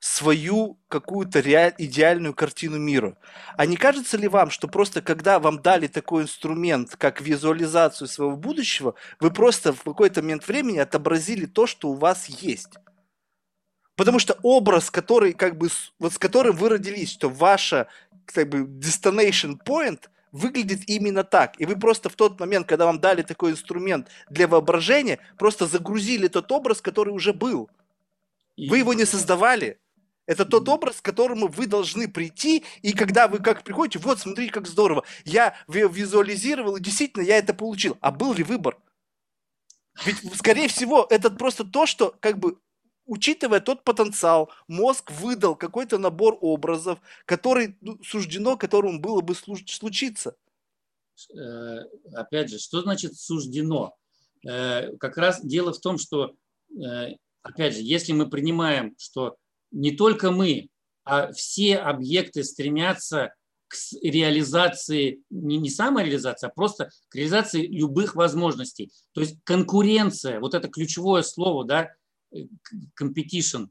свою какую-то идеальную картину мира. А не кажется ли вам, что просто когда вам дали такой инструмент, как визуализацию своего будущего, вы просто в какой-то момент времени отобразили то, что у вас есть? Потому что образ, который как бы вот с которым вы родились, что ваша как бы destination point выглядит именно так. И вы просто в тот момент, когда вам дали такой инструмент для воображения, просто загрузили тот образ, который уже был. Вы его не И, создавали. Это тот образ, к которому вы должны прийти, и когда вы как приходите, вот смотрите, как здорово, я визуализировал, и действительно я это получил. А был ли выбор? Ведь, скорее всего, это просто то, что, как бы, учитывая тот потенциал, мозг выдал какой-то набор образов, который суждено, которому было бы случиться. опять же, что значит суждено? Как раз дело в том, что, опять же, если мы принимаем, что не только мы, а все объекты стремятся к реализации, не самореализации, а просто к реализации любых возможностей. То есть конкуренция, вот это ключевое слово, да, competition,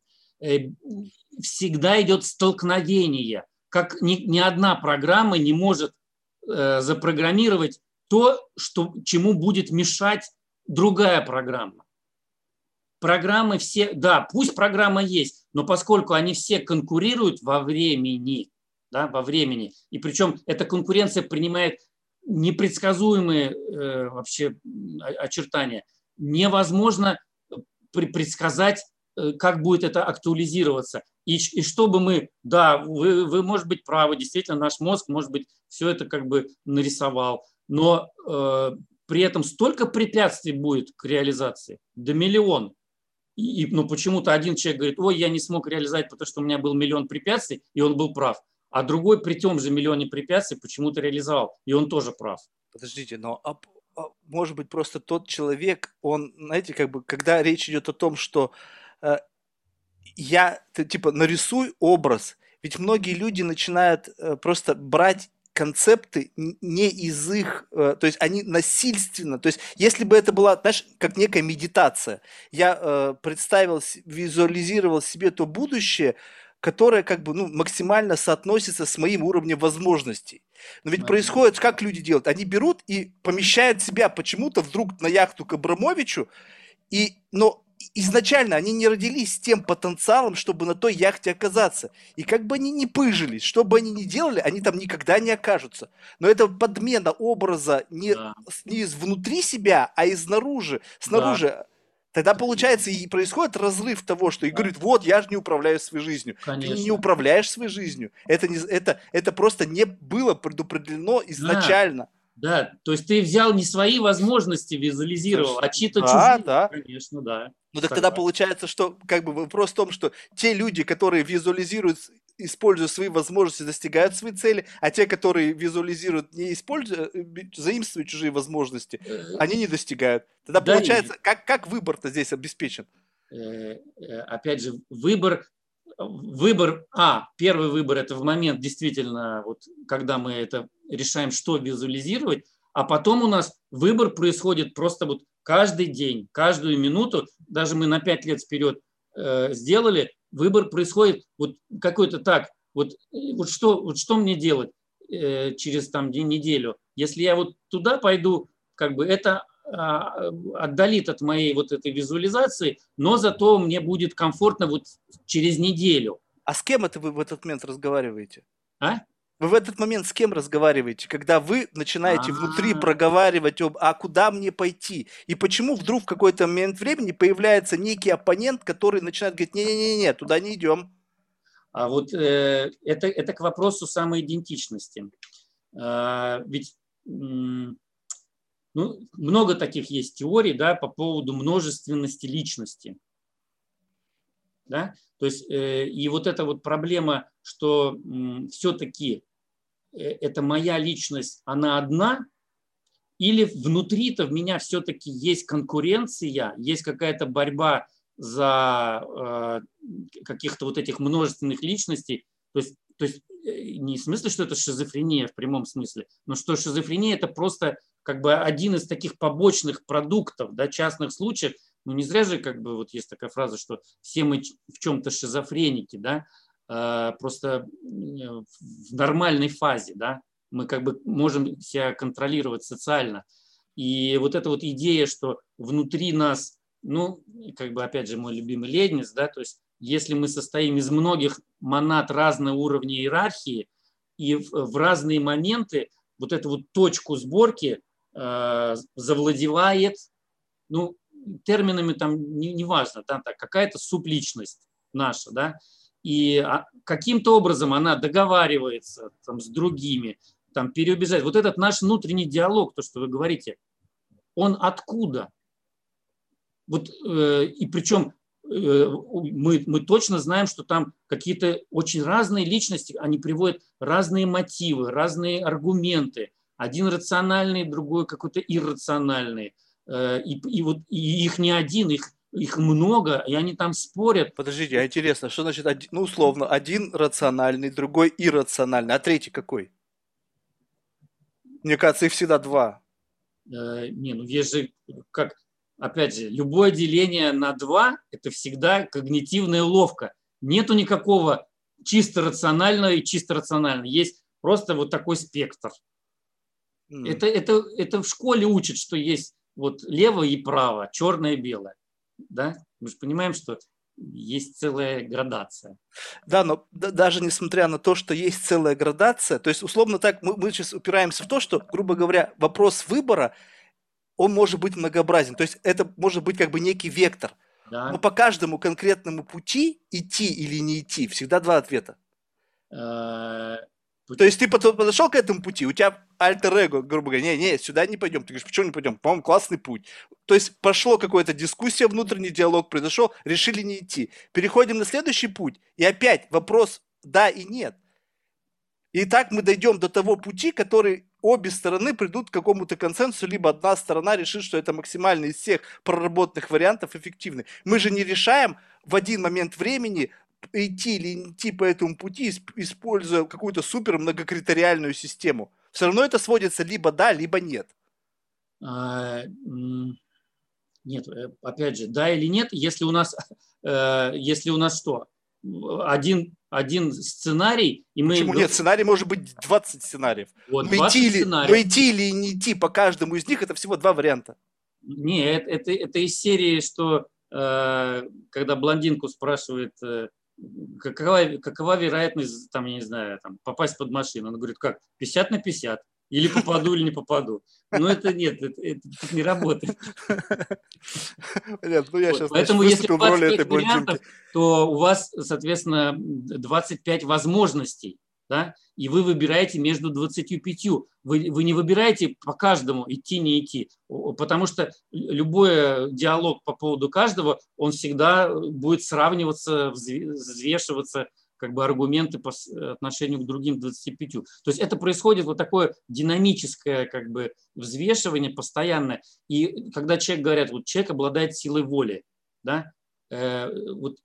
всегда идет столкновение. Как ни одна программа не может запрограммировать то, чему будет мешать другая программа. Программы все, да, пусть программа есть, но поскольку они все конкурируют во времени, да, и причем эта конкуренция принимает непредсказуемые вообще очертания, невозможно предсказать, как будет это актуализироваться. И чтобы мы, да, вы может быть правы, действительно, наш мозг, может быть, все это как бы нарисовал, но при этом столько препятствий будет к реализации, до миллиона. Ну, почему-то один человек говорит, ой, я не смог реализовать, потому что у меня был миллион препятствий, и он был прав. А другой при том же миллионе препятствий почему-то реализовал, и он тоже прав. Подождите, но может быть просто тот человек, он, знаете, как бы, когда речь идет о том, что типа, нарисуй образ, ведь многие люди начинают просто брать концепты не из их, то есть они насильственно, то есть если бы это была, знаешь, как некая медитация, я представил, визуализировал себе то будущее, которое как бы, ну, максимально соотносится с моим уровнем возможностей. Но ведь происходит, как люди делают, они берут и помещают себя почему-то вдруг на яхту к Абрамовичу, но изначально они не родились с тем потенциалом, чтобы на той яхте оказаться. И как бы они ни пыжились, что бы они ни делали, они там никогда не окажутся. Но это подмена образа не внутри себя, а изнаружи, снаружи. Да. Тогда, получается, и происходит разрыв того, что и говорит, вот, я же не управляю своей жизнью. Конечно. Ты не управляешь своей жизнью. Это просто не было предопределено изначально. Да, то есть ты взял не свои возможности визуализировал, а чьи-то чужие. Да. Конечно, да. Ну так тогда получается, что как бы вопрос в том, что те люди, которые визуализируют, используя свои возможности, достигают свои цели, а те, которые визуализируют, не используя, заимствуя чужие возможности, они не достигают. Тогда да, получается, как выбор-то здесь обеспечен? Опять же, первый выбор – это в момент действительно, вот, когда мы это решаем, что визуализировать, а потом у нас выбор происходит просто вот каждый день, каждую минуту, даже мы на 5 лет вперед сделали, выбор происходит вот какой-то так, вот что мне делать через там неделю, если я вот туда пойду, как бы это отдалит от моей вот этой визуализации, но зато мне будет комфортно вот через неделю. А с кем это вы в этот момент разговариваете? А? Вы в этот момент с кем разговариваете, когда вы начинаете внутри проговаривать куда мне пойти? И почему вдруг в какой-то момент времени появляется некий оппонент, который начинает говорить, не-не-не, туда не идем? А вот это к вопросу самоидентичности. Ведь много таких есть теорий, да, по поводу множественности личности. Да? То есть, и вот эта вот проблема, что все-таки это моя личность, она одна, или внутри-то в меня все-таки есть конкуренция, есть какая-то борьба за каких-то вот этих множественных личностей. То есть не в смысле, что это шизофрения в прямом смысле, но что шизофрения – это просто как бы один из таких побочных продуктов, да, частных случаев, Ну, не зря же, как бы, вот есть такая фраза, что все мы в чем-то шизофреники, да, просто в нормальной фазе, да, мы как бы можем себя контролировать социально. И вот эта вот идея, что внутри нас, ну, как бы, опять же, мой любимый Лейбниц, да, то есть если мы состоим из многих монад разного уровня иерархии, и в разные моменты вот эту вот точку сборки завладевает, ну, терминами там не важно, да, так, какая-то субличность наша, да, и каким-то образом она договаривается там, с другими, там, переубеждает. Вот этот наш внутренний диалог, то, что вы говорите, он откуда? Вот, и причем мы точно знаем, что там какие-то очень разные личности, они приводят разные мотивы, разные аргументы. Один рациональный, другой какой-то иррациональный. И их не один, их много, и они там спорят. Подождите, а интересно, что значит, ну, условно, один рациональный, другой иррациональный, а третий какой? Мне кажется, их всегда два. Не, ну есть же, как, опять же, любое деление на два – это всегда когнитивная уловка. Нету никакого чисто рационального и чисто рационального. Есть просто вот такой спектр. Это в школе учат, что есть вот лево и право, черное и белое. Да? Мы же понимаем, что есть целая градация. Да, но даже несмотря на то, что есть целая градация, то есть, условно так, мы сейчас упираемся в то, что, грубо говоря, вопрос выбора, он может быть многообразен. То есть это может быть как бы некий вектор. Но Да. по каждому конкретному пути, идти или не идти, всегда два ответа. То есть ты подошел к этому пути, у тебя альтер-эго, грубо говоря, не, сюда не пойдем. Ты говоришь, почему не пойдем? По-моему, классный путь. То есть пошло какая-то дискуссия, внутренний диалог произошел, решили не идти. Переходим на следующий путь, и опять вопрос да и нет. И так мы дойдем до того пути, который обе стороны придут к какому-то консенсусу, либо одна сторона решит, что это максимально из всех проработанных вариантов эффективный. Мы же не решаем в один момент времени идти или не идти по этому пути, используя какую-то супер многокритериальную систему. Все равно это сводится либо да, либо нет. Нет, опять же, да или нет, если у нас что? Один сценарий, и мы... Почему нет? Сценарий может быть 20 сценариев. Вот, Но 20 сценариев. идти или не идти по каждому из них, это всего два варианта. Нет, это из серии, что когда блондинку спрашивает, какова вероятность, там, я не знаю, там, попасть под машину, она говорит, как, 50/50? Или попаду, или не попаду. Но это нет, это не работает. Нет, ну я сейчас Поэтому если выступил в роли этой 25 вариантов, блондинки. то у вас, соответственно, 25 возможностей, да, и вы выбираете между 25. Вы не выбираете по каждому идти, не идти, потому что любой диалог по поводу каждого, он всегда будет сравниваться, взвешиваться, как бы аргументы по отношению к другим 25. То есть это происходит вот такое динамическое как бы взвешивание постоянное. И когда человек говорят, вот человек обладает силой воли, да, вот,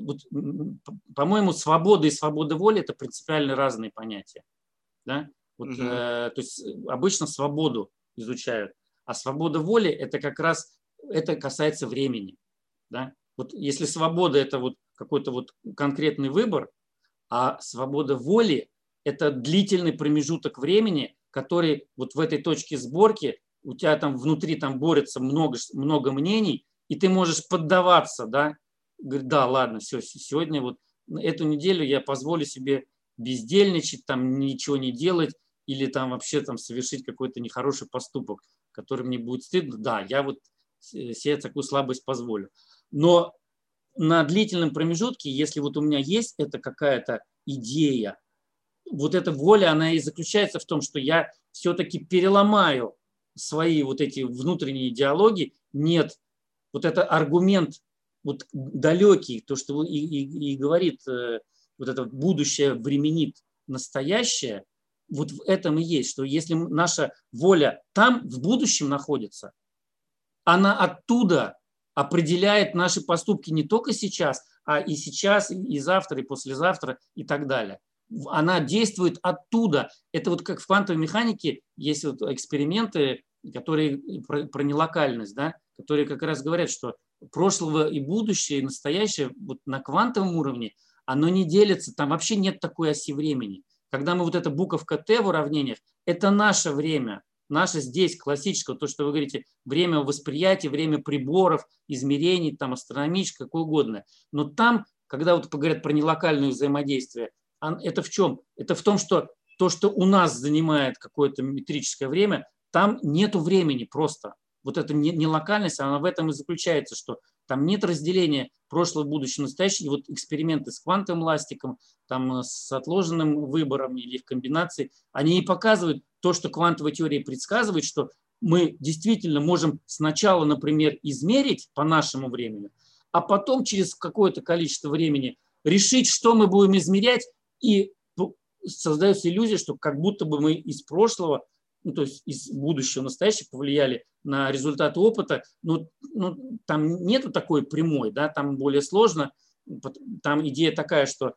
по-моему, свобода и свобода воли – это принципиально разные понятия. Да? Вот, то есть обычно свободу изучают, а свобода воли – это как раз это касается времени. Да? Вот если свобода – это вот какой-то вот конкретный выбор, а свобода воли – это длительный промежуток времени, который вот в этой точке сборки у тебя там внутри там борется много мнений, и ты можешь поддаваться, да, говорит, да, ладно, все, сегодня вот эту неделю я позволю себе бездельничать, там ничего не делать или там вообще там совершить какой-то нехороший поступок, который мне будет стыдно. Да, я вот себе такую слабость позволю. Но на длительном промежутке, если вот у меня есть эта какая-то идея, вот эта воля, она и заключается в том, что я все-таки переломаю свои вот эти внутренние диалоги. Нет, вот это аргумент вот далекий, то, что и говорит, вот это будущее временит настоящее, вот в этом и есть, что если наша воля там, в будущем находится, она оттуда определяет наши поступки не только сейчас, а и сейчас, и завтра, и послезавтра, и так далее. Она действует оттуда. Это вот как в квантовой механике есть вот эксперименты, которые про нелокальность, да, которые как раз говорят, что прошлого и будущее, и настоящее вот на квантовом уровне, оно не делится, там вообще нет такой оси времени. Когда мы вот эта буковка Т в уравнениях, это наше время, наше здесь классическое, то, что вы говорите, время восприятия, время приборов, измерений, там астрономическое, какое угодно. Но там, когда вот говорят про нелокальное взаимодействие, это в чем? Это в том, что то, что у нас занимает какое-то метрическое время, там нету времени просто. Вот эта нелокальность, она в этом и заключается, что там нет разделения прошлого, будущего, настоящего. И вот эксперименты с квантовым ластиком, там, с отложенным выбором или их комбинацией, они и показывают то, что квантовая теория предсказывает, что мы действительно можем сначала, например, измерить по нашему времени, а потом через какое-то количество времени решить, что мы будем измерять, и создается иллюзия, что как будто бы мы из прошлого, ну, то есть из будущего, настоящего повлияли на результаты опыта, но там нету такой прямой, да, там более сложно. Там идея такая, что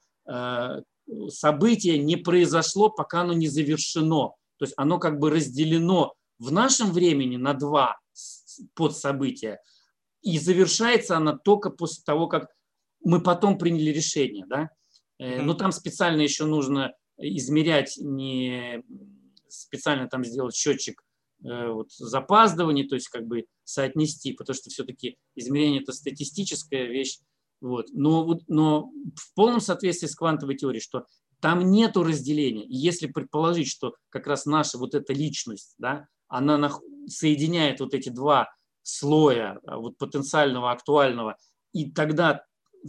событие не произошло, пока оно не завершено. То есть оно как бы разделено в нашем времени на два подсобытия, и завершается оно только после того, как мы потом приняли решение. Да? Но там специально еще нужно измерять, не специально там сделать счетчик вот, запаздывания, то есть как бы соотнести, потому что все-таки измерение – это статистическая вещь. Вот. Но в полном соответствии с квантовой теорией, что там нету разделения. И если предположить, что как раз наша вот эта личность, да, она соединяет вот эти два слоя вот, потенциального, актуального, и тогда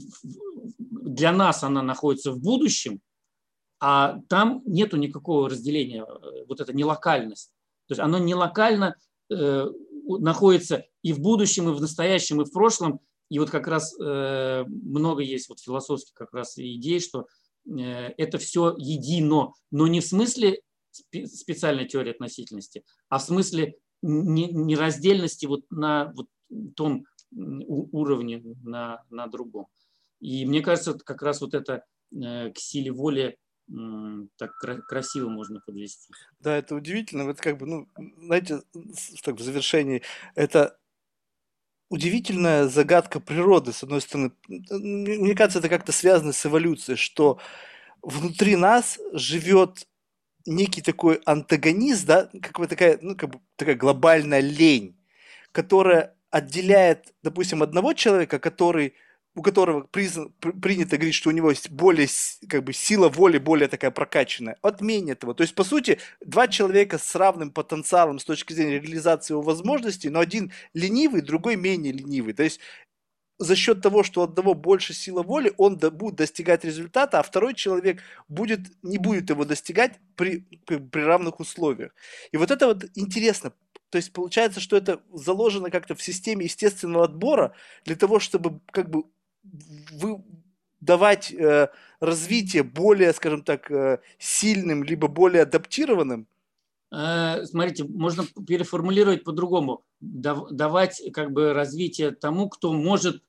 для нас она находится в будущем, а там нету никакого разделения, вот эта нелокальность. То есть оно не локально находится и в будущем, и в настоящем, и в прошлом. И вот как раз много есть вот философских как раз идей, что это все едино, но не в смысле специальной теории относительности, а в смысле нераздельности вот на вот том уровне, на другом. И мне кажется, как раз вот это к силе воли так красиво можно подвести. Да, это удивительно. Вот как бы, ну, знаете, так в завершении, это удивительная загадка природы, с одной стороны. Мне кажется, это как-то связано с эволюцией, что внутри нас живет некий такой антагонист, да, как бы такая, ну, как бы такая глобальная лень, которая отделяет, допустим, одного человека, у которого принято говорить, что у него есть более, как бы, сила воли более такая прокачанная, от менее этого. То есть, по сути, два человека с равным потенциалом с точки зрения реализации его возможностей, но один ленивый, другой менее ленивый. То есть, за счет того, что у одного больше сила воли, он будет достигать результата, а второй человек не будет его достигать при равных условиях. И вот это вот интересно. То есть получается, что это заложено как-то в системе естественного отбора для того, чтобы как бы давать развитие более, скажем так, сильным, либо более адаптированным. Смотрите, можно переформулировать по-другому. Давать как бы развитие тому, кто может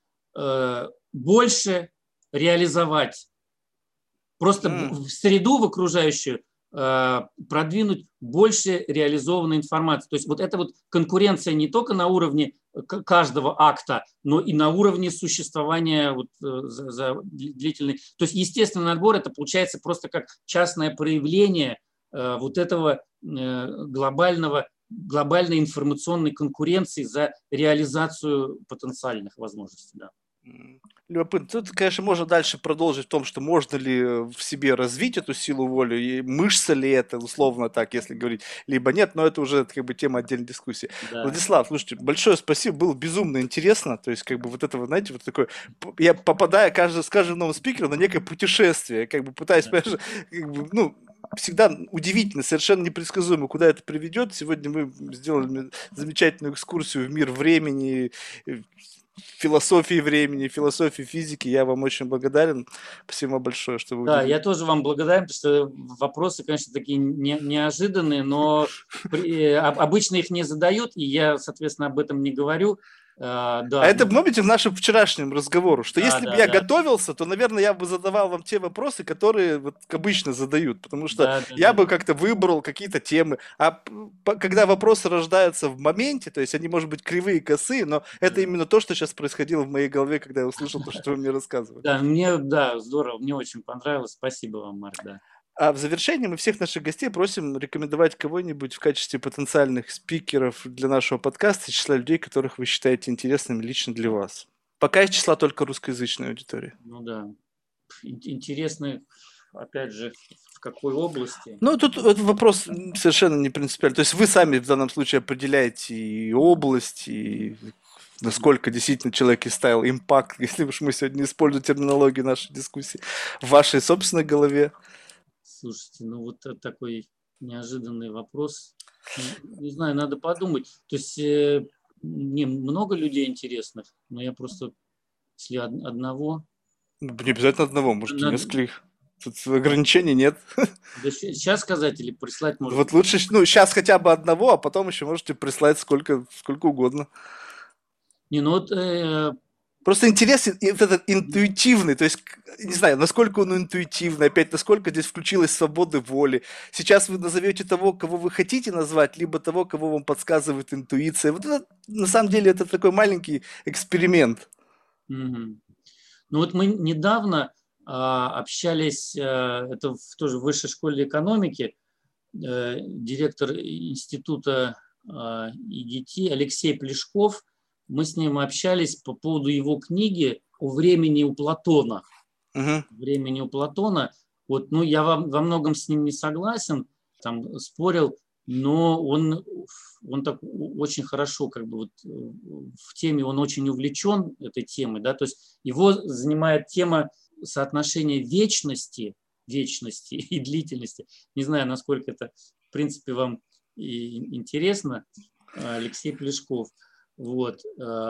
больше реализовать. Просто в среду, в окружающую, продвинуть больше реализованной информации. То есть вот эта вот конкуренция не только на уровне каждого акта, но и на уровне существования вот за длительный. То есть естественный отбор – это получается просто как частное проявление вот этого глобальной информационной конкуренции за реализацию потенциальных возможностей. Да. Любопытно. Тут, конечно, можно дальше продолжить в том, что можно ли в себе развить эту силу воли, и мышца ли это, условно так, если говорить, либо нет, но это уже как бы тема отдельной дискуссии. Да. Владислав, слушайте, большое спасибо, было безумно интересно, то есть как бы вот это, вы знаете, вот такое, я попадаю с каждым новым спикером на некое путешествие, как бы пытаюсь, понимаешь, как бы, ну, всегда удивительно, совершенно непредсказуемо, куда это приведет. Сегодня мы сделали замечательную экскурсию в мир времени, философии времени, философии физики. Я вам очень благодарен. Спасибо большое, что вы уделили. Да, я тоже вам благодарен, потому что вопросы, конечно, такие неожиданные, но обычно их не задают, и я, соответственно, об этом не говорю. А Да, это, ну, помните, в нашем вчерашнем разговору, что да, если бы да, я да, готовился, то, наверное, я бы задавал вам те вопросы, которые вот обычно задают, потому что да, да, я да, бы да. как-то выбрал какие-то темы. А когда вопросы рождаются в моменте, то есть они, может быть, кривые, косые, но это Да. именно то, что сейчас происходило в моей голове, когда я услышал то, что вы мне рассказывали. Да, мне, да, здорово, мне очень понравилось. Спасибо вам, Марк, да. А в завершении мы всех наших гостей просим рекомендовать кого-нибудь в качестве потенциальных спикеров для нашего подкаста из числа людей, которых вы считаете интересными лично для вас. Пока из числа только русскоязычной аудитории. Ну да. Интересно, опять же, в какой области? Ну, тут этот вопрос совершенно не принципиальный. То есть вы сами в данном случае определяете и область, и Мгм. насколько действительно человек и ставил импакт, если уж мы сегодня используем терминологию нашей дискуссии, в вашей собственной голове. Слушайте, ну вот такой неожиданный вопрос. Не знаю, надо подумать. То есть мне много людей интересных, но я просто, если одного, Не обязательно одного, может и надо, нескольких. Тут ограничений нет. да сейчас сказать или прислать можно? Вот лучше, ну, сейчас хотя бы одного, а потом еще можете прислать сколько угодно. Не, ну вот, Просто интерес вот этот интуитивный, то есть, не знаю, насколько он интуитивный, опять, насколько здесь включилась свобода воли. Сейчас вы назовете того, кого вы хотите назвать, либо того, кого вам подсказывает интуиция. Вот это, на самом деле, это такой маленький эксперимент. мгм. Ну вот мы недавно общались, это тоже в высшей школе экономики, директор института ИГТ Алексей Плешков, мы с ним общались по поводу его книги «О времени у Платона». Мгм. «Времени у Платона». Вот, ну, я во многом с ним не согласен, там спорил, но он так очень хорошо как бы вот в теме, он очень увлечен этой темой, да, то есть его занимает тема соотношения вечности и длительности. Не знаю, насколько это, в принципе, вам интересно, Алексей Плешков. Вот.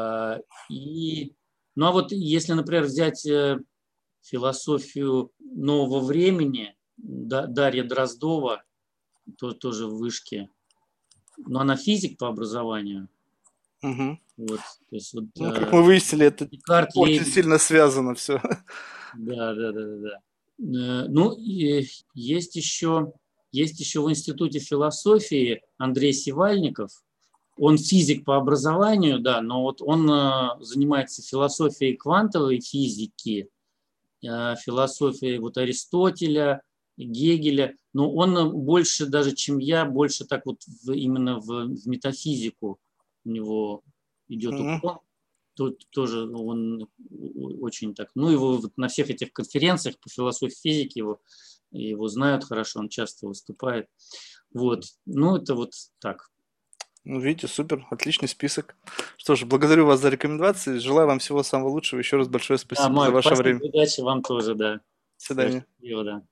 И, ну а вот если, например, взять философию нового времени, Дарья Дроздова, тоже в вышке, но она физик по образованию. Мгм. Вот, то есть вот Ну, как мы выяснили, это Декарт, очень Лейбниц, сильно связано все. да, да, да, да, да. Ну, и есть еще в Институте философии Андрей Сивальников. Он физик по образованию, да, но вот он занимается философией квантовой физики, философией вот Аристотеля, Гегеля. Но он больше даже, чем я, больше так вот именно в метафизику у него идет Мгм. уклон. Тут тоже он очень так, ну его вот на всех этих конференциях по философии физики его знают хорошо, он часто выступает. Вот, ну это вот так. Ну, видите, супер, отличный список. Что ж, благодарю вас за рекомендации, желаю вам всего самого лучшего. Еще раз большое Да, спасибо за Марк, ваше спасибо, время. удачи вам тоже, да. До Всего свидания. счастливо, да.